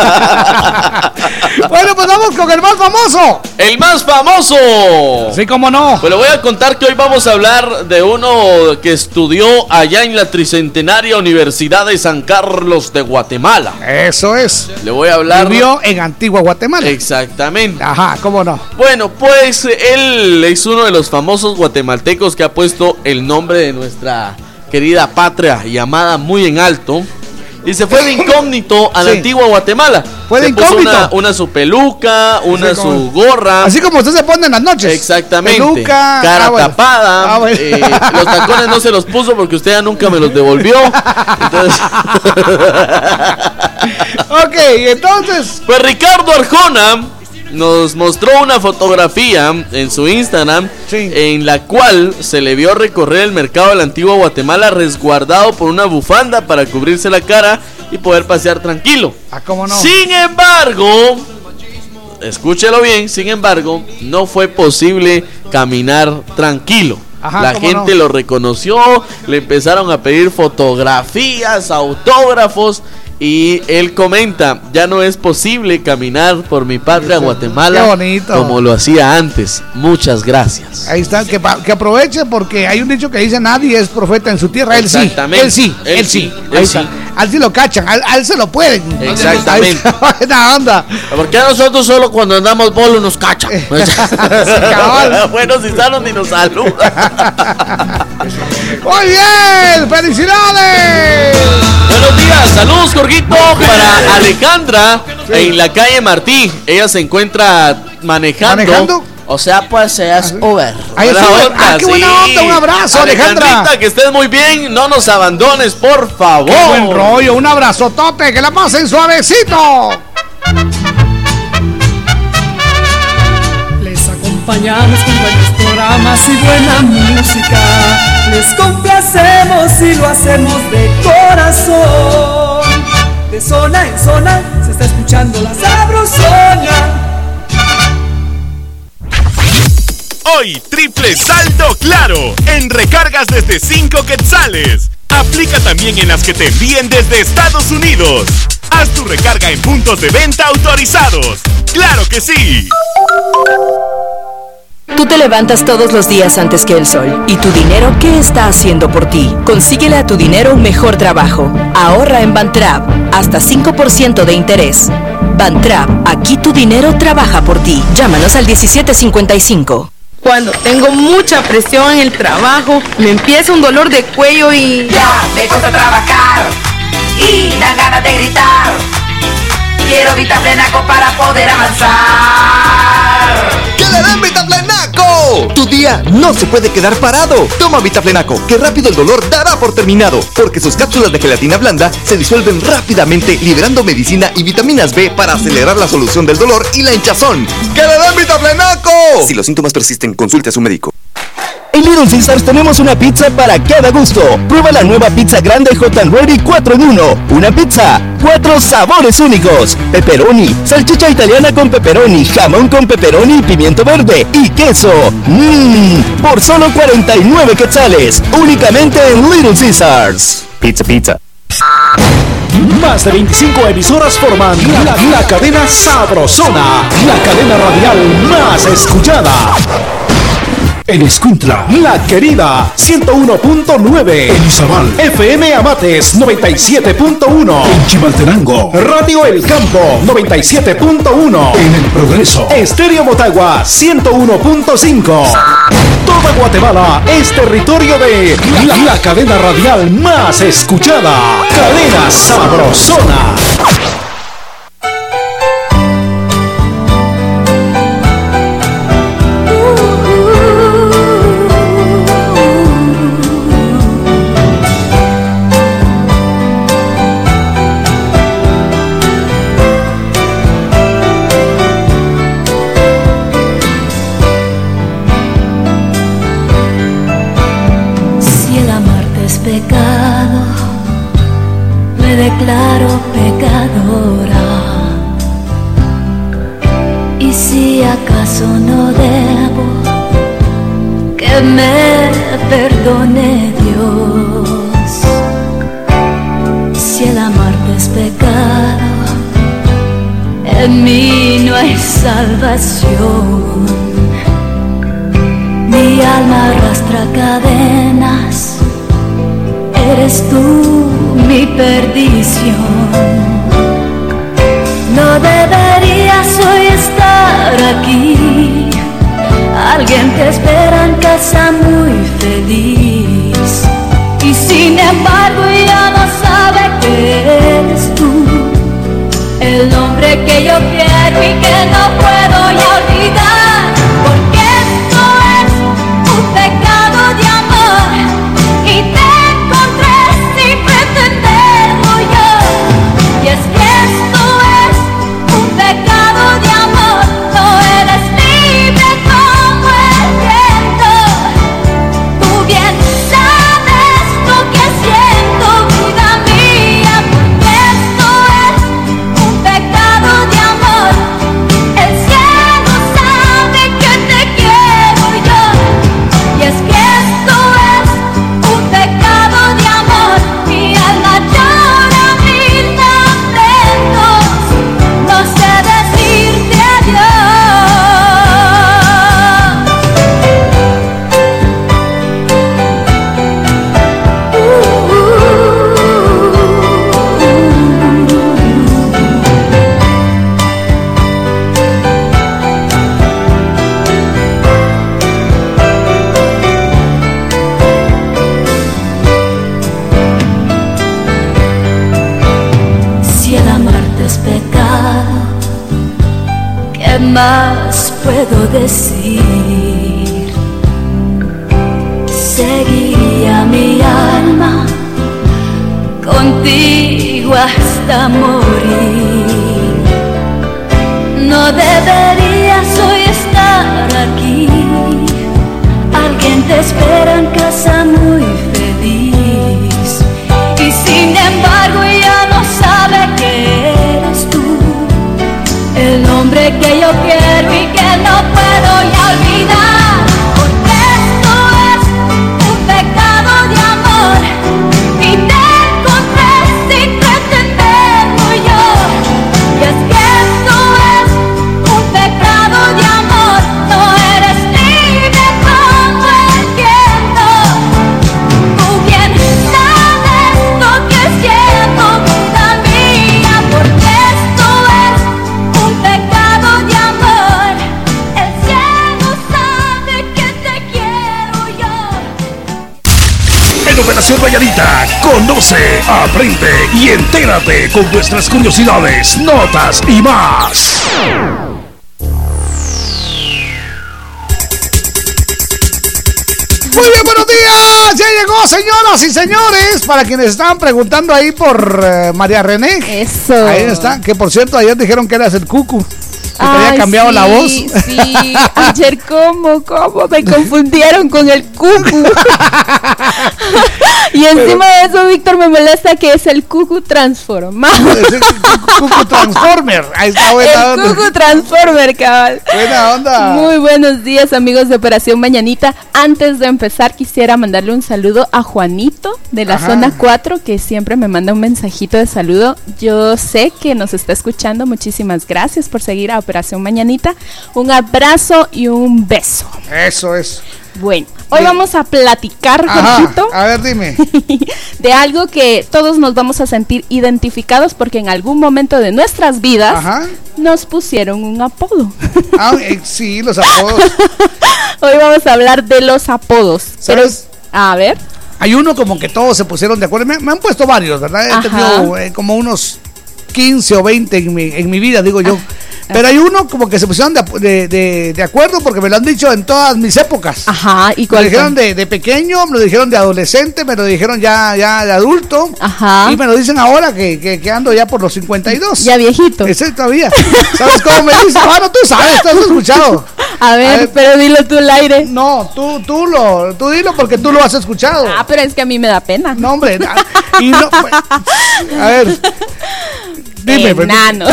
Bueno, pues vamos con el más famoso. El más famoso. Sí, cómo no. Pues le voy a contar que hoy vamos a hablar de uno que estudió allá en la Tricentenaria Universidad de San Carlos de Guatemala. Eso es. Le voy a hablar. Vivió en Antigua Guatemala. Exactamente. Ajá, cómo no. Bueno, pues él es uno de los famosos guatemaltecos que ha puesto el nombre de nuestra querida patria llamada muy en alto. Y se fue de incógnito a la sí. Antigua Guatemala. Fue de se incógnito. Puso una, una su peluca, una sí, su gorra. Así como usted se pone en las noches. Exactamente. Peluca. Cara ah, bueno. tapada. Ah, bueno. eh, los tacones no se los puso porque usted ya nunca me los devolvió. Entonces... ok, entonces. Pues Ricardo Arjona nos mostró una fotografía en su Instagram sí. en la cual se le vio recorrer el mercado de la Antigua Guatemala resguardado por una bufanda para cubrirse la cara y poder pasear tranquilo. Ah, ¿cómo no? Sin embargo, escúchelo bien, sin embargo, no fue posible caminar tranquilo. Ajá, la gente no? lo reconoció, le empezaron a pedir fotografías, autógrafos. Y él comenta, ya no es posible caminar por mi patria Guatemala Qué bonito. como lo hacía antes. Muchas gracias. Ahí está, que, que aproveche porque hay un dicho que dice nadie es profeta en su tierra. Él sí, él sí, él, él sí. Él Ahí sí. Está. A él sí lo cachan, a, a él se lo pueden. Exactamente. Buena onda. Porque a nosotros solo cuando andamos bolo nos cachan. Sí, buenos y sanos ni nos saludan. Muy bien, felicidades. Buenos días, saludos Jorgito para Alejandra sí. en la calle Martí. Ella se encuentra manejando. ¿Manejando? O sea, pues es Uber. Ahí buena onda, ah, qué buena sí. onda, un abrazo, Alejandra. Que estés muy bien, no nos abandones, por favor. Qué buen rollo, un abrazotote, que la pasen suavecito. Les acompañamos con buenos programas y buena música. Les complacemos y lo hacemos de corazón. De zona en zona se está escuchando la Sabrosona. Hoy, triple saldo claro en recargas desde cinco quetzales. Aplica también en las que te envíen desde Estados Unidos. Haz tu recarga en puntos de venta autorizados. ¡Claro que sí! Tú te levantas todos los días antes que el sol. ¿Y tu dinero qué está haciendo por ti? Consíguele a tu dinero un mejor trabajo. Ahorra en Bantrap. Hasta cinco por ciento de interés. Bantrap, aquí tu dinero trabaja por ti. Llámanos al diecisiete cincuenta y cinco. Cuando tengo mucha presión en el trabajo, me empieza un dolor de cuello y... Ya me gusta trabajar y dan ganas de gritar. Quiero Vitaplenaco para poder avanzar. ¡Que le den Vitaplenaco! Tu día no se puede quedar parado. Toma Vitaplenaco, que rápido el dolor dará por terminado, porque sus cápsulas de gelatina blanda se disuelven rápidamente, liberando medicina y vitaminas B para acelerar la solución del dolor y la hinchazón. ¡Que le den Vitaplenaco! Si los síntomas persisten, consulte a su médico. En Little Caesars tenemos una pizza para cada gusto. Prueba la nueva pizza grande Hot and Ready cuatro en uno. Una pizza, cuatro sabores únicos. Pepperoni, salchicha italiana con pepperoni, jamón con pepperoni y pimiento verde y queso. Mmm, por solo cuarenta y nueve quetzales. Únicamente en Little Caesars. Pizza, pizza. Más de veinticinco emisoras forman la, la cadena Sabrosona, la cadena radial más escuchada. En Escuintla, La Querida, ciento uno punto nueve. En Izabal, F M Amates, noventa y siete punto uno. En Chimaltenango, Radio El Campo, noventa y siete punto uno. En El Progreso, Estéreo Motagua, ciento uno punto cinco. Toda Guatemala es territorio de la, la cadena radial más escuchada. Cadena Sabrosona. acaso no debo que me perdone Dios. Si el amarte es pecado, en mí no hay salvación. Mi alma arrastra cadenas, eres tú mi perdición. No deberías hoy estar aquí, alguien te espera en casa muy feliz. Y sin embargo ella no sabe que eres tú, el hombre que yo quiero y que no puedo ya olvidar. Porque esto es un pecado de amor y te encontré sin pretenderlo yo. Y es que esto es un pecado de amor, no eres libre como el viento. Tú bien sabes lo que siento, vida mía, porque esto es un pecado de amor. El cielo sabe que te quiero yo. Y es que esto es un pecado de amor. Mi alma llora mil lamentos, no sé decirte adiós. Si el amarte es pecado, ¿qué más puedo decir? Seguiría mi alma contigo hasta morir. No deberías hoy estar aquí, alguien te espera en casa muy feliz. Y sin embargo ella no sabe que eres tú, el hombre que yo quiero y que no puedo ya olvidar. Porque esto es un pecado de amor y te encontré sin pretenderlo yo. Y es que esto es un pecado de amor, no eres libre como el viento. Tú bien sabes lo que siento, vida mía, porque esto es un pecado de amor. El cielo sabe que te quiero yo. En Operación Mañanita, conoce, aprende y entérate con nuestras curiosidades, notas y más. Muy bien, buenos días. Ya llegó, señoras y señores. Para quienes estaban preguntando ahí por eh, María René. Eso. Ahí está. Que por cierto, ayer dijeron que eras el Cucu. Que te había Ay, cambiado sí, la voz. Sí, ayer cómo, cómo me confundieron con el Cucu. Y encima de eso, Víctor me molesta que es el Cucu transformado. Es el Cucu Transformer. Ahí está, buena el onda. Cucu Transformer, cabal. Buena onda. Muy buenos días, amigos de Operación Mañanita. Antes de empezar, quisiera mandarle un saludo a Juanito de la Ajá. zona cuatro, que siempre me manda un mensajito de saludo. Yo sé que nos está escuchando. Muchísimas gracias por seguir a Operación Mañanita. Un abrazo y un beso. Eso es. Bueno, hoy Bien. vamos a platicar, Ajá. Jorgito, A ver, dime. de algo que todos nos vamos a sentir identificados porque en algún momento de nuestras vidas Ajá. nos pusieron un apodo. Ah, eh, sí, los apodos. Hoy vamos a hablar de los apodos. ¿Sabes? Pero, a ver. Hay uno como que todos se pusieron de acuerdo. Me, me han puesto varios, ¿verdad? He Ajá. tenido eh, como unos quince o veinte en mi, en mi vida, digo yo. Pero hay uno como que se pusieron de, de, de, de acuerdo porque me lo han dicho en todas mis épocas. Ajá, ¿y Me cuál lo dijeron fue? de, de pequeño, me lo dijeron de adolescente, me lo dijeron ya, ya de adulto. Ajá. Y me lo dicen ahora que, que, que ando ya por los cincuenta y dos. Ya viejito. Ese todavía. ¿Sabes cómo me dicen? Ah, no, tú sabes, tú has escuchado. A ver, A ver. pero dilo tú al aire. No, tú, tú lo, tú dilo porque tú lo has escuchado. Ah, pero es que a mí me da pena. No, hombre. na- Y no, pues, a ver. Dime, enano.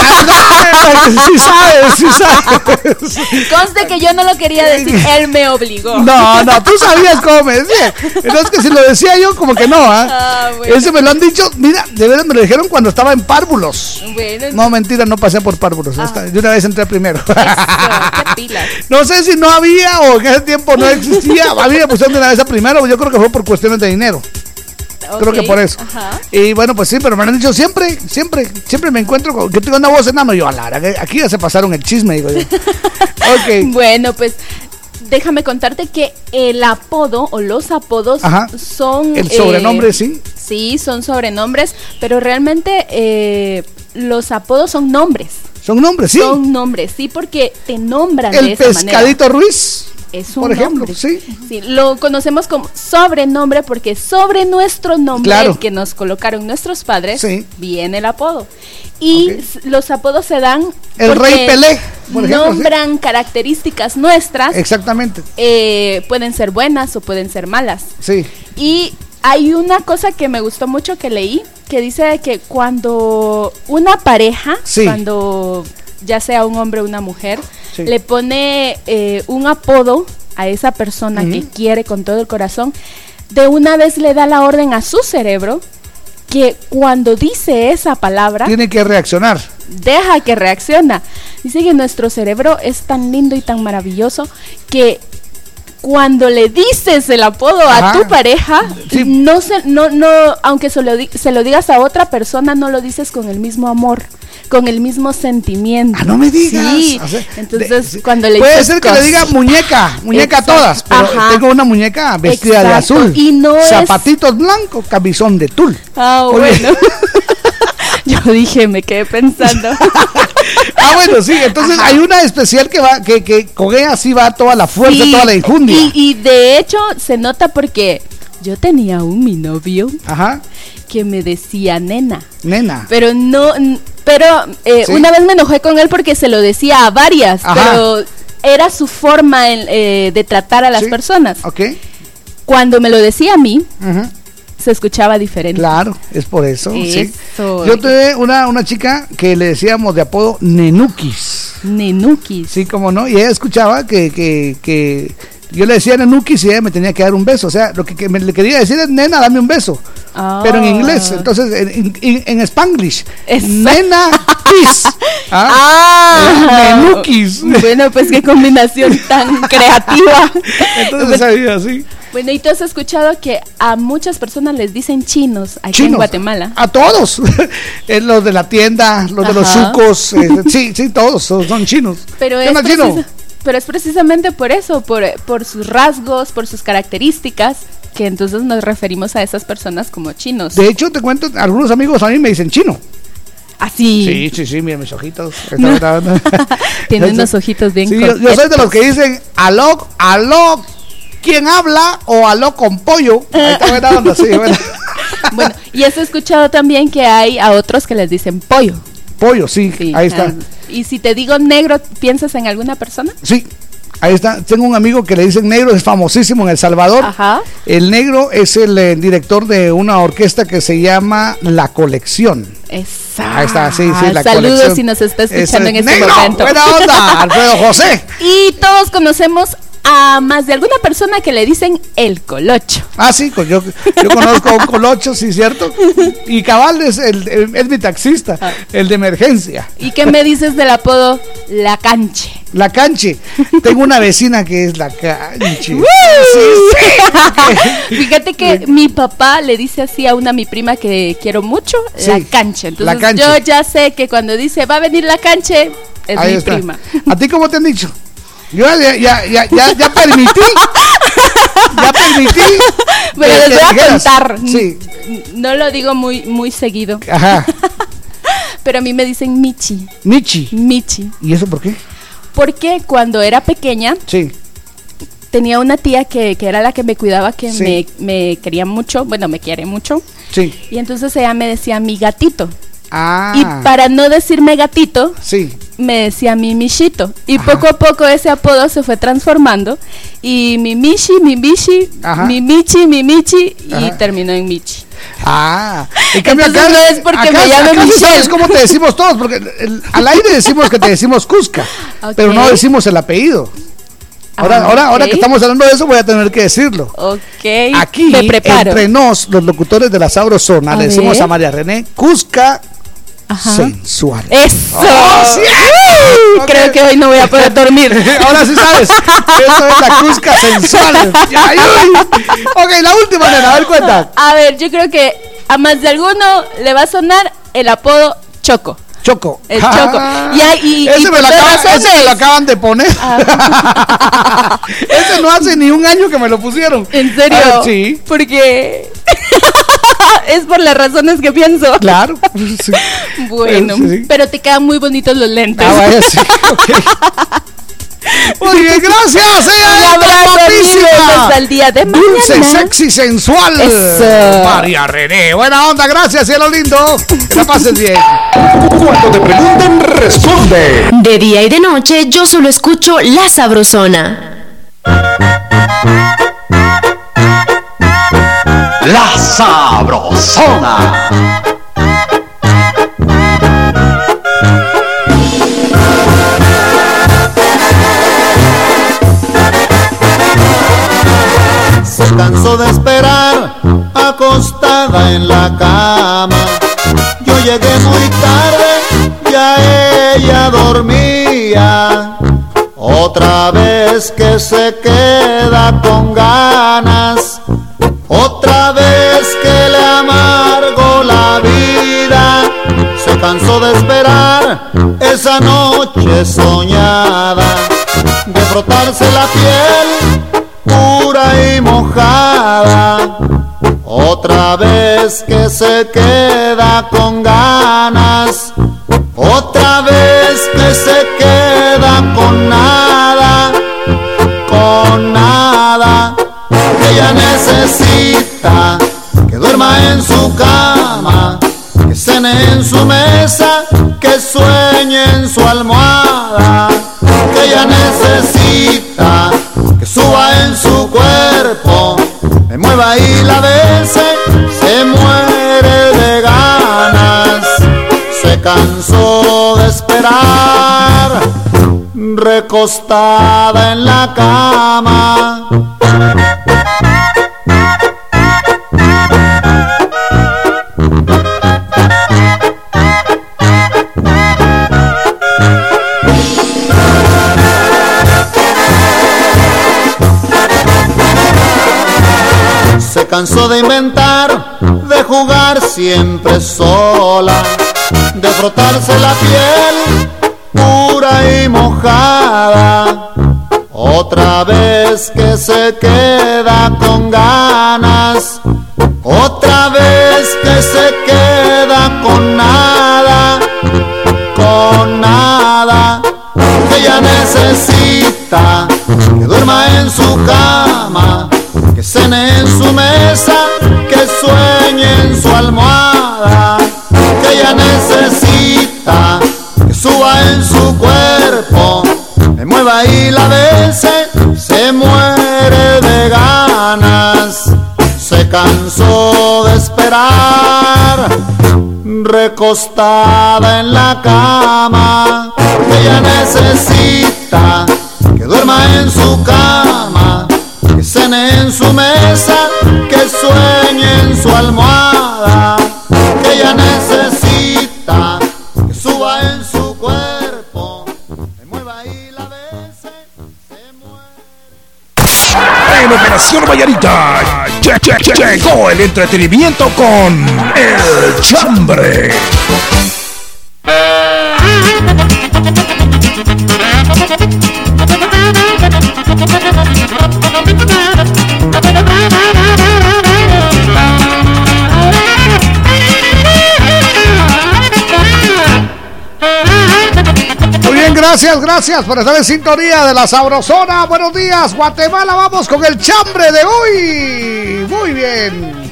Sí sabes, sí sabes. Conste que yo no lo quería decir, él me obligó. No, no, tú sabías cómo me decía. Entonces que si lo decía yo, como que no, ¿ah? Ah, bueno. Ese me lo han dicho, mira, de verdad me lo dijeron cuando estaba en párvulos. Bueno. No, mentira, no pasé por párvulos. Ah. De una vez entré primero. Eso, qué pilas. No sé si no había o en ese tiempo no existía. A mí me pusieron de una vez a primero. Yo creo que fue por cuestiones de dinero. Okay. Creo que por eso. Ajá. Y bueno, pues sí, pero me lo han dicho siempre, siempre, siempre me encuentro con que tengo una voz enano. Yo, a la hora, aquí ya se pasaron el chisme, digo yo. Ok. Bueno, pues déjame contarte que el apodo o los apodos Ajá. son... El sobrenombre, eh, sí. Sí, son sobrenombres, pero realmente eh, los apodos son nombres. Son nombres, sí. Son nombres, sí, porque te nombran El de esa Pescadito manera. Ruiz. Es un por ejemplo, nombre. sí. Sí, lo conocemos como sobrenombre porque sobre nuestro nombre, Claro. el que nos colocaron nuestros padres, Sí. viene el apodo. Y Ok. s- los apodos se dan El porque Rey Pelé, por ejemplo, nombran características nuestras. Exactamente. Eh, pueden ser buenas o pueden ser malas. Sí. Y hay una cosa que me gustó mucho que leí, que dice que cuando una pareja, Sí. cuando ya sea un hombre o una mujer, Sí. le pone eh, un apodo a esa persona Ujú. que quiere con todo el corazón, de una vez le da la orden a su cerebro que cuando dice esa palabra, Tiene que reaccionar. deja que reacciona. Dice que nuestro cerebro es tan lindo y tan maravilloso que cuando le dices el apodo Ajá. a tu pareja, Sí. no se, no, no, aunque se lo, di- se lo digas a otra persona, no lo dices con el mismo amor, con el mismo sentimiento. Ah, no me digas. Sí. O sea, Entonces, de- cuando le Puede dices ser que le diga cosita. muñeca, muñeca a Exacto. todas, pero Ajá. tengo una muñeca vestida de Exacto. azul. Y no es- Zapatitos blancos, camisón de tul. Ah, Oye. bueno. Yo dije, me quedé pensando. Ah, bueno, sí, entonces Ajá. hay una especial que va, que, que con ella sí va toda la fuerza, Sí, toda la injundia. Y, y de hecho se nota porque yo tenía un mi novio Ajá, que me decía nena, nena. pero no, n- pero eh, Sí. una vez me enojé con él porque se lo decía a varias, Ajá. pero era su forma en, eh, de tratar a las Sí. personas. Ok. Cuando me lo decía a mí, Ujú. se escuchaba diferente. Claro, es por eso. Sí. Eso. Yo tuve una, una chica que le decíamos de apodo Nenukis. Nenukis. Sí, como no, y ella escuchaba que, que, que yo le decía Nenukis y ella me tenía que dar un beso. O sea, lo que, que me le quería decir es nena, dame un beso. Ah. Pero en inglés, entonces en, en, en Spanglish. Eso. Nena kiss. Ah, Nenukis. Bueno, pues qué combinación tan creativa. Entonces sabía así. Bueno, y tú has escuchado que a muchas personas les dicen chinos aquí Chinos. en Guatemala. A todos. Eh, los de la tienda, los de los Ajá. chucos. eh, sí, sí, todos son, son chinos. Pero ¿Qué es, onda, chino? precisa- pero es precisamente por eso, por, por sus rasgos, por sus características, que entonces nos referimos a esas personas como chinos. De hecho, te cuento, algunos amigos a mí me dicen chino. Así. Sí, sí, sí, mira mis ojitos. No. Tiene unos ojitos bien Sí, yo, yo soy de los que dicen aló, aló, ¿quién habla? O aló con pollo. Ahí está buena onda, sí, bueno. Bueno, y has escuchado también que hay a otros que les dicen pollo. Pollo, sí, Sí, ahí está. ah, y si te digo negro, ¿piensas en alguna persona? Sí, ahí está. Tengo un amigo que le dicen negro, es famosísimo en El Salvador. Ajá. El negro es el eh, director de una orquesta que se llama La Colección. Esa. Ahí está, sí, sí, La Saludos Colección. si nos está Ese escuchando en es este negro, momento. buena onda, Alfredo José. Y todos conocemos a más de alguna persona que le dicen el colocho. Ah, sí, pues yo, yo conozco a un colocho, sí, cierto. Y cabal es, el, el- es mi taxista, el de emergencia. ¿Y qué me dices del apodo La Canche? La canche. Tengo una vecina que es la canche. ¡Woo! Fíjate que mi papá le dice así a una mi prima que quiero mucho, Sí, La Canche. Entonces La Canche. yo ya sé que cuando dice va a venir La Canche, es Ahí mi está. prima. ¿A ti cómo te han dicho? Yo ya, ya, ya, ya, ya permití. Ya permití. Pero que- les que voy a dijeras. contar. Sí. No lo digo muy, muy seguido. Ajá. Pero a mí me dicen Michi. Michi. Michi. ¿Y eso por qué? Porque cuando era pequeña Sí. tenía una tía que, que era la que me cuidaba, que Sí. me, me quería mucho, bueno, me quiere mucho. Sí. Y entonces ella me decía mi gatito. Ah. Y para no decirme gatito, Sí. me decía mi Michito. Y poco a poco ese apodo se fue transformando. Y mi Michi, mi Michi, Ajá. mi Michi, mi Michi, y Ajá. terminó en Michi. Ah, en cambio Entonces acá no es porque acá, me llame acá sí Michelle. sabes cómo te decimos todos, porque el- al aire decimos que te decimos Cusca, Ok. pero no decimos el apellido. Ahora, Ah, ahora, ahora ok. que estamos hablando de eso, voy a tener que decirlo. Ok. Aquí, me preparo. entre nos, los locutores de la Sabrosona, A le decimos ver. a María René Cusca Ajá. sensual. Eso. ¡Oh, sí! Uy, Ok. Creo que hoy no voy a poder dormir. Ahora sí sabes. Eso es la Cusca sensual. Ay, uy. Ok, la última, nena, a ver, cuenta. A ver, yo creo que a más de alguno le va a sonar el apodo Choco. Choco. El Choco. Y, hay- y, Ese y me por lo dos acaban- ese razones. me lo acaban de poner. Ese no hace ni un año que me lo pusieron. ¿En serio? A ver, sí. Porque es por las razones que pienso. Claro. Sí. Bueno, Sí, sí. pero te quedan muy bonitos los lentes. Ah, vaya, sí. Ok. Muy bien, gracias. Un Ella abrazo, guapísima. amigos, hasta el día de Dulce, mañana. sexy, sensual. Eso. María René. Buena onda, gracias, cielo lindo. Que la pases bien. Cuando te pregunten, responde. De día y de noche yo solo escucho La Sabrosona. La Sabrosona. Se cansó de esperar acostada en la cama. Yo llegué muy tarde, ya ella dormía. Otra vez que se queda con ganas, otra vez que le amargo la vida. Se cansó de esperar esa noche soñada, de frotarse la piel pura y mojada. Otra vez que se queda con ganas, otra vez que se queda con nada, con nada. Ella necesita que duerma en su cama, que cene en su mesa, que sueñe en su almohada. Que ella necesita que suba en su cuerpo, me mueva y la bese, se muere de ganas. Se cansó de esperar, recostada en la cama. Se cansó de inventar, de jugar siempre sola, de frotarse la piel pura y mojada. Otra vez que se queda con ganas, otra vez que se queda con nada, con nada. Ella necesita que duerma en su cama, que cene en su mesa, que sueñe en su almohada. Que ella necesita que suba en su cuerpo, me mueva y la bese, se muere de ganas. Se cansó de esperar, recostada en la cama. Ella necesita que duerma en su cama, que cene en su mesa, que sueñe en su almohada. Que ella necesita que suba en su cuerpo, me mueva y la bese, se muere. En Operación Vallarita lle- lle- lle- llegó el entretenimiento con El Chambre. Muy bien, gracias, gracias por estar en sintonía de la Sabrosona. Buenos días, Guatemala. Vamos con el chambre de hoy. Muy bien.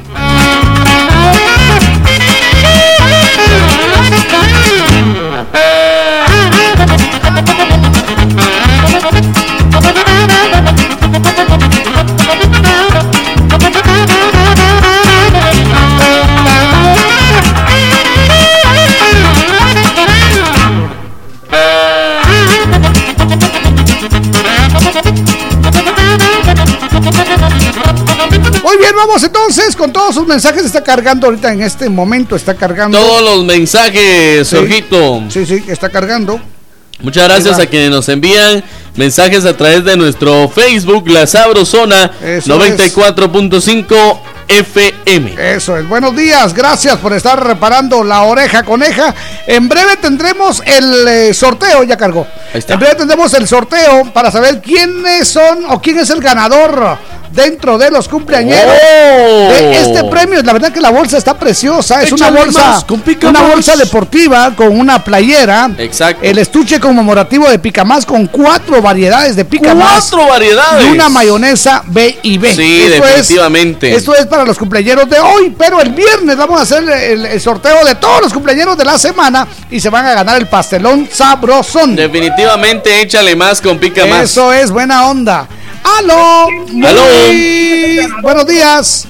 ver, vamos entonces con todos sus mensajes. Está cargando ahorita en este momento, está cargando. Todos los mensajes, Sí. Jorgito. Sí, sí, está cargando. Muchas gracias a quienes nos envían mensajes a través de nuestro Facebook, La Sabrosona noventa y cuatro punto cinco F M. Eso es, buenos días, gracias por estar reparando la oreja coneja. En breve tendremos el eh, sorteo, ya cargó. En breve tendremos el sorteo para saber quiénes son o quién es el ganador dentro de los cumpleañeros Oh. de este premio. La verdad que la bolsa está preciosa, es una Échale bolsa, más, con Pica una Más. bolsa deportiva con una playera. Exacto. El estuche conmemorativo de Pica Más con cuatro variedades de Pica Más. Cuatro variedades. Y una mayonesa B y B. Sí, Esto definitivamente. Es, esto es para los cumpleañeros de hoy, pero el viernes vamos a hacer el, el sorteo de todos los cumpleaños de la semana y se van a ganar el pastelón sabrosón. Definitivamente échale más con Pica Más. Eso es buena onda. ¡Aló! ¡Aló! Muy buenos días.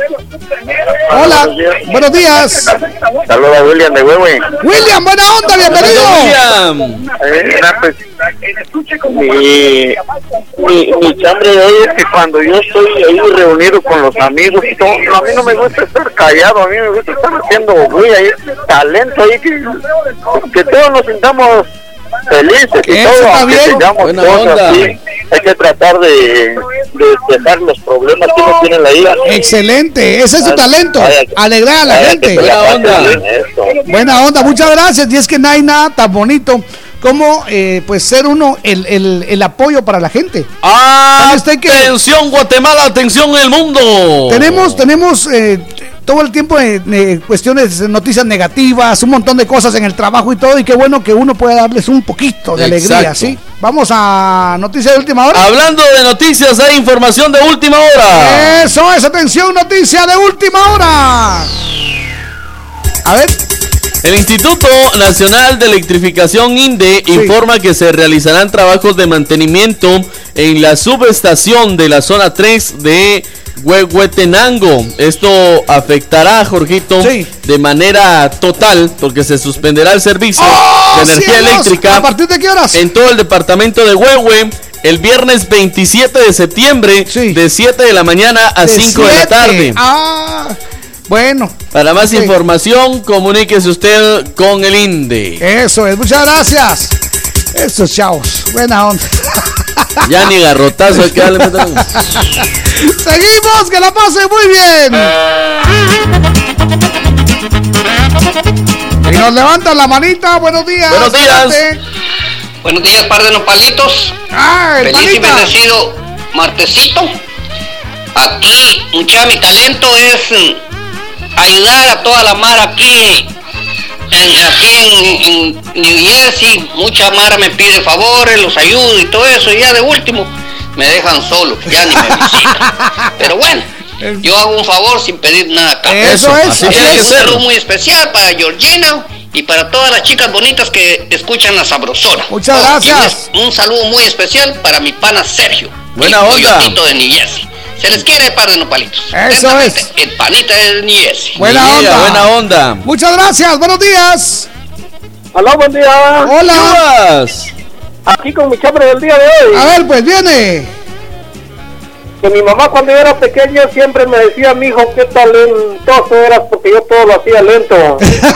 Hola, buenos días. Saludos a William de Huehue. William, buena onda, bienvenido. William. Eh, mira, pues, mi, mi, mi chambre de hoy es que cuando yo estoy ahí reunido con los amigos y todo, a mí no me gusta estar callado, a mí me gusta estar haciendo bulla, hay talento ahí que, que todos nos sintamos felices y Eso todo, está aunque bien. tengamos Buena cosas onda. así, hay que tratar de, de dejar los problemas que uno tiene en la vida. Excelente, ese es su Ay, talento, ay, alegrar a la ay, gente. que se la pasen bien, eso. Buena onda, muchas gracias. Y es que no hay nada tan bonito como eh, pues ser uno el, el, el apoyo para la gente. Atención Guatemala, atención el mundo. Tenemos, tenemos eh, todo el tiempo eh, eh, cuestiones, noticias negativas, un montón de cosas en el trabajo y todo, y qué bueno que uno pueda darles un poquito de alegría, Exacto. ¿sí? Vamos a noticias de última hora. Hablando de noticias, hay información de última hora. Eso es, atención, noticia de última hora. A ver. El Instituto Nacional de Electrificación INDE informa que se realizarán trabajos de mantenimiento en la subestación de la zona tres de Huehuetenango. Esto afectará, Jorgito, de manera total, porque se suspenderá el servicio de energía cielos! eléctrica. ¿A partir de qué horas? En todo el departamento de Huehue, el viernes veintisiete de septiembre, de siete de la mañana a De cinco de la siete. tarde. Ah, bueno. Para más Ok. información, comuníquese usted con el INDE. Eso es, muchas gracias. Esos chavos, buena onda. Ya ni garrotazo hay que darle. Seguimos, que la pase muy bien. Y nos levantan la manita, buenos días. Buenos días. Adelante. Buenos días, par de nopalitos. Ah, el Feliz y panita. bendecido martesito. Aquí, mucha mi talento es mm, ayudar a toda la mara aquí. En, aquí en, en New Jersey, mucha mara me pide favores, los ayudo y todo eso. Y ya de último, me dejan solo, ya ni me visitan. Pero bueno, yo hago un favor sin pedir nada a cambio. Eso es, Así así que es. un saludo muy especial para Georgina y para todas las chicas bonitas que escuchan La Sabrosona. Muchas Oh, gracias. y Un, un saludo muy especial para mi pana Sergio. Buena el onda. coyotito de New Jersey. Se les quiere, par de nopalitos. Eso Atentamente, es. El panita de New Jersey. Buena onda. Buena onda. Muchas gracias, buenos días. Hola, buen día. Hola. Aquí con mi chambre del día de hoy. A ver, pues viene. Que mi mamá cuando yo era pequeño siempre me decía, mijo, qué talentoso eras porque yo todo lo hacía lento.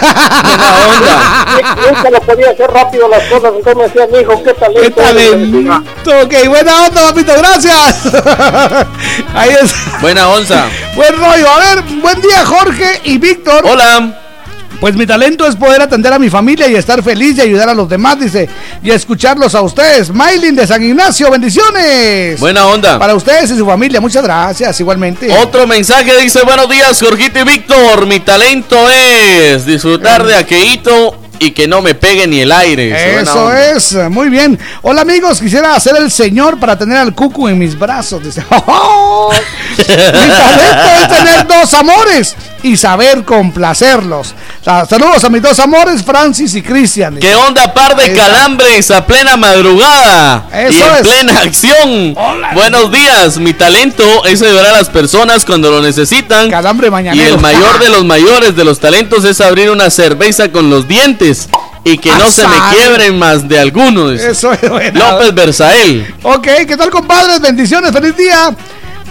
Nunca lo podía hacer rápido las cosas, entonces me decía, mijo, qué talento. Qué talento. Ok, buena onda, papito, gracias. Ahí es. Buena onza. Buen rollo. A ver, buen día, Jorge y Víctor. Hola. Pues mi talento es poder atender a mi familia y estar feliz y ayudar a los demás, dice, y escucharlos a ustedes. Maylin de San Ignacio, bendiciones. Buena onda. Para ustedes y su familia, muchas gracias, igualmente. Otro mensaje dice: buenos días, Jorgito y Víctor. Mi talento es disfrutar de aqueíto y que no me pegue ni el aire. Dice, buena Eso onda. es, muy bien. Hola amigos, quisiera hacer el señor para tener al cucu en mis brazos. Dice, ¡oh! Mi talento es tener dos amores y saber complacerlos. Sa- Saludos a mis dos amores, Francis y Cristian. ¿Qué onda, par de Ahí está. calambres a plena madrugada? Eso y en es. plena acción. Buenos días, mi talento es ayudar a las personas cuando lo necesitan. Calambre Y mañanero. el mayor de los mayores de los talentos es abrir una cerveza con los dientes y que no se me Azar. quiebren más de algunos. Eso es bueno. López Berzael. Ok, ¿qué tal, compadres? Bendiciones, feliz día.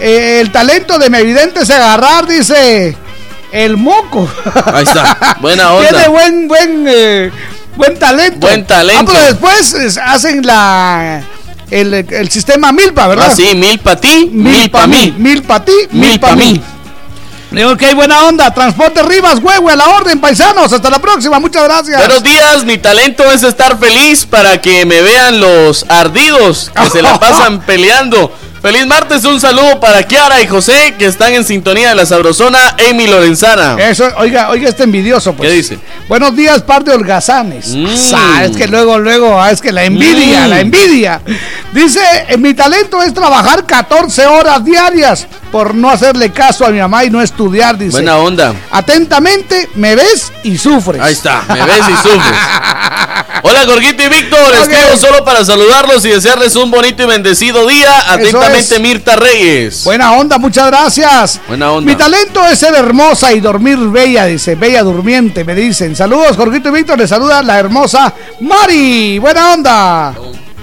eh, el talento de mi evidente es agarrar, dice, el moco. Ahí está, buena onda. Tiene buen, buen, eh, buen talento. Buen talento. Ah, pero después es, hacen la... El, el sistema milpa, ¿verdad? Ah, sí, mil pa' ti, mil, mil pa' mí. Mil pa' ti, mil, mil pa' mí. Digo que hay buena onda. Transporte Rivas, huevo, a la orden, paisanos. Hasta la próxima, muchas gracias. Buenos días, mi talento es estar feliz para que me vean los ardidos que se la pasan peleando. Feliz martes, un saludo para Kiara y José que están en sintonía de la Sabrosona, Amy Lorenzana. Eso, oiga, oiga este envidioso, pues. ¿Qué dice? Buenos días, par de holgazanes. Mm. Ah, es que luego, luego, ah, es que la envidia, mm. la envidia. Dice, mi talento es trabajar catorce horas diarias por no hacerle caso a mi mamá y no estudiar, dice. Buena onda. Atentamente, me ves y sufres. Ahí está, me ves y sufres. Hola, Gorguito y Víctor, okay. Escribo solo para saludarlos y desearles un bonito y bendecido día. Atentamente, Mirta Reyes. Buena onda, muchas gracias. Buena onda. Mi talento es ser hermosa y dormir bella, dice, bella durmiente, me dicen. Saludos, Gorguito y Víctor, les saluda la hermosa Mari. Buena onda.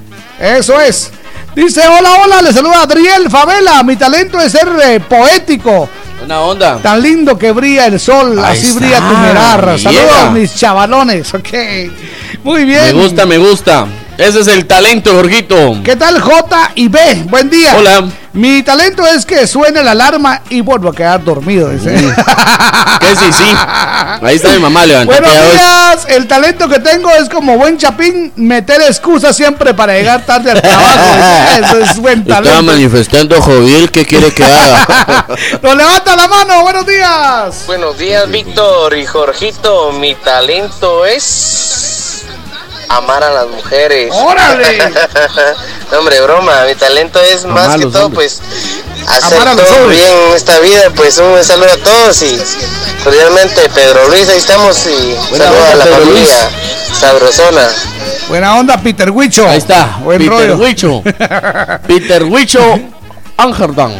Eso es. Dice, hola, hola, le saluda Adriel Favela. Mi talento es ser eh, poético. Buena onda. Tan lindo que brilla el sol, ahí así está. Brilla tu mirar. Saludos, yeah. mis chavalones. Ok, muy bien. Me gusta, me gusta. Ese es el talento, Jorgito. ¿Qué tal, J y B? Buen día. Hola. Mi talento es que suene la alarma y vuelvo a quedar dormido. Dice. Mm. ¿Qué sí, sí? Ahí está mi mamá, levántate. Buenos días. El talento que tengo es como buen chapín, meter excusas siempre para llegar tarde al trabajo. Eso es buen talento. Estaba manifestando Joviel, ¿qué quiere que haga? Nos levanta la mano. Buenos días. Buenos días, Víctor y Jorgito. Mi talento es amar a las mujeres. ¡Órale! No, hombre, broma. Mi talento es más Amar que todo, hombres. pues, hacer todo hombres. bien en esta vida. Pues un saludo a todos y cordialmente, Pedro Luis, ahí estamos y Buena saludo onda, a la Pedro familia Luis. Sabrosona. Buena onda, Peter Huicho. Ahí está, Buen Peter rollo. Huicho. Peter Huicho. Anjerdán.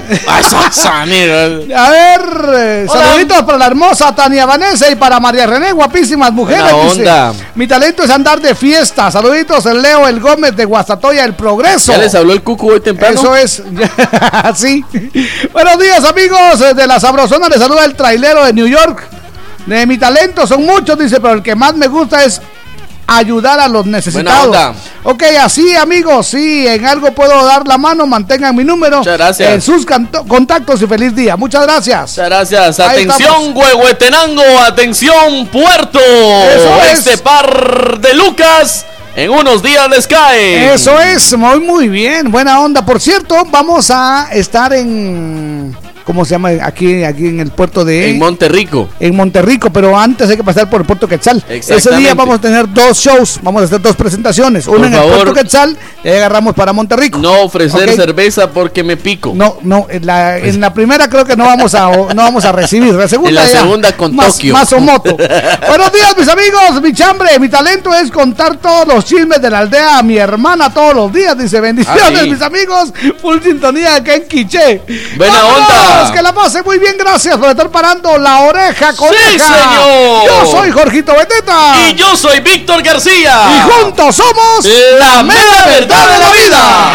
A ver, eh, saluditos para la hermosa Tania Vanessa y para María René, guapísimas mujeres. Buena dice, onda. mi talento es andar de fiesta. Saluditos el Leo El Gómez de Guastatoya, El Progreso. ¿Ya les habló el cucu hoy temprano? Eso es, sí. Buenos días, amigos de la Sabrosona. Les saluda el trailero de New York. De mi talento son muchos, dice, pero el que más me gusta es ayudar a los necesitados. Ok, así, amigos, sí, en algo puedo dar la mano, mantengan mi número. Muchas gracias. En sus canto- contactos y feliz día. Muchas gracias. Muchas gracias. Ahí Atención, estamos. Huehuetenango. Atención, Puerto. Eso este es. par de Lucas en unos días les cae. Eso es, muy, muy bien. Buena onda. Por cierto, vamos a estar en... ¿Cómo se llama? Aquí, aquí en el puerto de... En Monterrico. En Monterrico, pero antes hay que pasar por el puerto Quetzal. Ese día vamos a tener dos shows, vamos a hacer dos presentaciones. Una en el puerto Quetzal y ahí agarramos para Monterrico. No ofrecer ¿Okay? cerveza porque me pico. No, no, en la, en la primera creo que no vamos a no vamos a recibir. La segunda en la ya, segunda con más, Tokio. Más o moto. Buenos días, mis amigos, mi chambre. Mi talento es contar todos los chismes de la aldea a mi hermana todos los días. Dice, bendiciones, ah, sí. mis amigos. Full sintonía acá en Quiché. Buena ¡Vámonos! onda. Que la pase muy bien, gracias por estar parando la oreja con ¡Sí, señor! Yo soy Jorgito Beteta. Y yo soy Víctor García. Y juntos somos la mera verdad de la vida.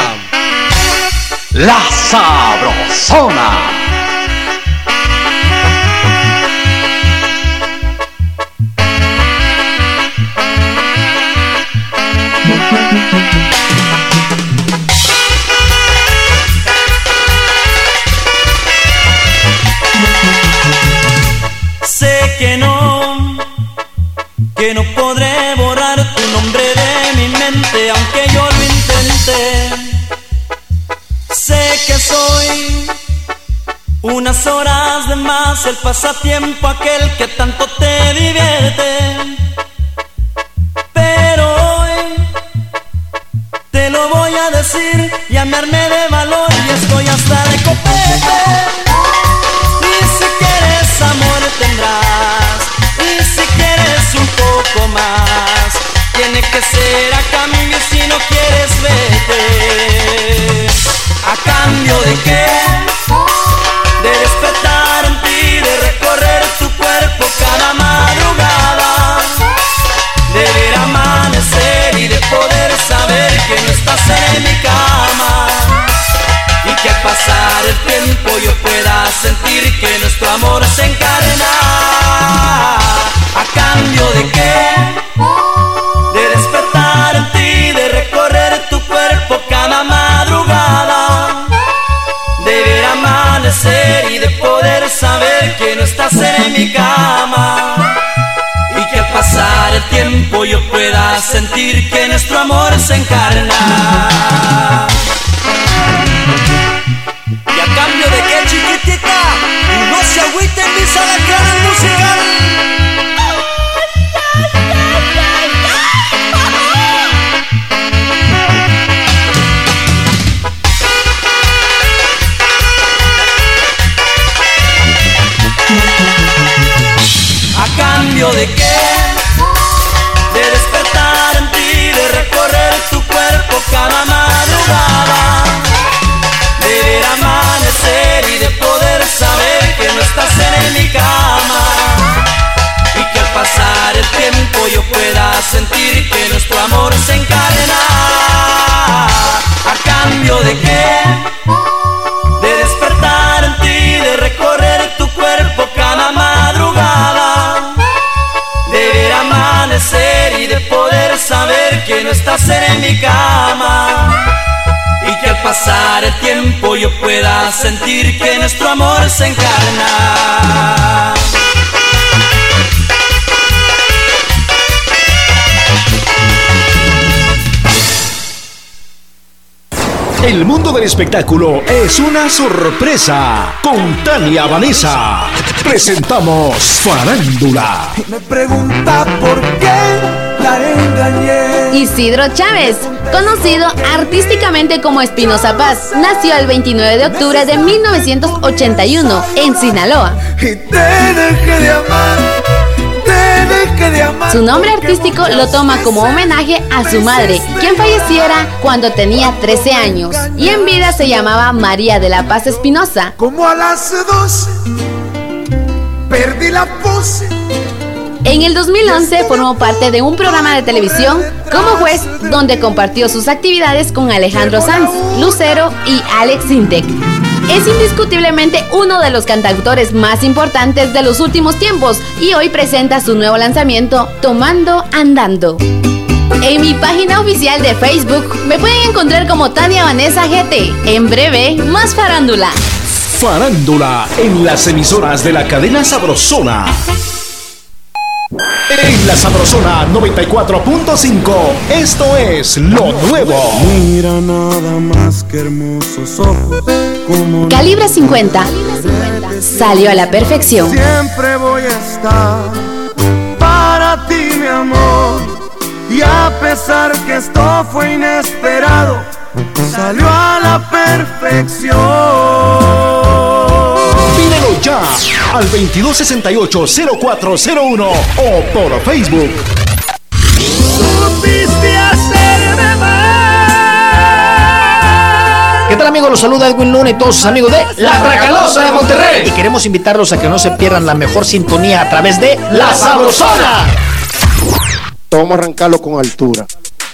La Sabrosona. Sé que no, que no podré borrar tu nombre de mi mente, aunque yo lo intenté. Sé que soy unas horas de más, el pasatiempo aquel que tanto te divierte. Pero hoy te lo voy a decir y a me armé de valor y estoy hasta de copete. Amor tendrás y si quieres un poco más tiene que ser a cambio, si no quieres vete. ¿A cambio de qué? De despertar en ti, de recorrer tu cuerpo cada madrugada, de ver amanecer y de poder saber que no estás en mi cama y que al pasar el tiempo nuestro amor se encarna. ¿Y a cambio de qué, chiquitita? Y no se agüiten mis alacranes musical. ¿A cambio de qué? De despertar en ti, de recorrer tu cuerpo cada madrugada, de ver amanecer y de poder saber que no estás en mi cama, y que al pasar el tiempo yo pueda sentir que nuestro amor se encarna. ¿A cambio de qué? De despertar en ti, de recorrer tu cuerpo cada madrugada, de ver amanecer y de poder saber que no estás en mi cama, y que al pasar el tiempo yo pueda sentir que nuestro amor se encarna. El mundo del espectáculo es una sorpresa. Con Tania Vanessa presentamos Farándula. Me pregunta por qué la engañé. Isidro Chávez, conocido artísticamente como Espinosa Paz, nació el veintinueve de octubre de mil novecientos ochenta y uno en Sinaloa. Y te dejé de amar, te dejé de amar. Su nombre artístico lo toma como homenaje a su madre, quien falleciera cuando tenía trece años, y en vida se llamaba María de la Paz Espinosa. Como a las doce, perdí la pose. En el dos mil once formó parte de un programa de televisión como juez, donde compartió sus actividades con Alejandro Sanz, Lucero y Alex Sintek. Es indiscutiblemente uno de los cantautores más importantes de los últimos tiempos y hoy presenta su nuevo lanzamiento, Tomando Andando. En mi página oficial de Facebook me pueden encontrar como Tania Vanessa G T. En breve, más farándula. Farándula en las emisoras de la cadena Sabrosona. En la Sabrosona noventa y cuatro punto cinco, esto es Lo Nuevo. Mira nada más que hermosos ojos. Como Calibre cincuenta salió a la perfección. Siempre voy a estar para ti, mi amor. Y a pesar que esto fue inesperado, salió a la perfección. Pídelo ya al veintidós sesenta y ocho cero cuatro cero uno o por Facebook. Supiste hacerme mal. ¿Qué tal, amigos? Los saluda Edwin Luna y todos sus amigos de La Tracalosa de Monterrey. Y queremos invitarlos a que no se pierdan la mejor sintonía a través de La Sabrosona. Vamos a arrancarlo con altura.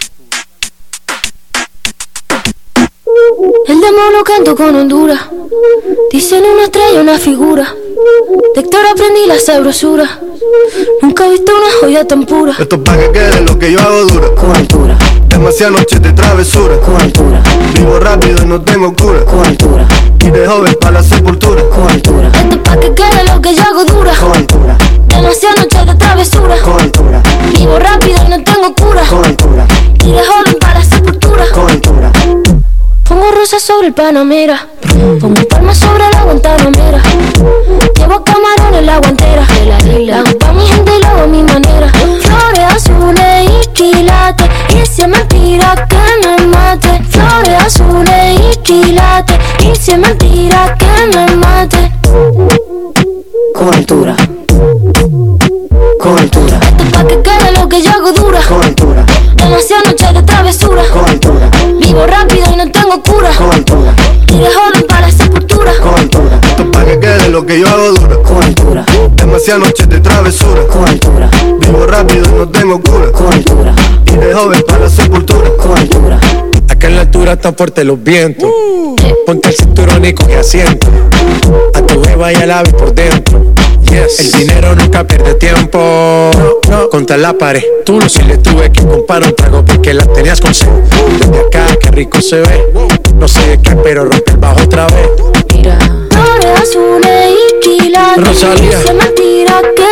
El demonio canto con Honduras. Dicen una estrella, una figura. De Héctor aprendí la sabrosura. Nunca he visto una joya tan pura. Esto es pa' que quede lo que yo hago dura. Con altura. Demasiadas noches de travesura. Con altura. Vivo rápido y no tengo cura. Con altura. Y de joven para la sepultura. Con altura. Esto es pa' que quede lo que yo hago dura. Con altura. Demasiadas noches de travesura. Con altura. Vivo rápido y no tengo cura. Con altura. Y de joven para la sepultura. Con altura. Pongo rosas sobre el Panamera. Pongo palmas sobre la Guantanamera. Llevo camarón en la guantera. Hago pa' mi gente y lo hago a mi manera. Flores azules y quilates. Y si es mentira que me mate. Flores azules y quilates. Y si es mentira que me mate. Con altura. Con altura. Esto es pa' que quede lo que yo hago dura. Con altura. Demasiadas noches de travesura. Con altura. Vivo rápido y no tengo cura. Con altura. Y de joven para la sepultura. Con altura. Esto es pa' que quede lo que yo hago dura. Con altura. Demasiadas noches de travesura. Con altura. Vivo rápido y no tengo cura. Con altura. Y de joven para la sepultura. Con altura. Acá en la altura están fuertes los vientos. Uh. Ponte el cinturón y coge asiento. A tu jeva y al ave por dentro. Yes. El dinero nunca pierde tiempo. No, no. Contra la pared. Tú no si le tuve que comprar un trago porque la tenías con sed. Desde acá qué rico se ve. No sé de qué pero rompe el bajo otra vez. Mira. Flores azules y quilates. Rosalía. Se mentira que me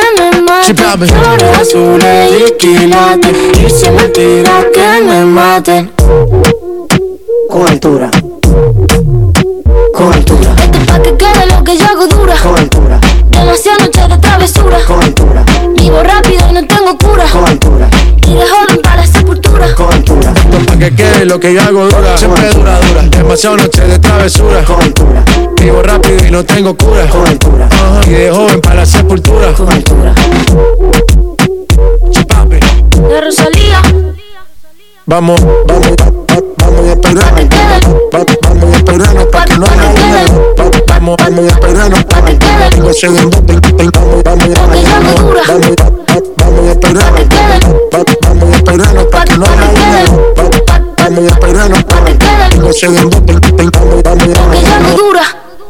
maten. Flores azules y quilates, y si es mentira que me maten. Con altura, con altura. Esto es pa' que quede lo que yo hago dura. Con altura, demasiadas noches de travesura. Con altura, vivo rápido y no tengo cura. Con altura, y de joven para la sepultura. Con altura, esto es pa' que quede lo que yo hago dura. Siempre dura, dura. Demasiadas noches de travesura. Con altura, vivo rápido y no tengo cura. Con altura, uh-huh. y de joven para la sepultura. Con altura. Chupapi. De Rosalía. Vamos, vamos, vamos a esperarnos. Vamos a esperarnos pa' que no haya dinero. Vamos, vamos a esperarnos pa' que no se den bote. Vamos, vamos a esperarnos. Vamos a esperarnos. Vamos a esperarnos pa' que no haya dinero. Vamos a esperarnos pa' que no se den bote. Vamos, vamos a esperarnos.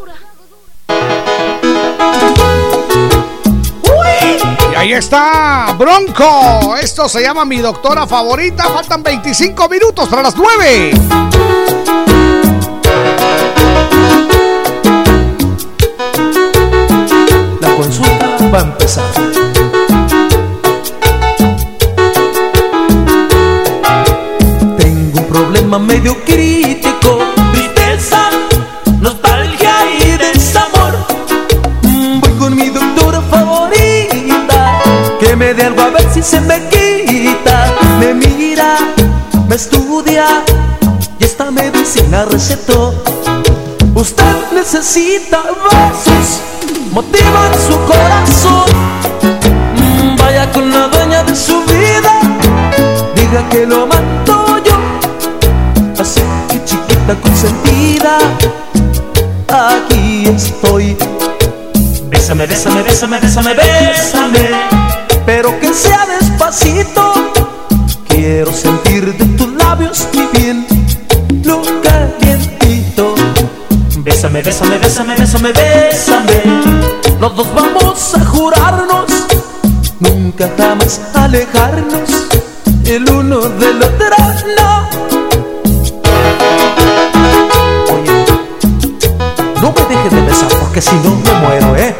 Y ahí está, Bronco. Esto se llama Mi Doctora Favorita. Faltan veinticinco minutos para las nueve. La consulta va a empezar. Tengo un problema medio crítico, tristeza, nostalgia y desamor. Mm, voy con mi doctora favorita, que me dé algo a ver si se me quita. Me mira, me estudia y esta medicina recetó. Usted necesita besos, motivan su corazón. Mm, vaya con la dueña de su vida, diga que lo mando yo. Así que chiquita consentida, aquí estoy. Bésame, bésame, bésame, bésame, bésame, pero que sea despacito. Quiero sentir de tus labios mi bien, lo calientito. Bésame, bésame, bésame, bésame, bésame. Los dos vamos a jurarnos nunca jamás alejarnos el uno del otro, no. Oye, no me dejes de besar porque si no me muero, ¿eh?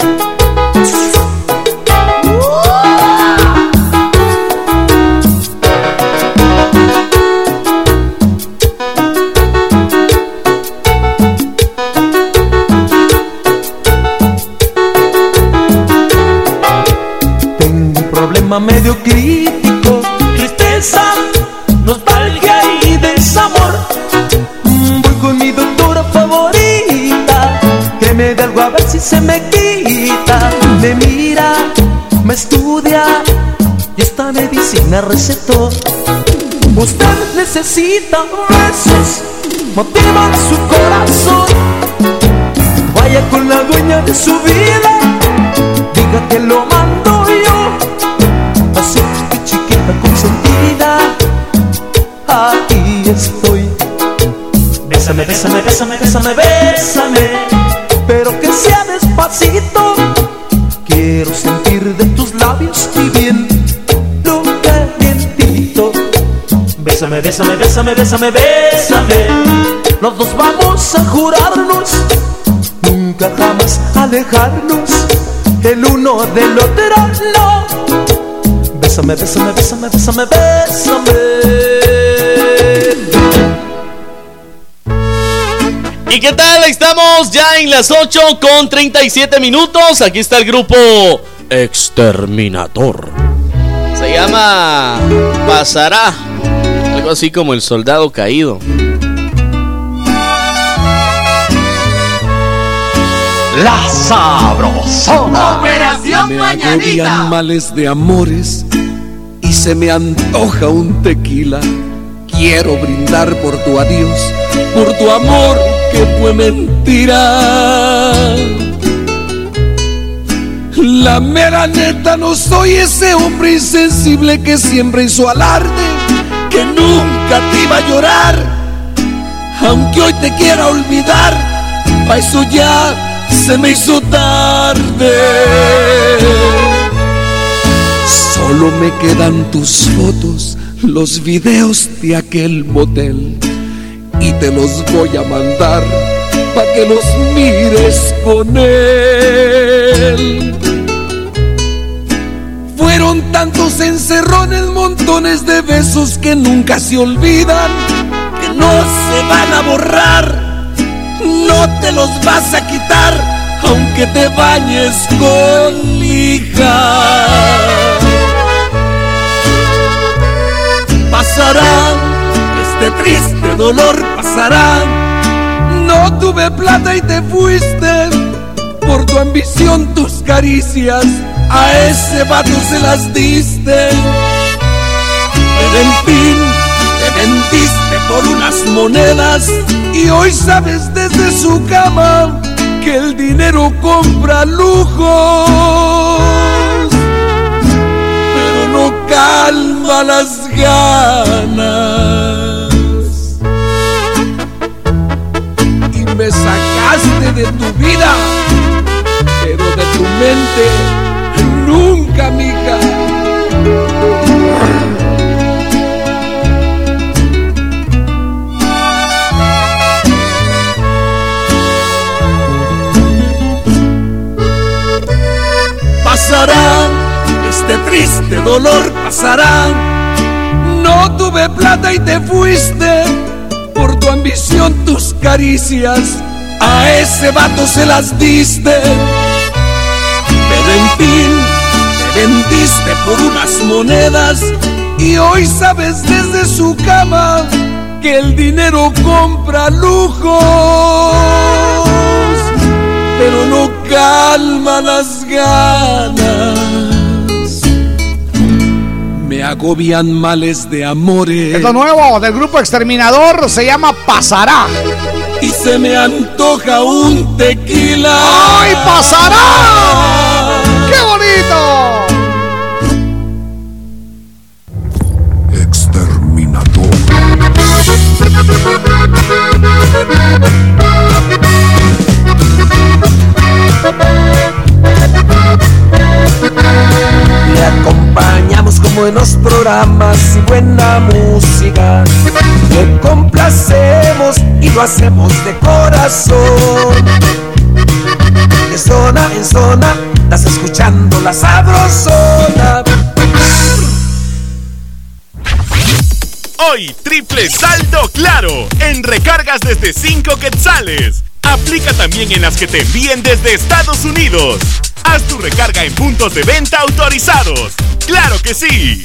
Medio crítico, tristeza, nostalgia y desamor. Mm, voy con mi doctora favorita, que me dé algo a ver si se me quita. Me mira, me estudia y esta medicina recetó. Usted necesita besos, motivan su corazón. Vaya con la dueña de su vida, diga que lo mando yo. Así que chiquita consentida, aquí estoy. Bésame, bésame, bésame, bésame, bésame, pero que sea despacito. Quiero sentir de tus labios mi bien, lo calientito. Bésame, bésame, bésame, bésame, bésame. Los dos vamos a jurarnos nunca jamás alejarnos el uno del otro, no. Bésame, bésame, bésame, bésame, bésame. ¿Y qué tal? Estamos ya en las ocho con treinta y siete minutos. Aquí está el grupo Exterminator. Se llama Pasará, algo así como El Soldado Caído. La Sabrosona. Operación Mañanita. Me agobian males de amores y se me antoja un tequila. Quiero brindar por tu adiós, por tu amor que fue mentira. La mera neta, no soy ese hombre insensible que siempre hizo alarde, que nunca te iba a llorar. Aunque hoy te quiera olvidar, pa' eso ya se me hizo tarde. Solo me quedan tus fotos, los videos de aquel motel, y te los voy a mandar pa' que los mires con él. Fueron tantos encerrones, montones de besos que nunca se olvidan, que no se van a borrar, no te los vas a quitar, aunque te bañes con lija. Pasará, este triste dolor pasará. No tuve plata y te fuiste, por tu ambición tus caricias a ese vato se las diste. Pero en fin, te vendiste por unas monedas y hoy sabes desde su cama que el dinero compra lujos, pero no calma las ganas. Y me sacaste de tu vida, pero de tu mente nunca, mija. Pasará, este triste dolor pasará. No tuve plata y te fuiste, por tu ambición tus caricias a ese vato se las diste. Pero en fin, te vendiste por unas monedas y hoy sabes desde su cama que el dinero compra lujos, pero no calma las ganas. Me agobian males de amores. Es lo nuevo del grupo Exterminador, se llama Pasará. Y se me antoja un tequila. ¡Ay, pasará! ¡Qué bonito! Exterminador. Le acompañamos como en los programas y buena música. Le complacemos y lo hacemos de corazón. De zona en zona, estás escuchando La Sabrosona. Hoy, triple saldo claro en recargas desde cinco quetzales. Aplica también en las que te envíen desde Estados Unidos. Haz tu recarga en puntos de venta autorizados. ¡Claro que sí!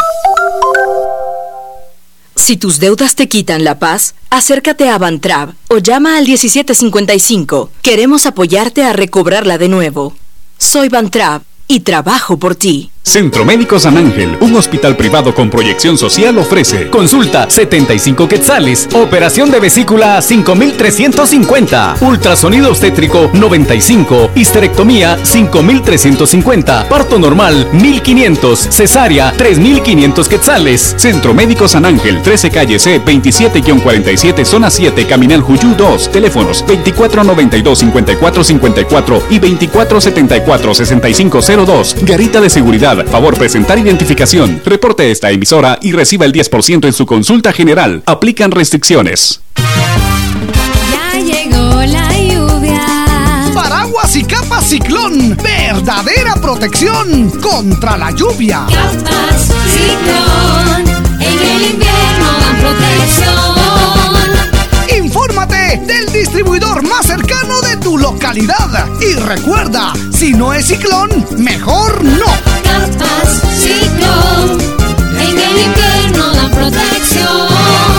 Si tus deudas te quitan la paz, acércate a Bantrab o llama al diecisiete cincuenta y cinco. Queremos apoyarte a recobrarla de nuevo. Soy Bantrab y trabajo por ti. Centro Médico San Ángel, un hospital privado con proyección social, ofrece consulta setenta y cinco quetzales, operación de vesícula cinco mil trescientos cincuenta, ultrasonido obstétrico noventa y cinco, histerectomía cinco mil trescientos cincuenta, parto normal mil quinientos, cesárea tres mil quinientos quetzales. Centro Médico San Ángel, trece calle C, veintisiete cuarenta y siete, zona siete, Caminal Juyú dos, teléfonos veinticuatro noventa y dos, cincuenta y cuatro cincuenta y cuatro y veinticuatro setenta y cuatro, sesenta y cinco cero dos. Garita de seguridad. Favor presentar identificación. Reporte esta emisora y reciba el diez por ciento en su consulta general. Aplican restricciones. Ya llegó la lluvia. Paraguas y capa ciclón. Verdadera protección contra la lluvia. Capas ciclón. En el invierno dan protección. Infórmate del distribuidor más cercano de tu localidad. Y recuerda, si no es ciclón, mejor no. Capas ciclón. En el invierno dan protección.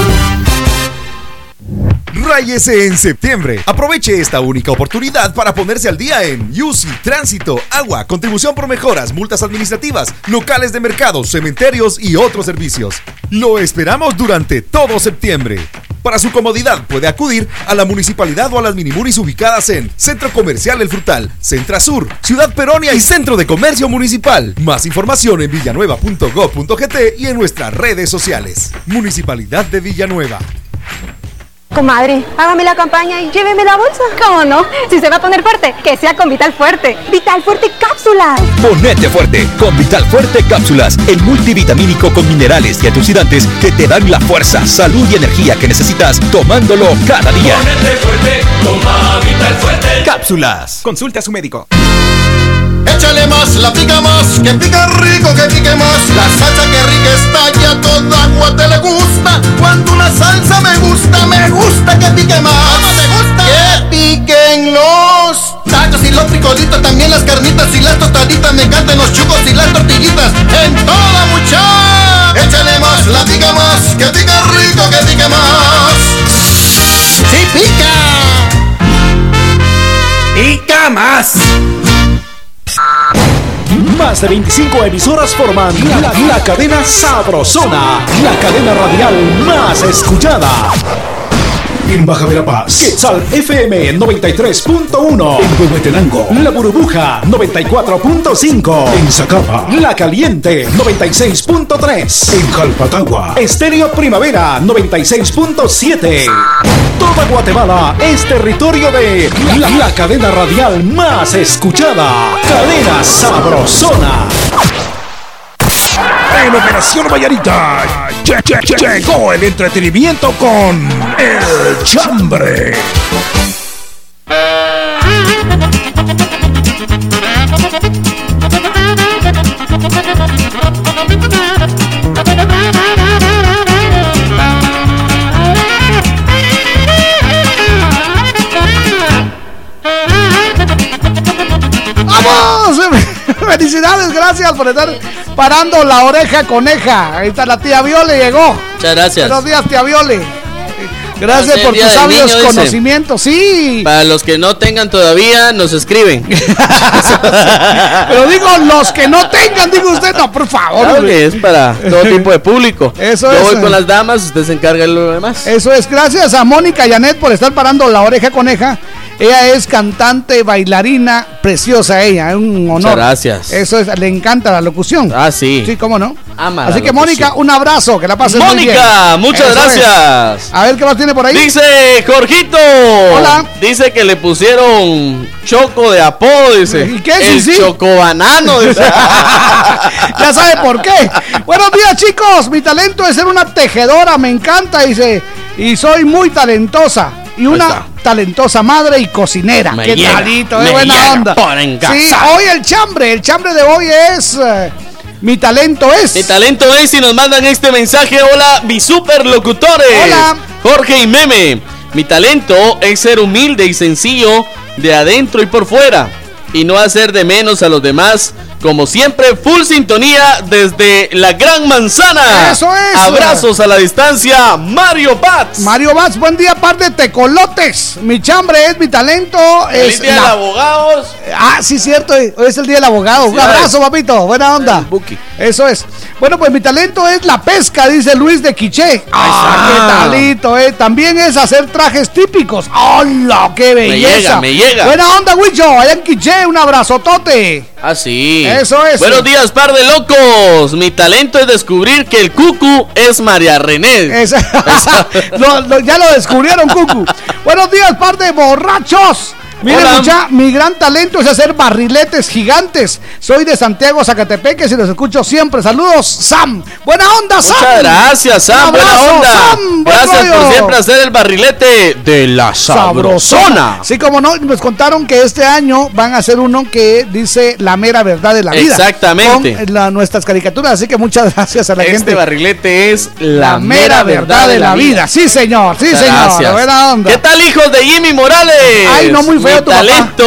Ráyese en septiembre. Aproveche esta única oportunidad para ponerse al día en U C I, tránsito, agua, contribución por mejoras, multas administrativas, locales de mercados, cementerios y otros servicios. Lo esperamos durante todo septiembre. Para su comodidad puede acudir a la municipalidad o a las minimunis ubicadas en Centro Comercial El Frutal, Centra Sur, Ciudad Peronia y Centro de Comercio Municipal. Más información en villanueva punto gob punto gt y en nuestras redes sociales. Municipalidad de Villanueva. Comadre, hágame la campaña y lléveme la bolsa. ¿Cómo no? Si se va a poner fuerte, que sea con Vital Fuerte. Vital Fuerte Cápsulas. Ponete fuerte con Vital Fuerte Cápsulas, el multivitamínico con minerales y antioxidantes que te dan la fuerza, salud y energía que necesitas tomándolo cada día. Ponete fuerte, toma Vital Fuerte. Cápsulas. Consulte a su médico. Échale más, la pica más, que pica rico, que pique más. La salsa que rica está y a toda agua te le gusta. Cuando una salsa me gusta, me gusta que pique más. ¿Cómo te gusta? Que piquen los tacos y los frijolitos, también las carnitas y las tostaditas. Me encantan los chucos y las tortillitas. En toda mucha, échale más, la pica más, que pica rico, que pique más. ¡Sí pica! ¡Pica más! Más de veinticinco emisoras forman la, la cadena Sabrosona, la cadena radial más escuchada. En Baja Verapaz, Quetzal F M noventa y tres punto uno. En Huehuetenango, La Burbuja noventa y cuatro punto cinco. En Zacapa, La Caliente noventa y seis punto tres. En Calpatagua, Estéreo Primavera noventa y seis punto siete. Toda Guatemala es territorio de la, la cadena radial más escuchada, Cadena Sabrosona. En Operación Vallarita llegó el entretenimiento con El Chambre. ¡Vamos! Felicidades, gracias por estar parando la oreja coneja. Ahí está la tía Viole, llegó. Muchas gracias. Buenos días, tía Viole. Gracias No sé, por Día tus del sabios Niño, conocimientos, sí. Para los que no tengan todavía, nos escriben. Pero digo, los que no tengan, digo usted, no, por favor. Claro que es para todo tipo de público. Eso Yo es. voy con las damas, usted se encarga de lo demás. Eso es, gracias a Mónica Yanet por estar parando la oreja coneja. Ella es cantante, bailarina, preciosa ella, es un honor. Muchas gracias. Eso es, le encanta la locución. Ah, sí. Sí, cómo no. Ama Así la que locución. Mónica, un abrazo, que la pases muy bien. Mónica, muchas Eso gracias. es. A ver qué más tiene por ahí. Dice Jorgito. Hola. Dice que le pusieron Choco de apodo, dice. ¿Y qué? El Sí, sí. chocobanano, dice. Ya sabe por qué. Buenos días, chicos. Mi talento es ser una tejedora, me encanta, dice. Y soy muy talentosa. Y una talentosa madre y cocinera. Me Qué llega, talito, me eh, buena llega onda. por engasar. Sí, hoy el chambre. El chambre de hoy es. eh, mi talento es. Mi talento es y nos mandan este mensaje. Hola, mis superlocutores. Hola. Jorge y Meme. Mi talento es ser humilde y sencillo de adentro y por fuera. Y no hacer de menos a los demás. Como siempre, full sintonía desde la Gran Manzana. Eso es. Abrazos a la distancia, Mario Bats. Mario Bats, buen día, par de tecolotes. Mi chambre es mi talento. Feliz Es día la- de abogados. Ah, sí, cierto. Hoy es el día del abogado. Un abrazo, papito. Buena onda. Eso es. Bueno, pues mi talento es la pesca, dice Luis de Quiché. Ah, qué talito, eh. También es hacer trajes típicos. ¡Hola, qué belleza! llega, me llega. Buena onda, Huicho. Allá en Quiché, un abrazotote. Ah, sí. Eso es. Buenos días, par de locos. Mi talento es descubrir que el cucu es María René. Esa- Lo- lo- ya lo descubrieron, Cucu. Buenos días, par de borrachos. Miren, Hola. mucha, mi gran talento es hacer barriletes gigantes. Soy de Santiago, Zacatepeques y los escucho siempre. Saludos, Sam. Buena onda, Sam. Muchas gracias, Sam. Un Buena abrazo, onda. Sam, buen Gracias rollo. por siempre hacer el barrilete de la sabrosona. Sí, como no, nos contaron que este año van a hacer uno que dice la mera verdad de la vida. Exactamente. Con la- nuestras caricaturas, así que muchas gracias a la Este gente. barrilete es la, La mera verdad de la vida. Sí, señor, sí, Muchas señor. gracias. Buena onda. ¿Qué tal, hijos de Jimmy Morales? Ay, no, muy feo Mi tu papá. talento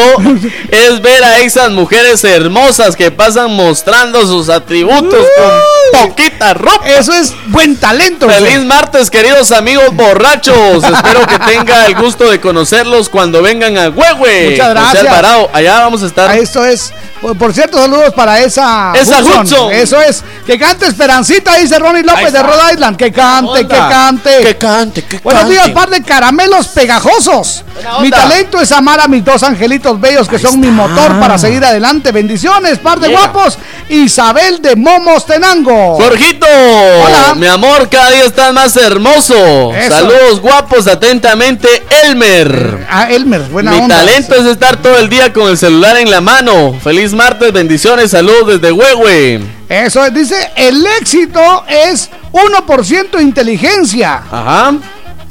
es ver a esas mujeres hermosas que pasan mostrando sus atributos con poquita ropa. Eso es buen talento. Feliz usted. martes, queridos amigos borrachos. Espero que tenga el gusto de conocerlos cuando vengan a Huehue. Muchas gracias. José Alvarado, allá vamos a estar. Esto es, por, por cierto, saludos para esa Esa Hudson. Eso es, que cante Esperancita, dice Ronnie López de Rhode Island. Que cante, que Onda. cante. Que cante, que Buenos cante. días, par de caramelos pegajosos. Buena Mi onda. talento es amar a mis dos angelitos bellos que son mi motor para seguir adelante. Bendiciones, par de Llega. guapos. Isabel de Momos Tenango. Jorgito, Hola. mi amor, cada día estás más hermoso. Eso. Saludos guapos, atentamente, Elmer. Ah, Elmer, buena Mi onda. talento es estar todo el día con el celular en la mano. Feliz martes, bendiciones, saludos desde Huehue. Eso es, dice, el éxito es uno por ciento inteligencia. Ajá.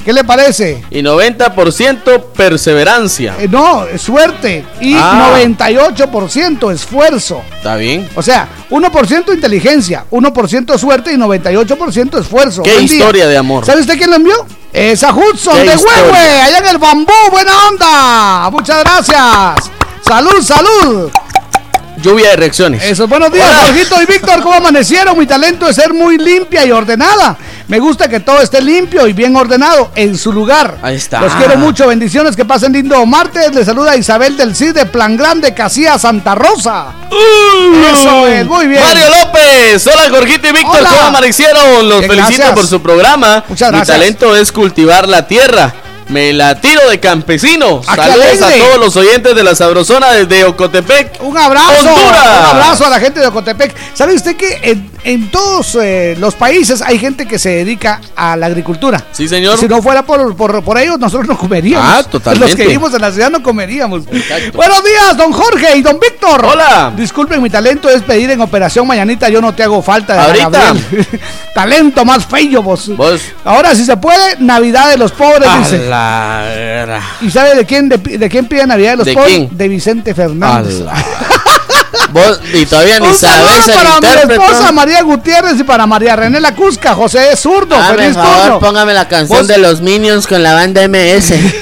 ¿Qué le parece? Y noventa por ciento perseverancia. Eh, no, suerte. Y ah. noventa y ocho por ciento esfuerzo. Está bien. O sea, uno por ciento inteligencia, uno por ciento suerte y noventa y ocho por ciento esfuerzo. Qué Buen historia día. de amor. ¿Sabe usted quién lo envió? Esa Hudson de Huehue, allá en el Bambú. Buena onda. Muchas gracias. Salud, salud. Lluvia de reacciones. Eso, buenos días, Jorgito y Víctor, ¿cómo amanecieron? Mi talento es ser muy limpia y ordenada. Me gusta que todo esté limpio y bien ordenado en su lugar. Ahí está. Los quiero mucho, bendiciones, que pasen lindo martes. Les saluda Isabel del C I D de Plan Grande, Casilla, Santa Rosa. Uh, Eso es, muy bien. Mario López, hola Jorgito y Víctor, ¿cómo amanecieron? Los felicito gracias. por su programa. Muchas gracias. Mi talento es cultivar la tierra. Me la tiro de campesino. Saludos alegre. a todos los oyentes de la Sabrosona desde Ocotepec. Un abrazo. Honduras. Un abrazo a la gente de Ocotepec. ¿Sabe usted que en, en todos eh, los países hay gente que se dedica a la agricultura? Sí, señor. Si no fuera por, por, por ellos, nosotros no comeríamos. Ah, totalmente. Los que vivimos en la ciudad no comeríamos. Exacto. Buenos días, don Jorge y don Víctor. Hola. Disculpen, mi talento es pedir en Operación Mañanita. Yo no te hago falta. De Ahorita. Talento más feo, vos. ¿Vos? Ahora, si se puede, Navidad de los pobres, a dice. La... ¿Y sabe de quién de, de quién pide Navidad de los ¿De pobres? quién? De Vicente Fernández. Vos y todavía ni Un sabes el para intérprete. mi esposa María Gutiérrez y para María René La Cusca, José Zurdo, ah, feliz por favor, turno. Póngame la canción ¿Vos? de los Minions con la banda M S.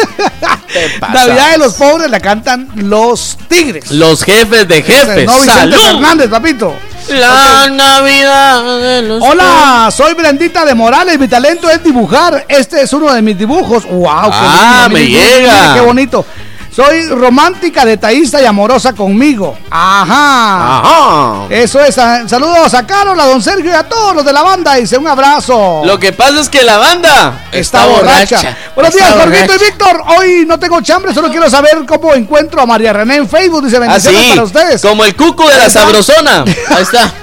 Navidad de los pobres la cantan los Tigres. Los jefes de jefes. No, Vicente ¡Salud! Fernández, papito. La okay. Navidad de los Hola, soy Brendita de Morales. Mi talento es dibujar. Este es uno de mis dibujos. ¡Wow! Ah, qué me lindo, llega. Mira, qué bonito. Soy romántica, detallista y amorosa conmigo. Ajá. Ajá. Eso es. Saludos a Carol, a don Sergio y a todos los de la banda. Dice un abrazo. Lo que pasa es que la banda está, está borracha. borracha. Buenos días, Jorgito y Víctor. Hoy no tengo chambre, solo quiero saber cómo encuentro a María René en Facebook. Dice bendiciones ah, sí. para ustedes. Como el cuco de la Sabrosona. Ahí está.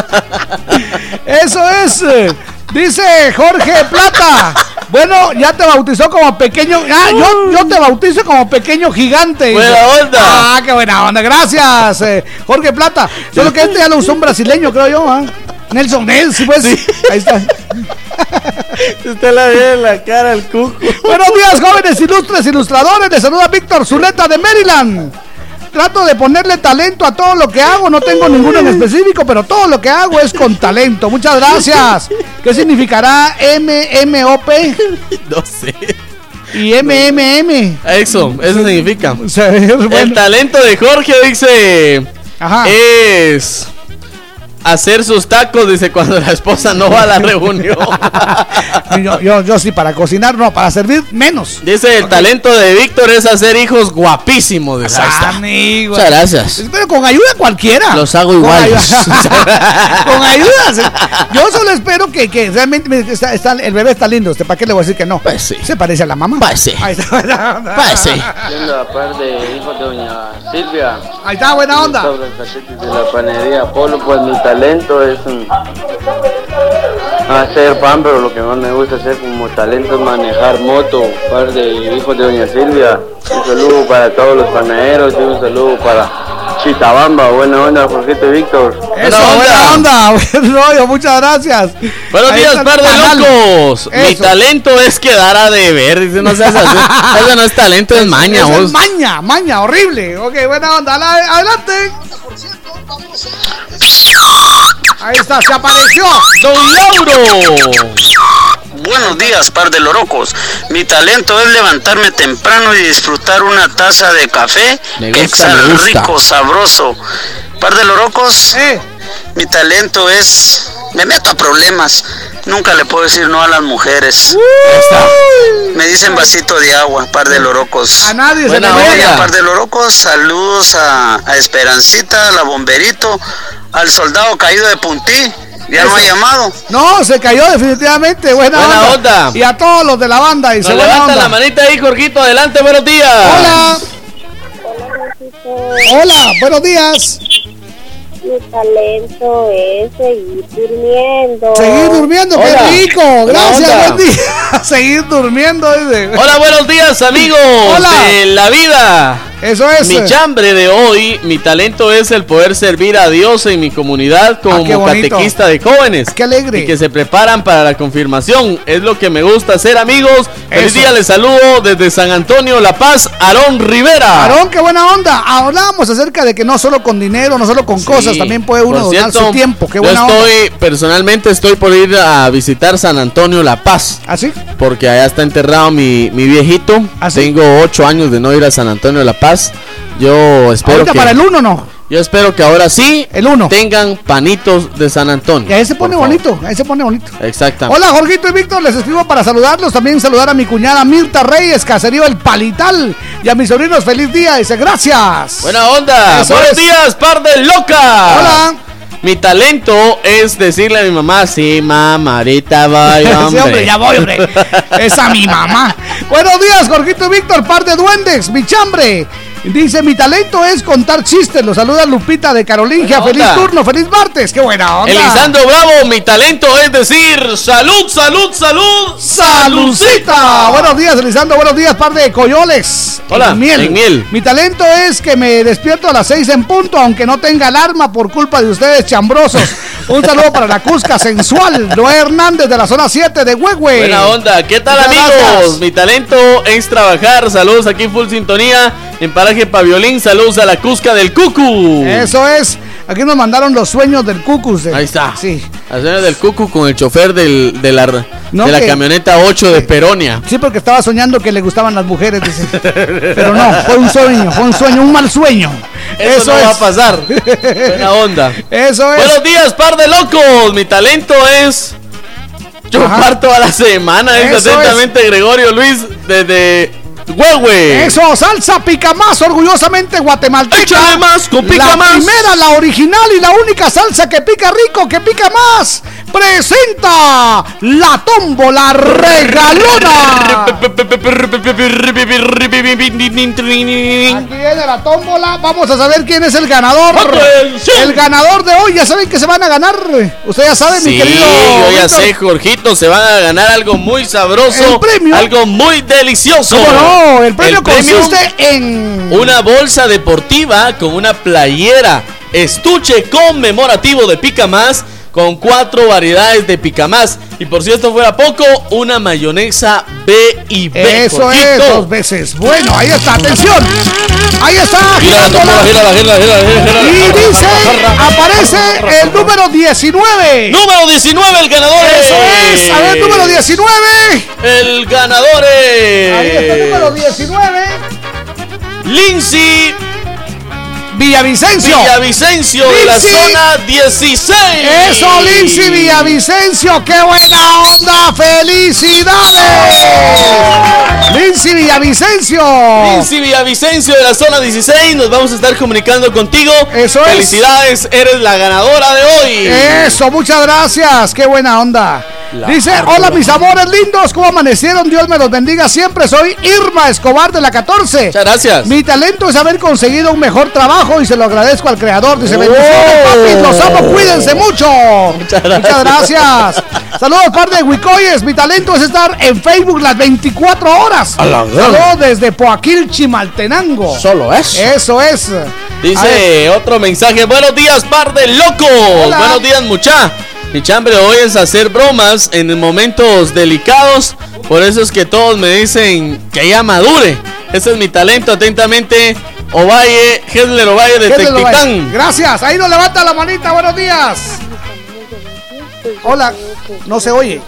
Eso es. Dice Jorge Plata. Bueno, ya te bautizó como pequeño. Ah, yo, yo te bautizo como pequeño gigante. Buena onda. Ah, qué buena onda. Gracias, eh, Jorge Plata. Solo que este ya lo usó un brasileño, creo yo. ¿eh? Nelson Nelson, pues. Sí. Ahí está. Usted la ve en la cara al cuco. Buenos días, jóvenes ilustres ilustradores. Les saluda Víctor Zuleta de Maryland. Trato de ponerle talento a todo lo que hago. No tengo ninguno en específico, pero todo lo que hago es con talento. Muchas gracias. ¿Qué significará M M O P? No sé. Y M M M. Eso, eso significa. O sea, bueno. El talento de Jorge dice. Ajá. Es hacer sus tacos, dice, cuando la esposa no va a la reunión. yo, yo, yo sí, para cocinar no, para servir menos. Dice, el okay. talento de Víctor es hacer hijos guapísimos. Dice, ah, amigo. Muchas gracias. Pero con ayuda cualquiera. Los hago igual. Con ayuda. Yo solo espero que, que realmente está, está, el bebé está lindo. ¿Para qué le voy a decir que no? Pues sí. ¿Se parece a la mamá? Pues sí. Ahí está. Pues sí. Siendo aparte de hijo de doña Silvia. Ahí está, buena onda. Sobre el cachete de la panadería Polo, pues mi talento es um, hacer pan, pero lo que más me gusta hacer como talento es manejar moto. Par de hijos de doña Silvia. Un saludo para todos los panaderos y un saludo para Chitabamba. Buena onda, Jorgito y Víctor. Eso, buena onda, buen rollo, muchas gracias. Buenos días, par de locos. Eso. Mi talento es quedar a deber. Dice, no seas así. Eso no es talento, es maña. Eso vos. Es maña, maña, horrible. Ok, buena onda, adelante. Ahí está, se apareció Don Lauro. Buenos días, par de lorocos. Mi talento es levantarme temprano y disfrutar una taza de café me que gusta, exhala me gusta. rico, sabroso. Par de lorocos, eh. mi talento es... Me meto a problemas. Nunca le puedo decir no a las mujeres. Uh, me dicen vasito de agua, par de lorocos. A nadie Buena se le olla, par de lorocos. Saludos a, a Esperancita, a la Bomberito, al soldado caído de Puntí. ¿Ya no ha llamado? No, se cayó definitivamente. Buena, buena onda. onda. Y a todos los de la banda. Y Nos se levanta onda. la manita ahí, Jorgito. Adelante, buenos días. Hola. Hola, buenos días. Mi talento es seguir durmiendo. Seguir durmiendo, Hola. qué rico. Gracias, Hola. buen día. Seguir durmiendo. Dice. Hola, buenos días, amigos Hola. de la vida. Eso es. Mi chambre de hoy, mi talento es el poder servir a Dios en mi comunidad como ah, catequista de jóvenes. Qué alegre. Y que se preparan para la confirmación. Es lo que me gusta hacer, amigos. Feliz día, les saludo desde San Antonio, La Paz, Aarón Rivera. Aarón, qué buena onda. Hablábamos acerca de que no solo con dinero, no solo con sí, cosas, también puede uno donar cierto, su tiempo. Qué buena yo estoy, onda. Personalmente estoy por ir a visitar San Antonio, La Paz. ¿Ah, sí? Porque allá está enterrado mi, mi viejito. ¿Ah, sí? Tengo ocho años de no ir a San Antonio, La Paz. Yo espero ahorita que para el uno no. Yo espero que ahora sí el uno tengan panitos de San Antonio. Y ahí se pone bonito, ahí se pone bonito. Exactamente. Hola, Jorgito y Víctor, les escribo para saludarlos. También saludar a mi cuñada Mirta Reyes, caserío El Palital. Y a mis sobrinos, feliz día. Dice, gracias. Buena onda. Eso Buenos es. días, par de locas. Hola. Mi talento es decirle a mi mamá, sí, mamá, ahorita voy, hombre. Sí, hombre, ya voy, hombre. Es a mi mamá. Buenos días, Jorgito y Víctor, par de duendes, mi chambre. Dice, mi talento es contar chistes. Los saluda Lupita de Carolingia. Feliz turno, feliz martes. Qué buena onda. Elisandro Bravo, mi talento es decir, salud, salud, salud, salucita. Buenos días, Elisandro. Buenos días, par de coyoles. Hola, en miel. en miel. Mi talento es que me despierto a las seis en punto, aunque no tenga alarma por culpa de ustedes chambrosos. Un saludo para la Cusca sensual. Noé Hernández de la zona siete de Huehue. Buena onda. ¿Qué tal, muchas amigos? Gracias. Mi talento es trabajar. Saludos aquí en Full Sintonía. En Paraje Paviolín, saludos a la Cusca del Cucu. Eso es. Aquí nos mandaron los sueños del Cucu. Ahí está. Sí. Los sueños del Cucu con el chofer del, de la, no, de la que, camioneta ocho de Peronia. Sí, porque estaba soñando que le gustaban las mujeres, dice. Pero no, fue un sueño, fue un sueño, un mal sueño. Eso, Eso no es. va a pasar. Buena onda. Eso es. Buenos días, par de locos. Mi talento es chupar toda la semana. Es atentamente Gregorio Luis desde Huehue. Eso, salsa pica más, orgullosamente guatemalteca. Échale más, con pica la más. La primera, la original y la única salsa que pica rico, que pica más. Presenta la tómbola regalona. Aquí viene la tómbola. Vamos a saber quién es el ganador. ¡Atención! El ganador de hoy. Ya saben que se van a ganar. Usted ya sabe, sí, mi querido. Yo ya sé, Jorgito. Se van a ganar algo muy sabroso. El premio. Algo muy delicioso. ¿Cómo no? El premio, el premio consiste en una bolsa deportiva con una playera, estuche conmemorativo de Pica Más, con cuatro variedades de Pica Más. Y por si esto fuera poco, una mayonesa B y B. Eso Jorgito. Es, dos veces. Bueno, ahí está, atención. Ahí está. Gírala, gírala, gírala, gírala, gírala. Y dice, aparece el número diecinueve. Número diecinueve, el ganador. Eso es. A ver, número diecinueve. El ganador es. Ahí está el número diecinueve. Lindsay Villavicencio. Villavicencio de la zona dieciséis. Eso, Lindsay Villavicencio. ¡Qué buena onda! ¡Felicidades! Lindsay Villavicencio. Lindsay Villavicencio de la zona dieciséis. Nos vamos a estar comunicando contigo. Eso es. Felicidades, eres la ganadora de hoy. Eso, muchas gracias. ¡Qué buena onda! La Dice, hola mis amores lindos, ¿cómo amanecieron? Dios me los bendiga siempre. Soy Irma Escobar de la catorce. Muchas gracias. Mi talento es haber conseguido un mejor trabajo y se lo agradezco al creador. Dice, oh. bendiciones, papi, los amo, cuídense mucho. Muchas gracias. Muchas gracias. Saludos, par de Huicoyes. Mi talento es estar en Facebook las veinticuatro horas. Saludos desde Poaquil, Chimaltenango. Solo eso. Eso es. Dice otro mensaje. Buenos días, par de locos. Hola. Buenos días, mucha. Mi chambre hoy es hacer bromas en momentos delicados. Por eso es que todos me dicen que ya madure. Ese es mi talento. Atentamente, Ovalle, Hesler Ovalle de Tectitán. Gracias. Ahí nos levanta la manita. Buenos días. Hola. No se oye.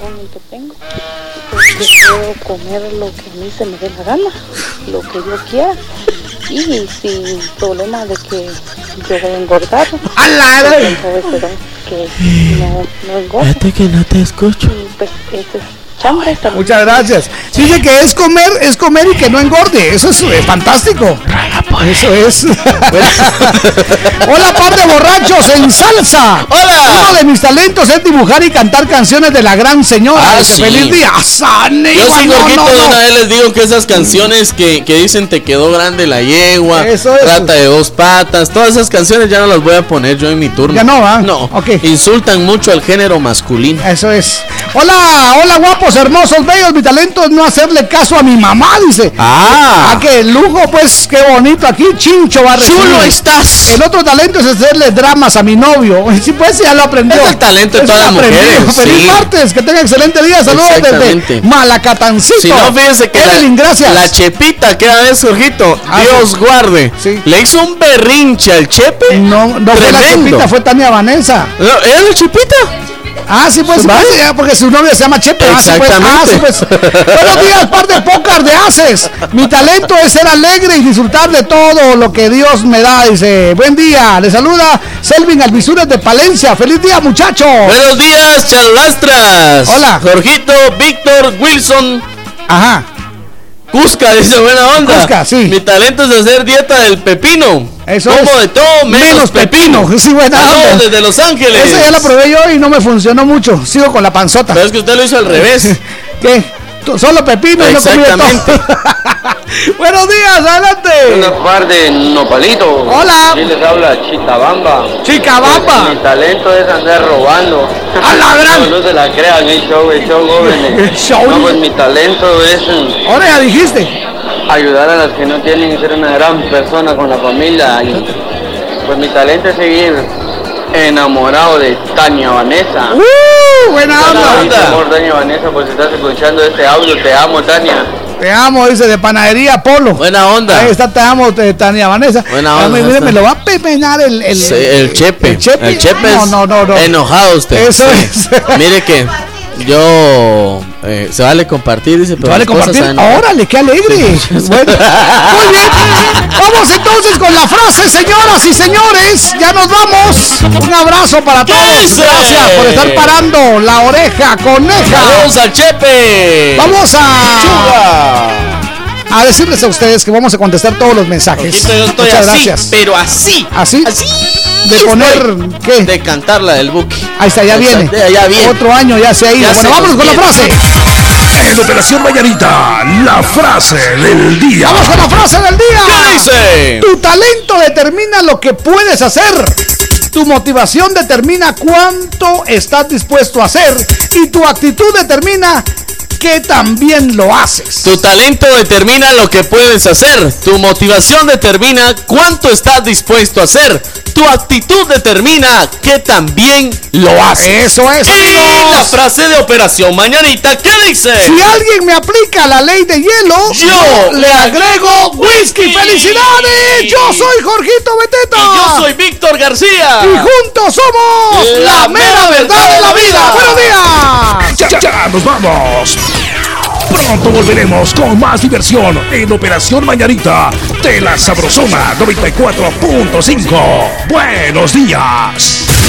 Yo puedo comer lo que a mí se me dé la gana, lo que yo quiera, y sin problema de que yo voy a engordar. ¡Hala! Que no, no engorda. Fíjate que no te escucho. Y pues este es chambre también. Muchas gracias. Dice que es comer, es comer y que no engorde. Eso es eh, fantástico. Eso es. Hola, par de borrachos en salsa. Hola. Uno de mis talentos es dibujar y cantar canciones de la gran señora. Ah, sí. Feliz día. Sane, Yo sí, no, Jorgito, no, no. de una vez les digo que esas canciones que, que dicen te quedó grande la yegua, Eso es. Rata de dos patas, todas esas canciones ya no las voy a poner yo en mi turno. Ya no, ¿va? No. Okay. Insultan mucho al género masculino. Eso es. Hola, hola guapos. Somos hermosos, bellos. Mi talento es no hacerle caso a mi mamá, dice. Ah. Ah, que lujo, pues, qué bonito. Aquí Chincho va a recibir. Chulo estás. El otro talento es hacerle dramas a mi novio. Sí, pues, ya lo aprendió. Es el talento de todas las mujeres. Feliz sí. martes, que tenga excelente día. Saludos desde Malacatancito. Si no, fíjense que Evelyn, la, gracias. la Chepita, que era vez, Jorgito, Ah, Dios sí. guarde, Sí. le hizo un berrinche al Chepe. No, no fue la Chepita, fue Tania Vanessa. No, ¿era la Chepita? Ah, sí, pues, ¿Vale? pues, ya, porque su novia se llama Chepe. Exactamente. Ah, sí, pues. Ah, sí, pues. Buenos días, par de pocas de haces. Mi talento es ser alegre y disfrutar de todo lo que Dios me da. Dice, buen día. Le saluda Selvin Alvisuras de Palencia. Feliz día, muchachos. Buenos días, Charolastras. Hola. Jorgito, Víctor, Wilson. Ajá. Cusca, dice, buena onda. Cusca, sí. Mi talento es hacer dieta del pepino. Eso Como es. de todo, menos, Menos pepino. pepino. Sí, buena Saludos onda. desde Los Ángeles. Esa ya la probé yo y no me funcionó mucho. Sigo con la panzota. Pero es que usted lo hizo al revés. ¿Qué? Tú- Solo pepino y no comí de Exactamente. todo. Buenos días, adelante. Una par de nopalitos. Hola. Aquí les habla Chitabamba. Chicabamba. Mi talento es andar robando. ¡A la gran! No, no se la crean, el show, el show, jóvenes. Show. No, pues mi talento es mm, Ahora ya dijiste. ayudar a las que no tienen y ser una gran persona con la familia. Y, pues mi talento es seguir enamorado de Tania Vanessa. ¡Uh! Buena Hola, onda. amor, Tania Vanessa, pues estás escuchando este audio. Te amo, Tania. Te amo, dice de Panadería Polo. Buena onda. Ahí está, te amo, te- Tania Vanessa. Buena Ah, onda, mire, está. me lo va a pepenar el, el, Sí, el Chepe. el Chepe. El Chepe No, es no, no, no. enojado usted. Eso Sí. es. Mire que yo eh, se vale compartir, dice, pero Vale las cosas compartir. saben enojar. Órale, qué alegre. Bueno, muy bien. Vamos entonces con la frase, señoras y señores. Ya nos vamos. Un abrazo para ¿Qué todos. dice? Gracias por estar parando la oreja coneja. Saludos al Chepe. Vamos a Chuga. a decirles a ustedes que vamos a contestar todos los mensajes. Jorgito, yo estoy Muchas así, gracias. pero así. ¿Así? Así. De poner, ¿qué? De cantar la del buque. Ahí está, ya viene. Ya viene. Otro año ya se ha ido. Ya Bueno, se vámonos nos con la viene. frase. En Operación Mañanita, la frase del día. Vamos con la frase del día. ¿Qué dice? Tu talento determina lo que puedes hacer. Tu motivación determina cuánto estás dispuesto a hacer. Y tu actitud determina que también lo haces. Tu talento determina lo que puedes hacer. Tu motivación determina cuánto estás dispuesto a hacer. Tu actitud determina que también lo haces. Eso es, Y amigos. la frase de Operación Mañanita, ¿qué dice? Si alguien me aplica la ley de hielo, Yo le agrego whisky. ¡Felicidades! Yo soy Jorgito Beteta. Y yo soy Víctor García. Y juntos somos La mera verdad de la vida. ¡Buenos días! Ya, ya nos vamos. Pronto volveremos con más diversión en Operación Mañanita de la Sabrosona noventa y cuatro punto cinco. Buenos días.